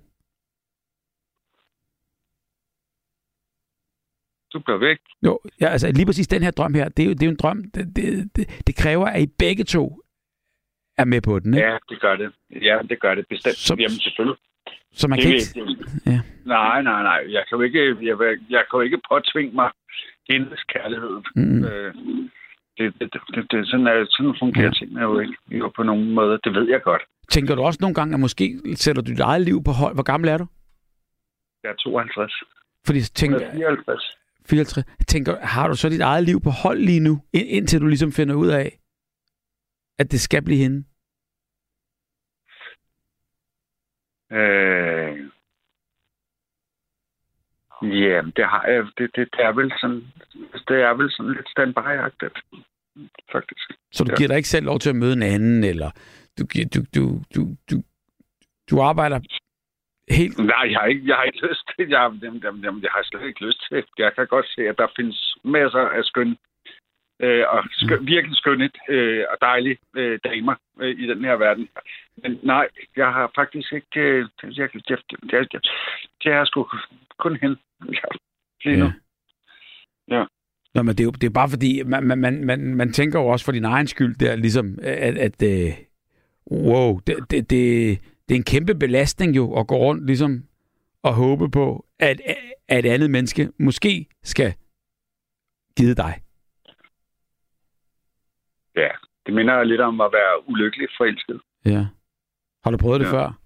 Du bliver væk. Jo, ja, altså lige præcis den her drøm her, det er jo, det er jo en drøm, det, det, det, det kræver, at I begge to er med på den, ikke? Ja, det gør det. Ja, det gør det bestemt. Så, Jamen selvfølgelig. Så man det kan ikke... Ja. Nej, nej, nej. Jeg kan jo ikke, jeg, jeg kan jo ikke påtvinge mig hendes kærlighed. Mm. Øh, det, det, det, det, sådan, er, sådan fungerer ja. tingene jo ikke jo, på nogen måde. Det ved jeg godt. Tænker du også nogle gange, at måske sætter du dit eget liv på hold? Hvor gammel er du? Jeg er tooghalvtreds. Fordi så tænker, Jeg er fireoghalvtreds. fireoghalvtreds. Tænker, har du så dit eget liv på hold lige nu, ind, indtil du ligesom finder ud af, at det skal blive hende? Øh... Ja, det har jeg. Det, det, det er vel sådan, det er vel sådan lidt standby-agtigt, faktisk. Så du Ja. giver dig ikke selv lov til at møde en anden, eller du, giver- du, du, du, du, du arbejder helt... Nej, jeg har ikke, jeg har ikke lyst til. Jeg, jamen, jamen, jamen, jeg har slet ikke lyst til. Jeg kan godt se, at der findes masser af skønne øh, og skøn, virkelig skønne øh, og dejlige øh, damer øh, i den her verden. Men nej, jeg har faktisk ikke... Øh, jeg, jeg, jeg, jeg, jeg, jeg har sgu kun hen. Ja, lige nu. Ja. Nå, men det er jo det er bare fordi, man, man, man, man, man tænker jo også for din egen skyld der, ligesom, at, at øh, wow, det, det, det, det er en kæmpe belastning jo, at gå rundt ligesom og håbe på, at, at et andet menneske måske skal give dig. Ja, det minder lidt om at være ulykkelig forelsket. Ja. Har du prøvet det Ja. før?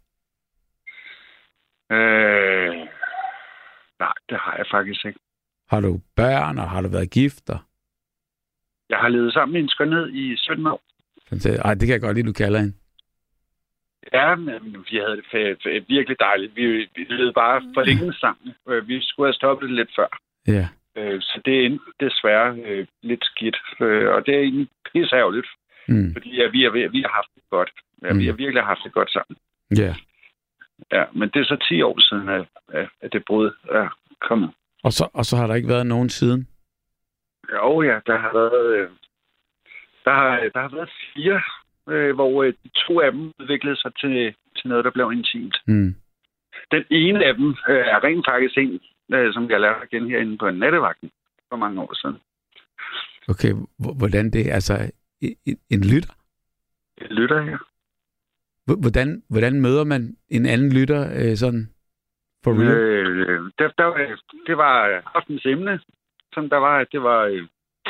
Øh, nej, det har jeg faktisk ikke. Har du børn, og har du været gift? Og... Jeg har levet sammen med en skønhed i sytten år. Ej, det kan jeg godt lide, du kalder hende. Ja, men vi havde det f- f- virkelig dejligt. Vi, vi levede bare for længe sammen. Øh, Vi skulle have stoppet det lidt før. Ja. Øh, Så det endte desværre øh, lidt skidt. Øh, Og det er egentlig pisseærgerligt, Mm. fordi ja, vi, er, vi har haft det godt. Ja, vi har virkelig haft det godt sammen. Ja. Ja, men det er så ti år siden, at, at- at det brud er kommet. Og så, og så har der ikke været nogen siden? Jo, ja, der har været, øh, der har, der har været fire, øh, hvor øh, to af dem udviklede sig til, til noget, der blev intimt. Mm. Den ene af dem øh, er rent faktisk en, øh, som jeg lærte igen herinde på nattevagten for mange år siden. Okay, h- hvordan det? Altså, en, en lytter? Jeg lytter her. H- Hvordan, hvordan møder man en anden lytter øh, sådan for real? Øh, der, der, var- det var aftens emne, som der var, det var... Øh,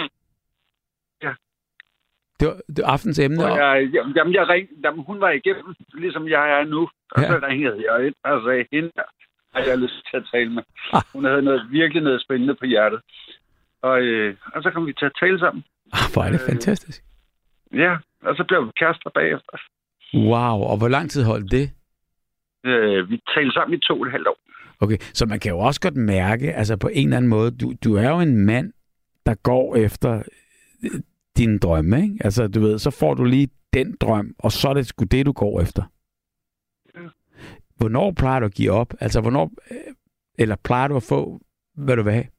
Det var, det var aftens emne. og Og, jeg, jamen, jeg ring, jamen, hun var igennem, ligesom jeg er nu. Og Ja. så ringede jeg ind og sagde, hende der har jeg lyst til at tale med. Ah. Hun havde noget, virkelig noget spændende på hjertet. Og, øh, og så kom vi til at tale sammen. ah, hvor er det øh, fantastisk. Ja, og så blev vi kærester bagefter. Wow, og hvor lang tid holdt det? Øh, vi talte sammen i to og et halvt år. Okay, så man kan jo også godt mærke, altså på en eller anden måde, du, du er jo en mand, der går efter øh, dine drømme, ikke? Altså, du ved, så får du lige den drøm, og så er det sgu det, du går efter. Ja. Hvornår plejer du at give op? Altså, hvornår, øh, eller plejer du at få, hvad du vil have?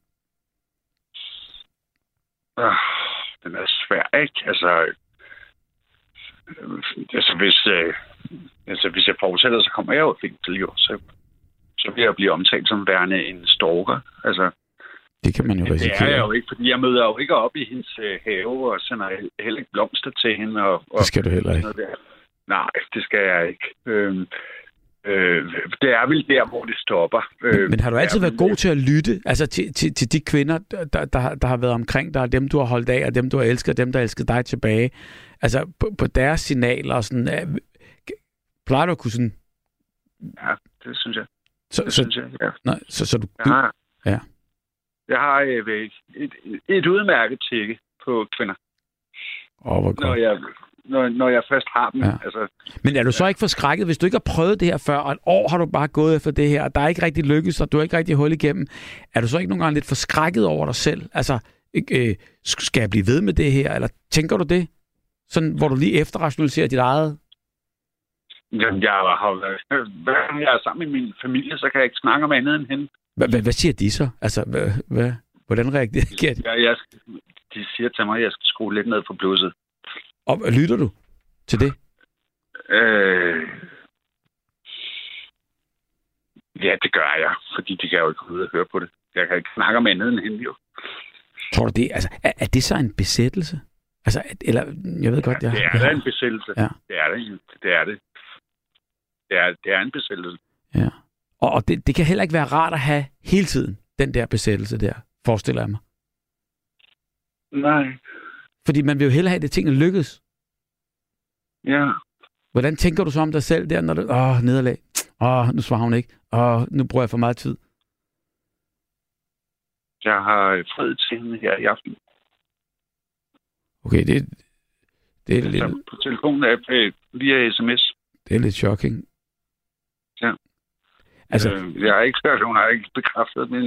Øh, den er svær, ikke? Altså, øh, altså hvis, øh, altså, hvis jeg fortsætter, så kommer jeg jo i fængsel, jo. Så, så vil jeg blive omtalt som værende en stalker. Altså, Det kan man jo det risikere. er jeg jo ikke, fordi jeg møder jo ikke op i hendes øh, have, og sender he- heller ikke blomster til hende. Og, og Det skal du heller ikke. noget der. Nej, det skal jeg ikke. Øh, øh, det er vel der, hvor det stopper. Øh, Men har du altid det er været vel- god til at lytte altså til, til, til de kvinder, der, der, der har været omkring dig, og dem, du har holdt af, og dem, du har elsket, og dem, der har elsket dig tilbage? Altså på, på deres signaler og sådan, øh, plejer du at kunne sådan... Ja, det synes jeg. Så, Det så, synes jeg, ja. nej, så, så du... Jeg har, Ja. jeg har øh, et, et udmærket tjekke på kvinder, Åh, hvor når godt. jeg, når, når jeg først har dem. Ja. Altså, Men er du så ikke forskrækket, hvis du ikke har prøvet det her før, og et år har du bare gået efter det her, og der er ikke rigtig lykkes, og du har ikke rigtig hul igennem, er du så ikke nogle gange lidt forskrækket over dig selv? Altså, øh, skal jeg blive ved med det her, eller tænker du det? Sådan, hvor du lige efterrationaliserer dit eget... jamen, jeg har været, hver gang jeg er sammen med min familie, så kan jeg ikke snakke om andet end hende. Hvad, hvad, hvad siger de så? Altså, hvad, hvad, hvordan reagerer de? Jeg, jeg, de siger til mig, at jeg skal skrue lidt ned på blusset. Og lytter du til det? Øh, ja, det gør jeg, fordi de kan jo ikke gå ud og høre på det. Jeg kan ikke snakke om andet end hende, jo. Tror du det? Altså, er, er det så en besættelse? Altså, eller, jeg ved godt, Ja, jeg... det er jeg da har- en besættelse. Ja. Det er det. Det er det. Det er, det er en besættelse. Ja. Og, og det, det kan heller ikke være rart at have hele tiden, den der besættelse der, forestiller jeg mig. Nej. Fordi man vil jo hellere have, at det tingene lykkes. Ja. Hvordan tænker du så om dig selv der, når du... Åh, nederlag. Åh, nu svarer hun ikke. Åh, nu bruger jeg for meget tid. Jeg har fred til hende her i aften. Okay, det, det er altså, lidt... På telefonen er via sms. Det er lidt shocking. Ja. Altså... Øh, jeg har ikke hørt, hun har ikke bekræftet, men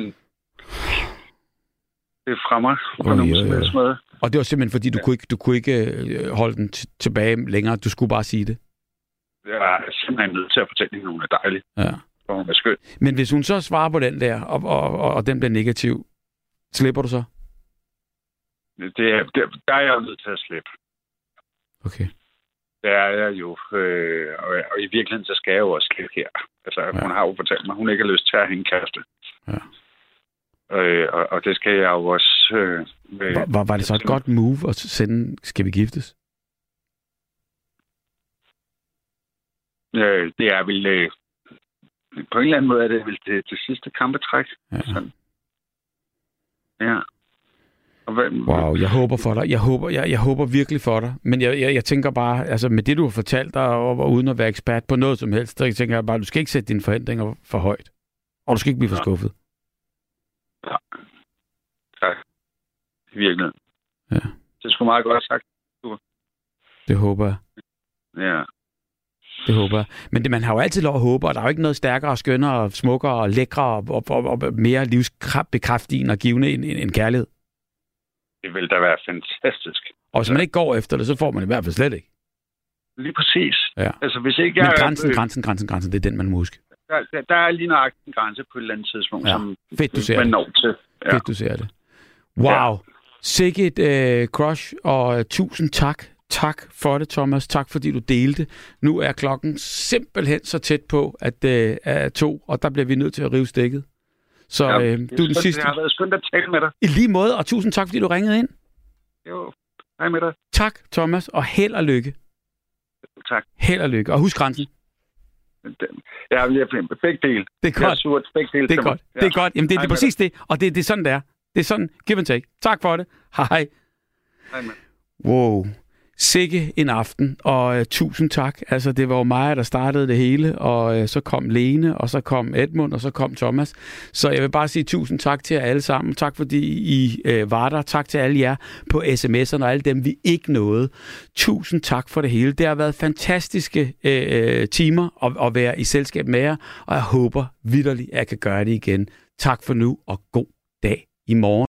det er fra mig på oh, nogen ja, som helst ja. måde. Og det var simpelthen, fordi du, ja. kunne, ikke, du kunne ikke holde den t- tilbage længere. Du skulle bare sige det. Jeg er simpelthen nødt til at fortælle hende, hun er dejlig. Ja. Og hun er skøn. Men hvis hun så svarer på den der, og, og, og, og den bliver negativ, slipper du så? Det er, det, der er jeg jo nødt til at slippe. Okay. Det er jeg jo. Øh, og, og i virkeligheden, så skal jeg jo også slippe her. Altså, ja. Hun har jo fortalt mig, at hun ikke har lyst til at hænge kæreste. Ja. Øh, og, og det skal jeg jo også... Øh, var, var, var det så et godt move at sende, skal vi giftes? Øh, det er vel... Øh, på en eller anden måde er det vel det, det sidste kampetræk. Ja. Sådan. Ja. Og hvad, wow, jeg håber for dig. Jeg håber, jeg, jeg håber virkelig for dig. Men jeg, jeg, jeg tænker bare, altså med det, du har fortalt dig, og, og uden at være ekspert på noget som helst, så tænker jeg bare, du skal ikke sætte dine forhindringer for højt. Og du skal ikke blive for skuffet. Ja. Tak. I virkeligheden. Ja. Det er sgu meget godt sagt. Det håber jeg. Ja. Det håber jeg. Men det, man har jo altid lov at håbe, og der er jo ikke noget stærkere og skønnere og smukkere og lækre og, og, og, og mere livsbekræftigende og givende end, end kærlighed. Det vil da være fantastisk. Og hvis man ikke går efter det, så får man i hvert fald slet ikke. Lige præcis. Ja. Altså, hvis ikke jeg, Men grænsen, grænsen, grænsen, grænsen, det er den, man må huske. Der, der, der er lige nøjagtigt en grænse på et eller andet tidspunkt, ja. som Fedt, du ser man det. når til. Ja. Fedt, du ser det. Wow. Ja. Sikke et øh, crush, og uh, tusind tak. Tak for det, Thomas. Tak, fordi du delte. Nu er klokken simpelthen så tæt på, at det øh, er to, og der bliver vi nødt til at rive stikket. Så ja, øh, du er den sidste. Det har været skønt at tale med dig. I lige måde, og tusind tak, fordi du ringede ind. Jo, hej med dig. Tak, Thomas, og held og lykke. Tak. Held og lykke. Og husk grænsen. Ja, jeg er begge dele. Det er godt. Surt, begge dele det er godt. Ja. Det er godt. Jamen, det, det er præcis det. Og det, det er sådan, det er. Det er sådan, give and take. Tak for det. Hej. Hej med. Wow. Sikke en aften, og uh, tusind tak. Altså, det var jo mig, der startede det hele, og uh, så kom Lene, og så kom Edmund, og så kom Thomas. Så jeg vil bare sige tusind tak til jer alle sammen. Tak fordi I uh, var der. Tak til alle jer på sms'erne og alle dem, vi ikke nåede. Tusind tak for det hele. Det har været fantastiske uh, timer at, at være i selskab med jer, og jeg håber vitterligt, at jeg kan gøre det igen. Tak for nu, og god dag i morgen.